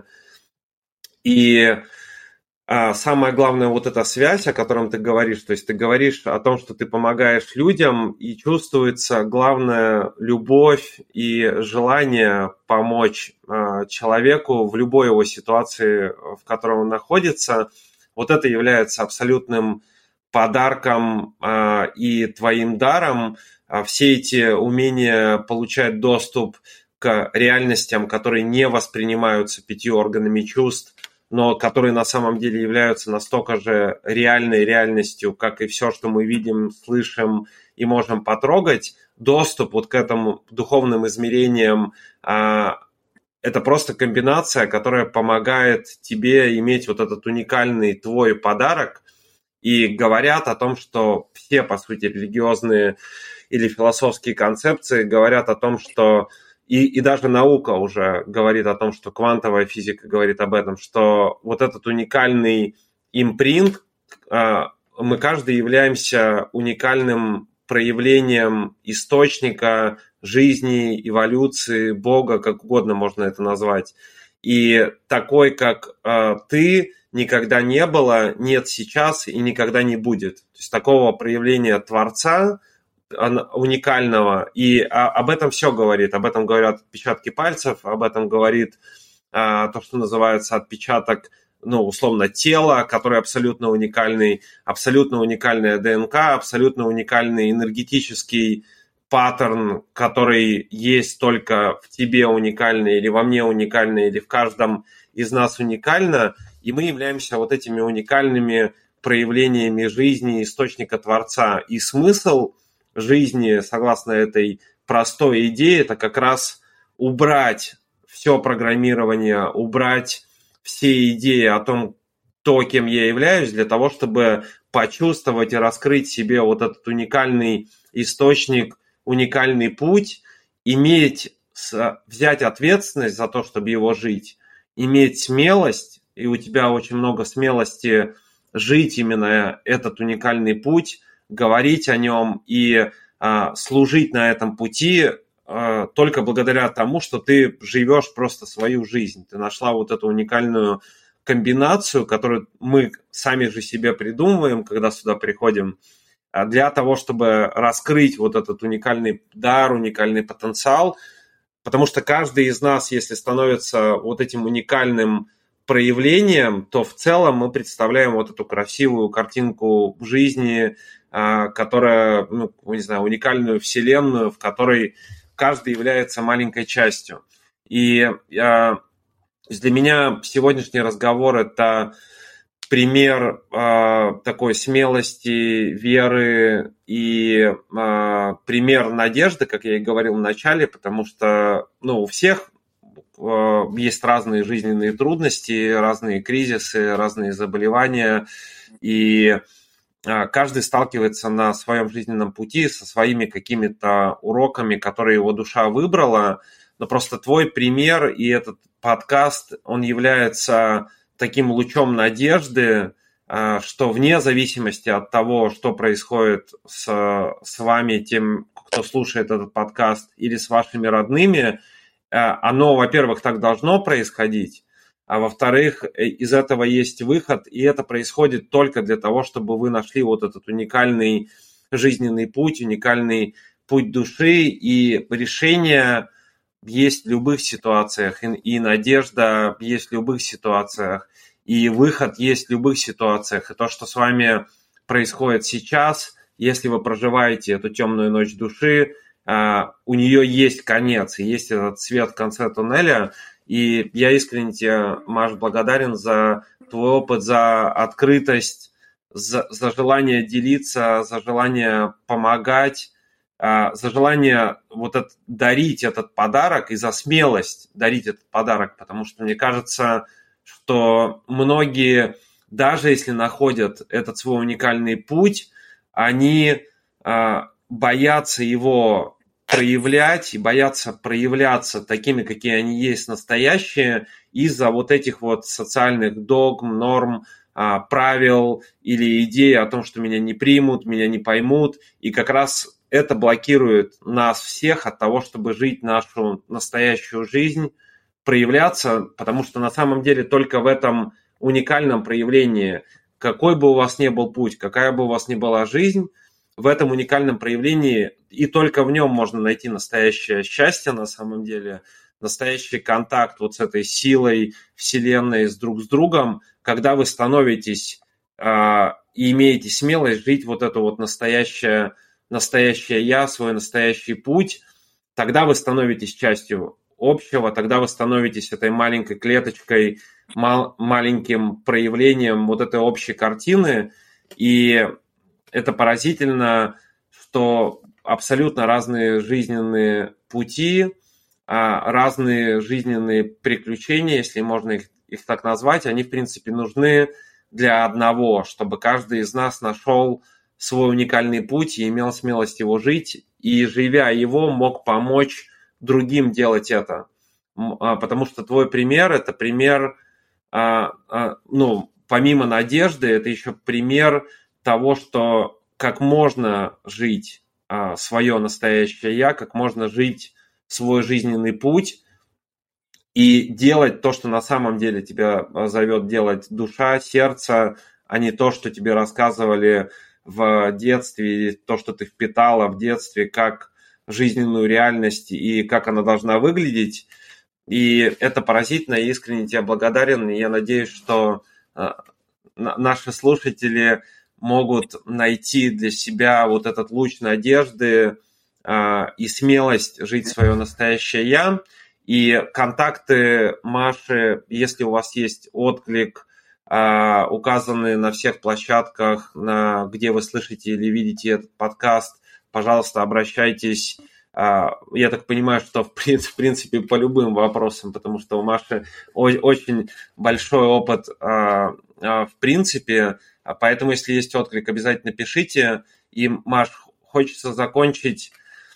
и а, самое главное, вот эта связь, о которой ты говоришь, то есть ты говоришь о том, что ты помогаешь людям, и чувствуется главное любовь и желание помочь а, человеку в любой его ситуации, в которой он находится. Вот это является абсолютным подарком а, и твоим даром. А все эти умения получать доступ к реальностям, которые не воспринимаются пятью органами чувств, но которые на самом деле являются настолько же реальной реальностью, как и все, что мы видим, слышим и можем потрогать. Доступ вот к этому духовным измерениям – это просто комбинация, которая помогает тебе иметь вот этот уникальный твой подарок. И говорят о том, что все, по сути, религиозные или философские концепции говорят о том, что И, и даже наука уже говорит о том, что квантовая физика говорит об этом, что вот этот уникальный импринт, мы каждый являемся уникальным проявлением источника жизни, эволюции, Бога, как угодно можно это назвать. И такой, как ты, никогда не было, нет сейчас и никогда не будет. То есть такого проявления Творца уникального, и а, об этом все говорит, об этом говорят отпечатки пальцев, об этом говорит а, то, что называется отпечаток, ну, условно, тела, который абсолютно уникальный, абсолютно уникальная ДНК, абсолютно уникальный энергетический паттерн, который есть только в тебе уникальный, или во мне уникальный, или в каждом из нас уникально, и мы являемся вот этими уникальными проявлениями жизни, источника Творца. И смысл жизни, согласно этой простой идее, это как раз убрать все программирование, убрать все идеи о том, то, кем я являюсь, для того, чтобы почувствовать и раскрыть себе вот этот уникальный источник, уникальный путь, иметь, взять ответственность за то, чтобы его жить, иметь смелость, и у тебя очень много смелости жить именно этот уникальный путь, говорить о нем и а, служить на этом пути а, только благодаря тому, что ты живешь просто свою жизнь. Ты нашла вот эту уникальную комбинацию, которую мы сами же себе придумываем, когда сюда приходим, для того, чтобы раскрыть вот этот уникальный дар, уникальный потенциал, потому что каждый из нас, если становится вот этим уникальным проявлением, то в целом мы представляем вот эту красивую картинку жизни, которая, ну, не знаю, уникальную вселенную, в которой каждый является маленькой частью. И для меня сегодняшний разговор – это пример такой смелости, веры и пример надежды, как я и говорил в начале, потому что, ну, у всех есть разные жизненные трудности, разные кризисы, разные заболевания, и каждый сталкивается на своем жизненном пути со своими какими-то уроками, которые его душа выбрала, но просто твой пример и этот подкаст, он является таким лучом надежды, что вне зависимости от того, что происходит с, с вами, тем, кто слушает этот подкаст, или с вашими родными, оно, во-первых, так должно происходить, а во-вторых, из этого есть выход, и это происходит только для того, чтобы вы нашли вот этот уникальный жизненный путь, уникальный путь души, и решение есть в любых ситуациях, и надежда есть в любых ситуациях, и выход есть в любых ситуациях. И то, что с вами происходит сейчас, если вы проживаете эту темную ночь души, у нее есть конец, и есть этот свет в конце туннеля, И я искренне тебе, Маш, благодарен за твой опыт, за открытость, за, за желание делиться, за желание помогать, за желание вот это, дарить этот подарок и за смелость дарить этот подарок, потому что мне кажется, что многие, даже если находят этот свой уникальный путь, они а, боятся его проявлять и боятся проявляться такими, какие они есть настоящие, из-за вот этих вот социальных догм, норм, а, правил или идей о том, что меня не примут, меня не поймут, и как раз это блокирует нас всех от того, чтобы жить нашу настоящую жизнь, проявляться, потому что на самом деле только в этом уникальном проявлении, какой бы у вас ни был путь, какая бы у вас ни была жизнь, в этом уникальном проявлении и только в нем можно найти настоящее счастье на самом деле, настоящий контакт вот с этой силой Вселенной, с друг с другом, когда вы становитесь э, и имеете смелость жить вот это вот настоящее настоящее я, свой настоящий путь, тогда вы становитесь частью общего, тогда вы становитесь этой маленькой клеточкой, мал- маленьким проявлением вот этой общей картины. И это поразительно, что абсолютно разные жизненные пути, разные жизненные приключения, если можно их, их так назвать, они, в принципе, нужны для одного, чтобы каждый из нас нашел свой уникальный путь и имел смелость его жить, и, живя его, мог помочь другим делать это. Потому что твой пример – это пример, ну, помимо надежды, это еще пример того, что как можно жить свое настоящее «я», как можно жить свой жизненный путь и делать то, что на самом деле тебя зовет делать душа, сердце, а не то, что тебе рассказывали в детстве, то, что ты впитала в детстве, как жизненную реальность и как она должна выглядеть. И это поразительно, я искренне тебе благодарен. И я надеюсь, что наши слушатели могут найти для себя вот этот луч надежды и смелость жить свое настоящее «я». И контакты Маши, если у вас есть отклик, указаны на всех площадках, на, где вы слышите или видите этот подкаст, пожалуйста, обращайтесь. Я так понимаю, что в принципе по любым вопросам, потому что у Маши очень большой опыт в принципе, поэтому если есть отклик, обязательно пишите. И, Маш, хочется закончить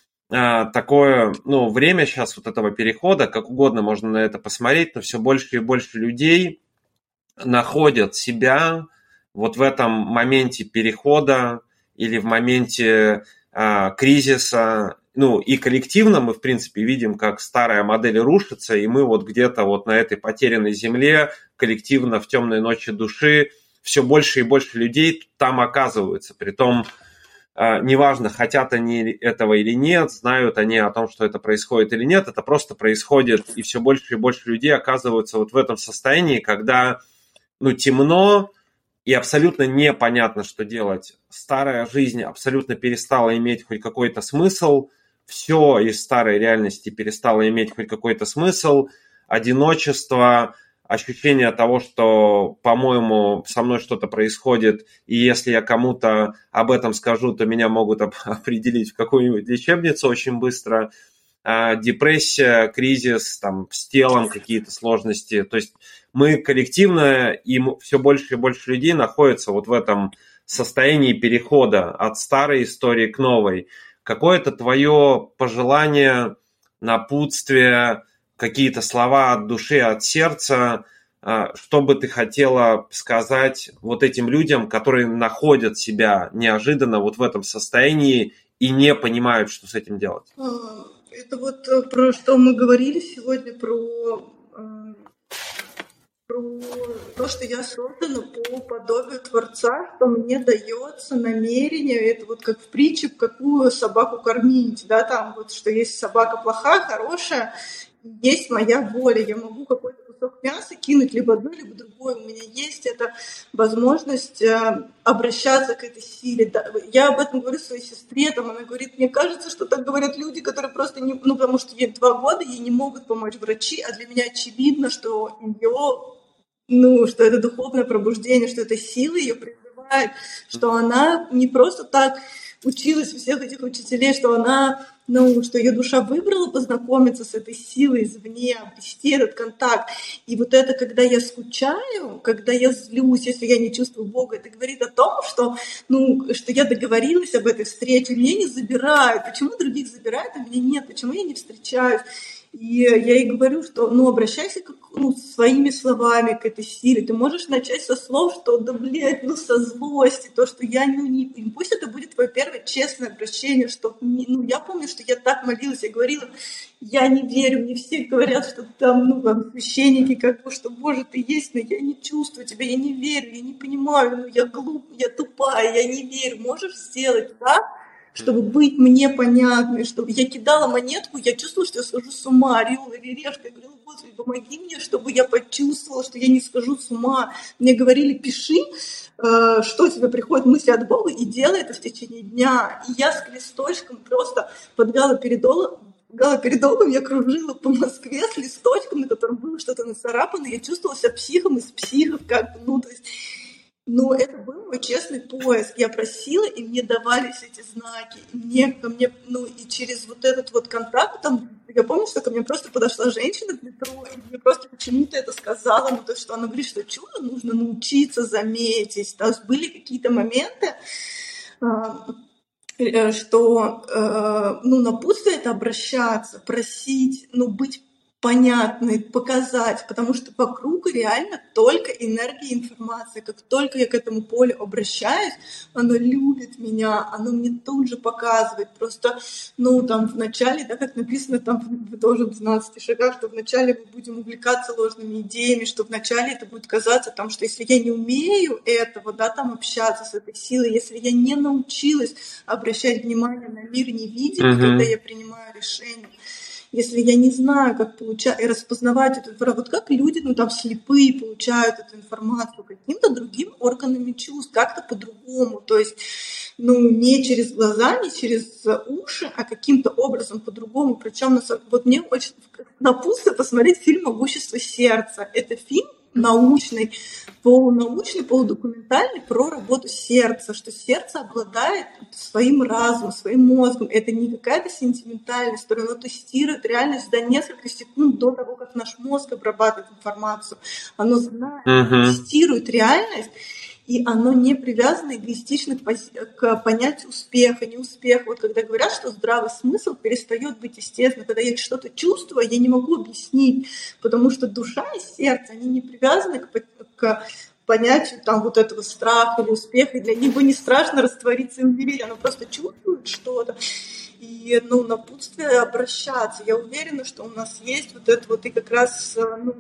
такое, ну, время сейчас вот этого перехода, как угодно можно на это посмотреть, но все больше и больше людей находят себя вот в этом моменте перехода или в моменте а, кризиса. Ну, и коллективно мы, в принципе, видим, как старая модель рушится, и мы вот где-то вот на этой потерянной земле, коллективно в темной ночи души, все больше и больше людей там оказываются. Притом, а, неважно, хотят они этого или нет, знают они о том, что это происходит или нет, это просто происходит, и все больше и больше людей оказываются вот в этом состоянии, когда ну, темно и абсолютно непонятно, что делать. Старая жизнь абсолютно перестала иметь хоть какой-то смысл. Все из старой реальности перестало иметь хоть какой-то смысл. Одиночество, ощущение того, что, по-моему, со мной что-то происходит, и если я кому-то об этом скажу, то меня могут определить в какую-нибудь лечебницу очень быстро. Депрессия, кризис, там, с телом какие-то сложности. То есть мы коллективно, и все больше и больше людей находятся вот в этом состоянии перехода от старой истории к новой. Какое-то твое пожелание, напутствие, какие-то слова от души, от сердца, что бы ты хотела сказать вот этим людям, которые находят себя неожиданно вот в этом состоянии и не понимают, что с этим делать? Это вот про что мы говорили сегодня, про, про то, что я создана по подобию Творца, что мне дается намерение, это вот как в притче, какую собаку кормить, да, там вот, что есть собака плохая, хорошая, есть моя воля, я могу какой-то кусок мяса кинуть либо одно, либо другое. У меня есть эта возможность э, обращаться к этой силе. Да, я об этом говорю своей сестре, там она говорит, мне кажется, что так говорят люди, которые просто не... Ну, потому что ей два года, ей не могут помочь врачи, а для меня очевидно, что ее... Ну, что это духовное пробуждение, что это сила ее призывает, что она не просто так училась у всех этих учителей, что она, ну, что ее душа выбрала познакомиться с этой силой извне, обрести этот контакт. И вот это, когда я скучаю, когда я злюсь, если я не чувствую Бога, это говорит о том, что, ну, что я договорилась об этой встрече, меня не забирают. Почему других забирают, а меня нет? Почему я не встречаюсь? И я ей говорю, что ну, обращайся как, ну, своими словами к этой силе. Ты можешь начать со слов, что да, блядь, ну, со злости, то, что я ну, не... Пусть это будет твое первое честное обращение, что... Ну, я помню, что я так молилась, я говорила, я не верю, мне все говорят, что там, ну, там, священники, как бы, что, Боже, ты есть, но я не чувствую тебя, я не верю, я не понимаю, ну, я глуп, я тупая, я не верю. Можешь сделать так, чтобы быть мне понятной, чтобы я кидала монетку, я чувствовала, что я схожу с ума, орёл или решка. Я говорила, Господи, помоги мне, чтобы я почувствовала, что я не схожу с ума. Мне говорили, пиши, э, что тебе приходит мысли от Бога, и делай это в течение дня. И я с листочком просто под галоперидолом, галоперидолом я кружила по Москве с листочком, на котором было что-то нацарапано, я чувствовала себя психом из психов, как бы, ну, то есть... Но это был мой честный поиск. Я просила, и мне давались эти знаки. И мне, ко мне, ну, и через вот этот вот контакт, там, я помню, что ко мне просто подошла женщина в метро, и мне просто почему-то это сказала, ну, то, что она говорит, что чудо нужно научиться заметить. То есть были какие-то моменты, что, ну, напутствие — это обращаться, просить, ну, быть понятной, показать, потому что вокруг реально только энергия и информация. Как только я к этому полю обращаюсь, оно любит меня, оно мне тут же показывает. Просто, ну, там, в начале, да, как написано там тоже в двенадцати шагах, что вначале мы будем увлекаться ложными идеями, что вначале это будет казаться, там, что если я не умею этого, да, там, общаться с этой силой, если я не научилась обращать внимание на мир невидимый, mm-hmm. когда я принимаю решение, если я не знаю, как получать и распознавать эту информацию, вот как люди, ну там слепые получают эту информацию каким-то другим органами чувств, как-то по-другому, то есть, ну не через глаза, не через уши, а каким-то образом по-другому. Причем вот мне очень напутствие посмотреть фильм «Могущество сердца». Это фильм научный, полунаучный, полудокументальный про работу сердца, что сердце обладает своим разумом, своим мозгом. Это не какая-то сентиментальная история, оно тестирует реальность за несколько секунд до того, как наш мозг обрабатывает информацию. Оно знает, uh-huh. тестирует реальность, и оно не привязано эгоистично к, пози- к понятию успеха, неуспеха. Вот когда говорят, что здравый смысл перестает быть естественным, когда я что-то чувствую, я не могу объяснить, потому что душа и сердце, они не привязаны к, к понятию там, вот этого страха или успеха, и для него не страшно раствориться и умереть, оно просто чувствует что-то. И, ну, напутствие обращаться. Я уверена, что у нас есть вот это вот и как раз, ну,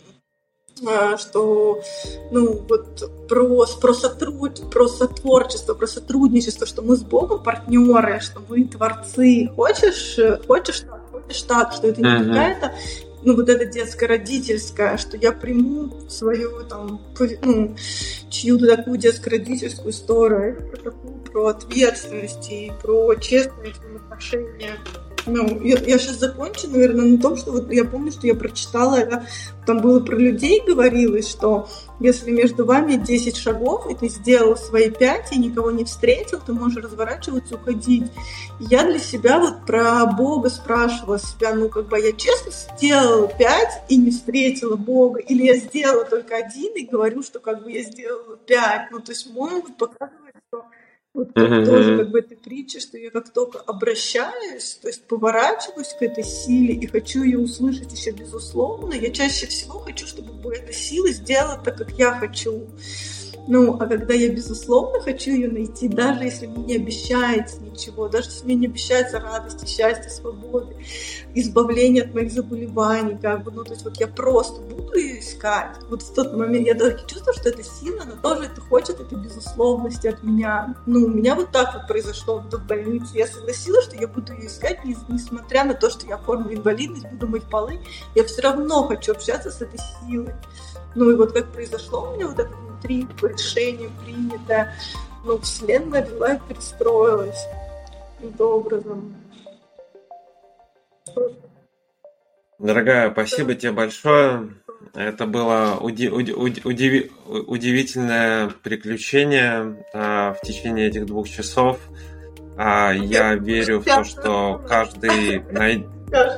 что, ну, вот про, про, сотруд, про сотворчество, про сотрудничество, что мы с Богом партнеры, что мы творцы. Хочешь, хочешь так, хочешь так, что это не uh-huh. какая-то, ну, вот это детско-родительское, что я приму свою, там, ну, чью-то такую детско-родительскую историю, это про такую, про ответственность и про честные взаимоотношения. Ну, я, я сейчас закончу, наверное, на том, что вот я помню, что я прочитала это, там было про людей, говорилось, что если между вами десять шагов, и ты сделал свои пять, и никого не встретил, ты можешь разворачиваться, уходить. И я для себя вот про Бога спрашивала себя, ну, как бы я честно сделала пять и не встретила Бога, или я сделала только один и говорю, что как бы я сделала пять. Ну, то есть мой опыт показывает, что вот uh-huh. тоже как бы этой притчи, что я как только обращаюсь, то есть поворачиваюсь к этой силе и хочу ее услышать еще безусловно, я чаще всего хочу, чтобы эта сила сделала так, как я хочу. Ну, а когда я, безусловно, хочу ее найти, даже если мне не обещается ничего, даже если мне не обещается радости, счастья, свободы, избавление от моих заболеваний, как бы, ну, то есть вот я просто буду ее искать. Вот в тот момент я даже чувствую, что эта сила, она тоже это хочет, этой безусловности от меня. Ну, у меня вот так вот произошло в больнице. Я согласилась, что я буду ее искать, несмотря на то, что я оформлю инвалидность, буду мыть полы, я все равно хочу общаться с этой силой. Ну, и вот как произошло у меня вот это внутри решение принято, ну, вселенная взяла и перестроилась каким-то образом. Дорогая, спасибо тебе большое. Это было уди- уди- уди- удиви- удивительное приключение а, в течение этих двух часов. А, я верю в то, что каждый найдет...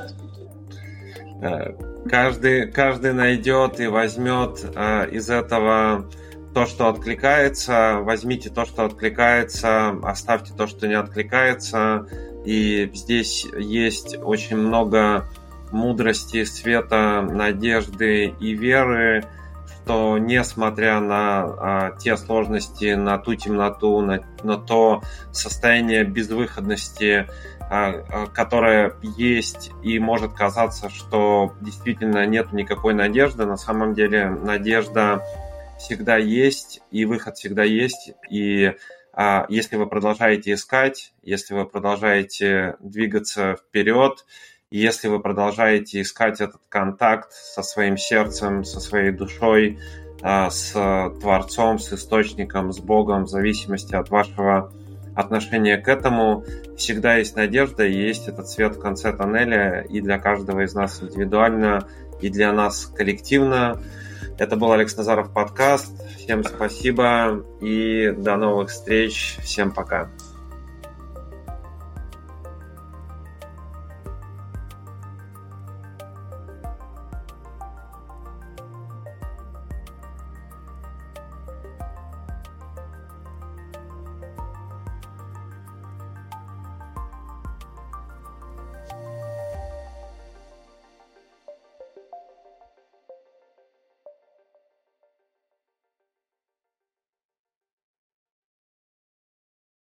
Каждый, каждый найдет и возьмет а, из этого то, что откликается. Возьмите то, что откликается, оставьте то, что не откликается. И здесь есть очень много мудрости, света, надежды и веры, что несмотря на а, те сложности, на ту темноту, на, на то состояние безвыходности, которая есть, и может казаться, что действительно нет никакой надежды. На самом деле надежда всегда есть, и выход всегда есть. И а, если вы продолжаете искать, если вы продолжаете двигаться вперед, если вы продолжаете искать этот контакт со своим сердцем, со своей душой, а, с Творцом, с Источником, с Богом, в зависимости от вашего отношение к этому, всегда есть надежда, и есть этот свет в конце тоннеля и для каждого из нас индивидуально, и для нас коллективно. Это был Алекс Назаров подкаст. Всем спасибо и до новых встреч. Всем пока.